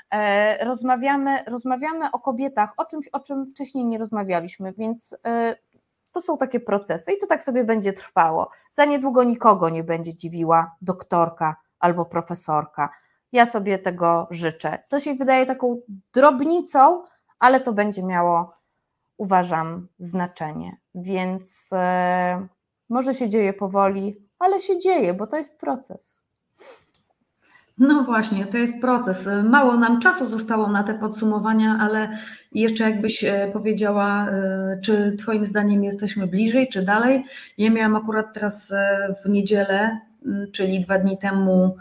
rozmawiamy o kobietach, o czymś, o czym wcześniej nie rozmawialiśmy, więc to są takie procesy i to tak sobie będzie trwało. Za niedługo nikogo nie będzie dziwiła doktorka albo profesorka. Ja sobie tego życzę. To się wydaje taką drobnicą, ale to będzie miało, uważam, znaczenie. Więc może się dzieje powoli, ale się dzieje, bo to jest proces. No właśnie, to jest proces. Mało nam czasu zostało na te podsumowania, ale jeszcze jakbyś powiedziała, czy Twoim zdaniem jesteśmy bliżej, czy dalej? Ja miałam akurat teraz w niedzielę, czyli 2 dni temu,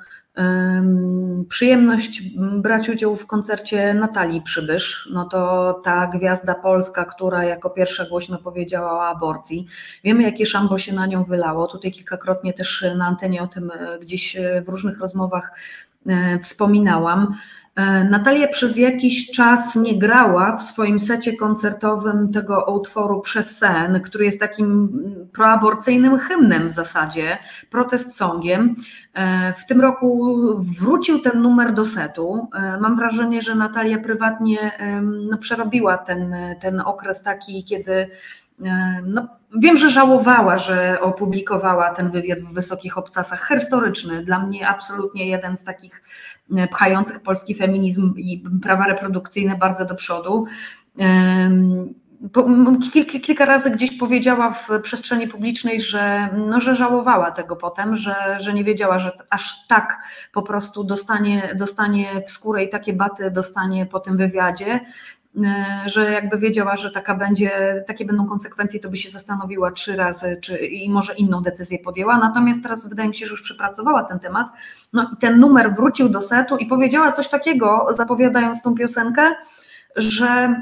przyjemność brać udział w koncercie Natalii Przybysz. No to ta gwiazda polska, która jako pierwsza głośno powiedziała o aborcji. Wiemy, jakie szambo się na nią wylało. Tutaj kilkakrotnie też na antenie o tym gdzieś w różnych rozmowach wspominałam. Natalia przez jakiś czas nie grała w swoim secie koncertowym tego utworu Przez sen, który jest takim proaborcyjnym hymnem w zasadzie, protest songiem. W tym roku wrócił ten numer do setu. Mam wrażenie, że Natalia prywatnie przerobiła ten okres taki, kiedy No, wiem, że żałowała, że opublikowała ten wywiad w Wysokich Obcasach, historyczny, dla mnie absolutnie jeden z takich pchających polski feminizm i prawa reprodukcyjne bardzo do przodu. Kilka razy gdzieś powiedziała w przestrzeni publicznej, że żałowała tego potem, że nie wiedziała, że aż tak po prostu dostanie w skórę i takie baty dostanie po tym wywiadzie, że jakby wiedziała, że takie będą konsekwencje, to by się zastanowiła 3 razy i może inną decyzję podjęła. Natomiast teraz wydaje mi się, że już przepracowała ten temat. No i ten numer wrócił do setu i powiedziała coś takiego, zapowiadając tą piosenkę, że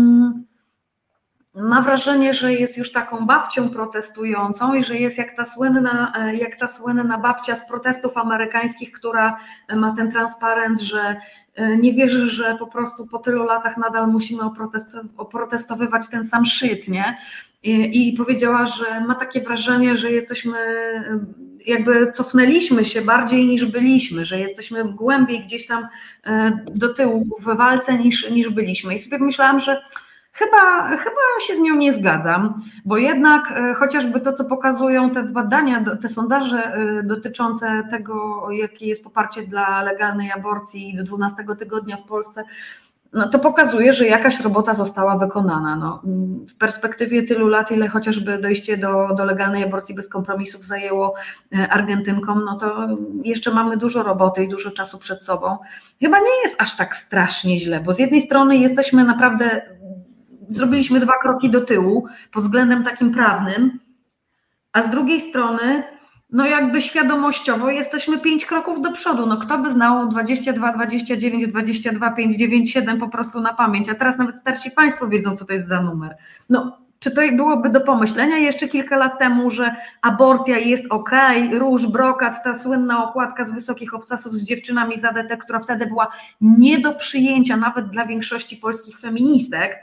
ma wrażenie, że jest już taką babcią protestującą i że jest jak ta słynna babcia z protestów amerykańskich, która ma ten transparent, że nie wierzy, że po prostu po tylu latach nadal musimy oprotestowywać ten sam shit, nie? I powiedziała, że ma takie wrażenie, że jesteśmy, jakby cofnęliśmy się bardziej niż byliśmy, że jesteśmy głębiej gdzieś tam do tyłu w walce niż byliśmy. I sobie myślałam, że Chyba się z nią nie zgadzam, bo jednak chociażby to, co pokazują te badania, te sondaże dotyczące tego, jakie jest poparcie dla legalnej aborcji do 12 tygodnia w Polsce, no to pokazuje, że jakaś robota została wykonana. No, w perspektywie tylu lat, ile chociażby dojście do legalnej aborcji bez kompromisów zajęło Argentynkom, no to jeszcze mamy dużo roboty i dużo czasu przed sobą. Chyba nie jest aż tak strasznie źle, bo z jednej strony jesteśmy naprawdę... Zrobiliśmy 2 kroki do tyłu pod względem takim prawnym, a z drugiej strony, no jakby świadomościowo jesteśmy 5 kroków do przodu. No kto by znał 22, 29, 22, 5, 9, 7 po prostu na pamięć, a teraz nawet starsi państwo wiedzą, co to jest za numer. No, czy to byłoby do pomyślenia jeszcze kilka lat temu, że aborcja jest okej, róż, brokat, ta słynna okładka z Wysokich Obcasów z dziewczynami z ADT, która wtedy była nie do przyjęcia nawet dla większości polskich feministek,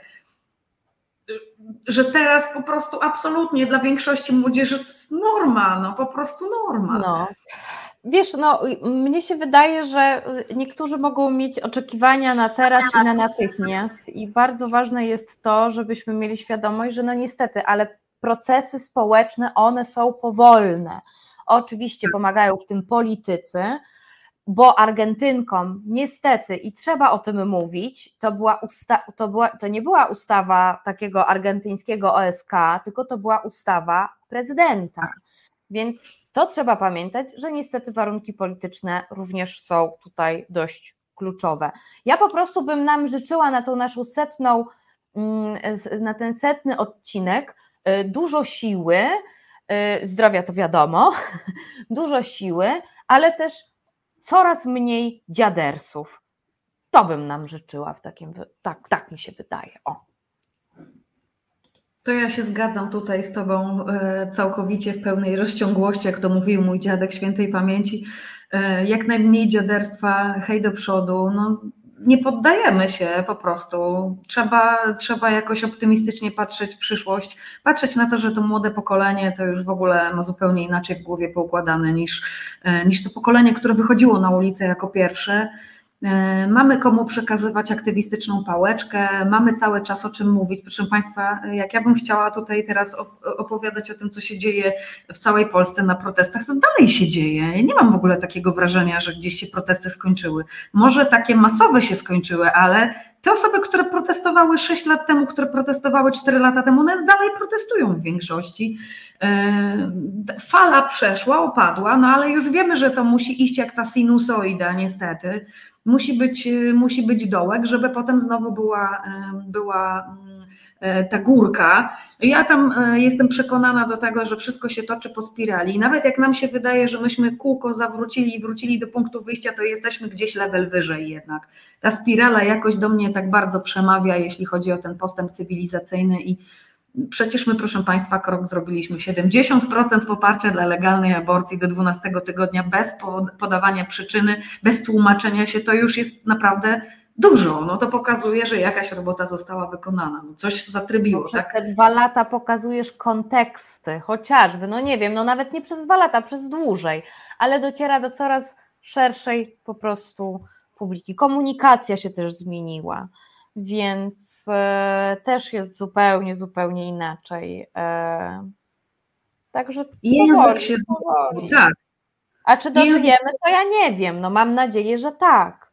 że teraz po prostu absolutnie dla większości młodzieży to jest norma, no po prostu norma. No. Wiesz, no mnie się wydaje, że niektórzy mogą mieć oczekiwania na teraz i na natychmiast i bardzo ważne jest to, żebyśmy mieli świadomość, że no niestety, ale procesy społeczne, one są powolne. Oczywiście pomagają w tym politycy, bo Argentynkom niestety, i trzeba o tym mówić, to nie była ustawa takiego argentyńskiego OSK, tylko to była ustawa prezydenta. Więc to trzeba pamiętać, że niestety warunki polityczne również są tutaj dość kluczowe. Ja po prostu bym nam życzyła na tą naszą na ten 100. odcinek dużo siły, zdrowia to wiadomo, dużo siły, ale też coraz mniej dziadersów. To bym nam życzyła tak mi się wydaje. O. To ja się zgadzam tutaj z Tobą całkowicie w pełnej rozciągłości, jak to mówił mój dziadek świętej pamięci. Jak najmniej dziaderstwa, hej do przodu. No, nie poddajemy się po prostu. Trzeba jakoś optymistycznie patrzeć w przyszłość, patrzeć na to, że to młode pokolenie to już w ogóle ma zupełnie inaczej w głowie poukładane niż to pokolenie, które wychodziło na ulicę jako pierwsze. Mamy komu przekazywać aktywistyczną pałeczkę, mamy cały czas o czym mówić. Proszę Państwa, jak ja bym chciała tutaj teraz opowiadać o tym, co się dzieje w całej Polsce na protestach, to dalej się dzieje. Ja nie mam w ogóle takiego wrażenia, że gdzieś się protesty skończyły. Może takie masowe się skończyły, ale te osoby, które protestowały 6 lat temu, które protestowały 4 lata temu, one dalej protestują w większości. Fala przeszła, opadła, no ale już wiemy, że to musi iść jak ta sinusoida niestety. Musi być dołek, żeby potem znowu była ta górka. Ja tam jestem przekonana do tego, że wszystko się toczy po spirali. Nawet jak nam się wydaje, że myśmy kółko zawrócili i wrócili do punktu wyjścia, to jesteśmy gdzieś level wyżej jednak. Ta spirala jakoś do mnie tak bardzo przemawia, jeśli chodzi o ten postęp cywilizacyjny i przecież my, proszę Państwa, krok zrobiliśmy. 70% poparcia dla legalnej aborcji do 12 tygodnia bez podawania przyczyny, bez tłumaczenia się, to już jest naprawdę dużo. No to pokazuje, że jakaś robota została wykonana. No coś zatrybiło. Tak? Te 2 lata pokazujesz konteksty, chociażby, no nie wiem, no nawet nie przez 2 lata, przez dłużej, ale dociera do coraz szerszej po prostu publiki. Komunikacja się też zmieniła. więc też jest zupełnie inaczej. Także Język się powoli. zmienił, tak. A czy dożyjemy, to ja nie wiem. No mam nadzieję, że tak.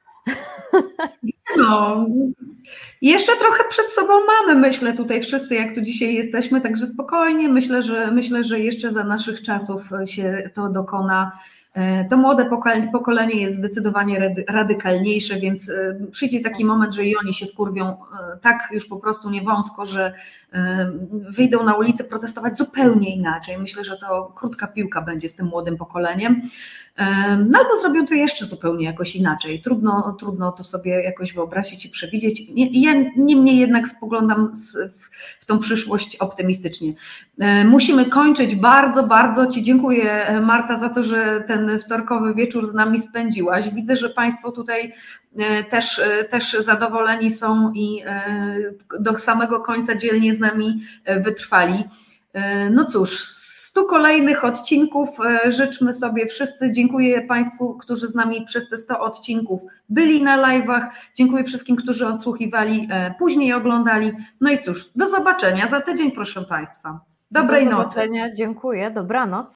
No, jeszcze trochę przed sobą mamy, myślę, tutaj wszyscy, jak tu dzisiaj jesteśmy, także spokojnie, myślę, że jeszcze za naszych czasów się to dokona. To młode pokolenie jest zdecydowanie radykalniejsze, więc przyjdzie taki moment, że i oni się wkurwią tak już po prostu niewąsko, że wyjdą na ulicę protestować zupełnie inaczej. Myślę, że to krótka piłka będzie z tym młodym pokoleniem. No albo zrobią to jeszcze zupełnie jakoś inaczej. Trudno to sobie jakoś wyobrazić i przewidzieć. Ja niemniej jednak spoglądam w tą przyszłość optymistycznie. Musimy kończyć. Bardzo Ci dziękuję, Marta, za to, że ten wtorkowy wieczór z nami spędziłaś. Widzę, że Państwo tutaj też zadowoleni są i do samego końca dzielnie z nami wytrwali. No cóż, 100 kolejnych odcinków życzmy sobie wszyscy. Dziękuję Państwu, którzy z nami przez te 100 odcinków byli na live'ach. Dziękuję wszystkim, którzy odsłuchiwali, później oglądali. No i cóż, do zobaczenia za tydzień, proszę Państwa. Dobrej nocy. Do zobaczenia, dziękuję, dobranoc.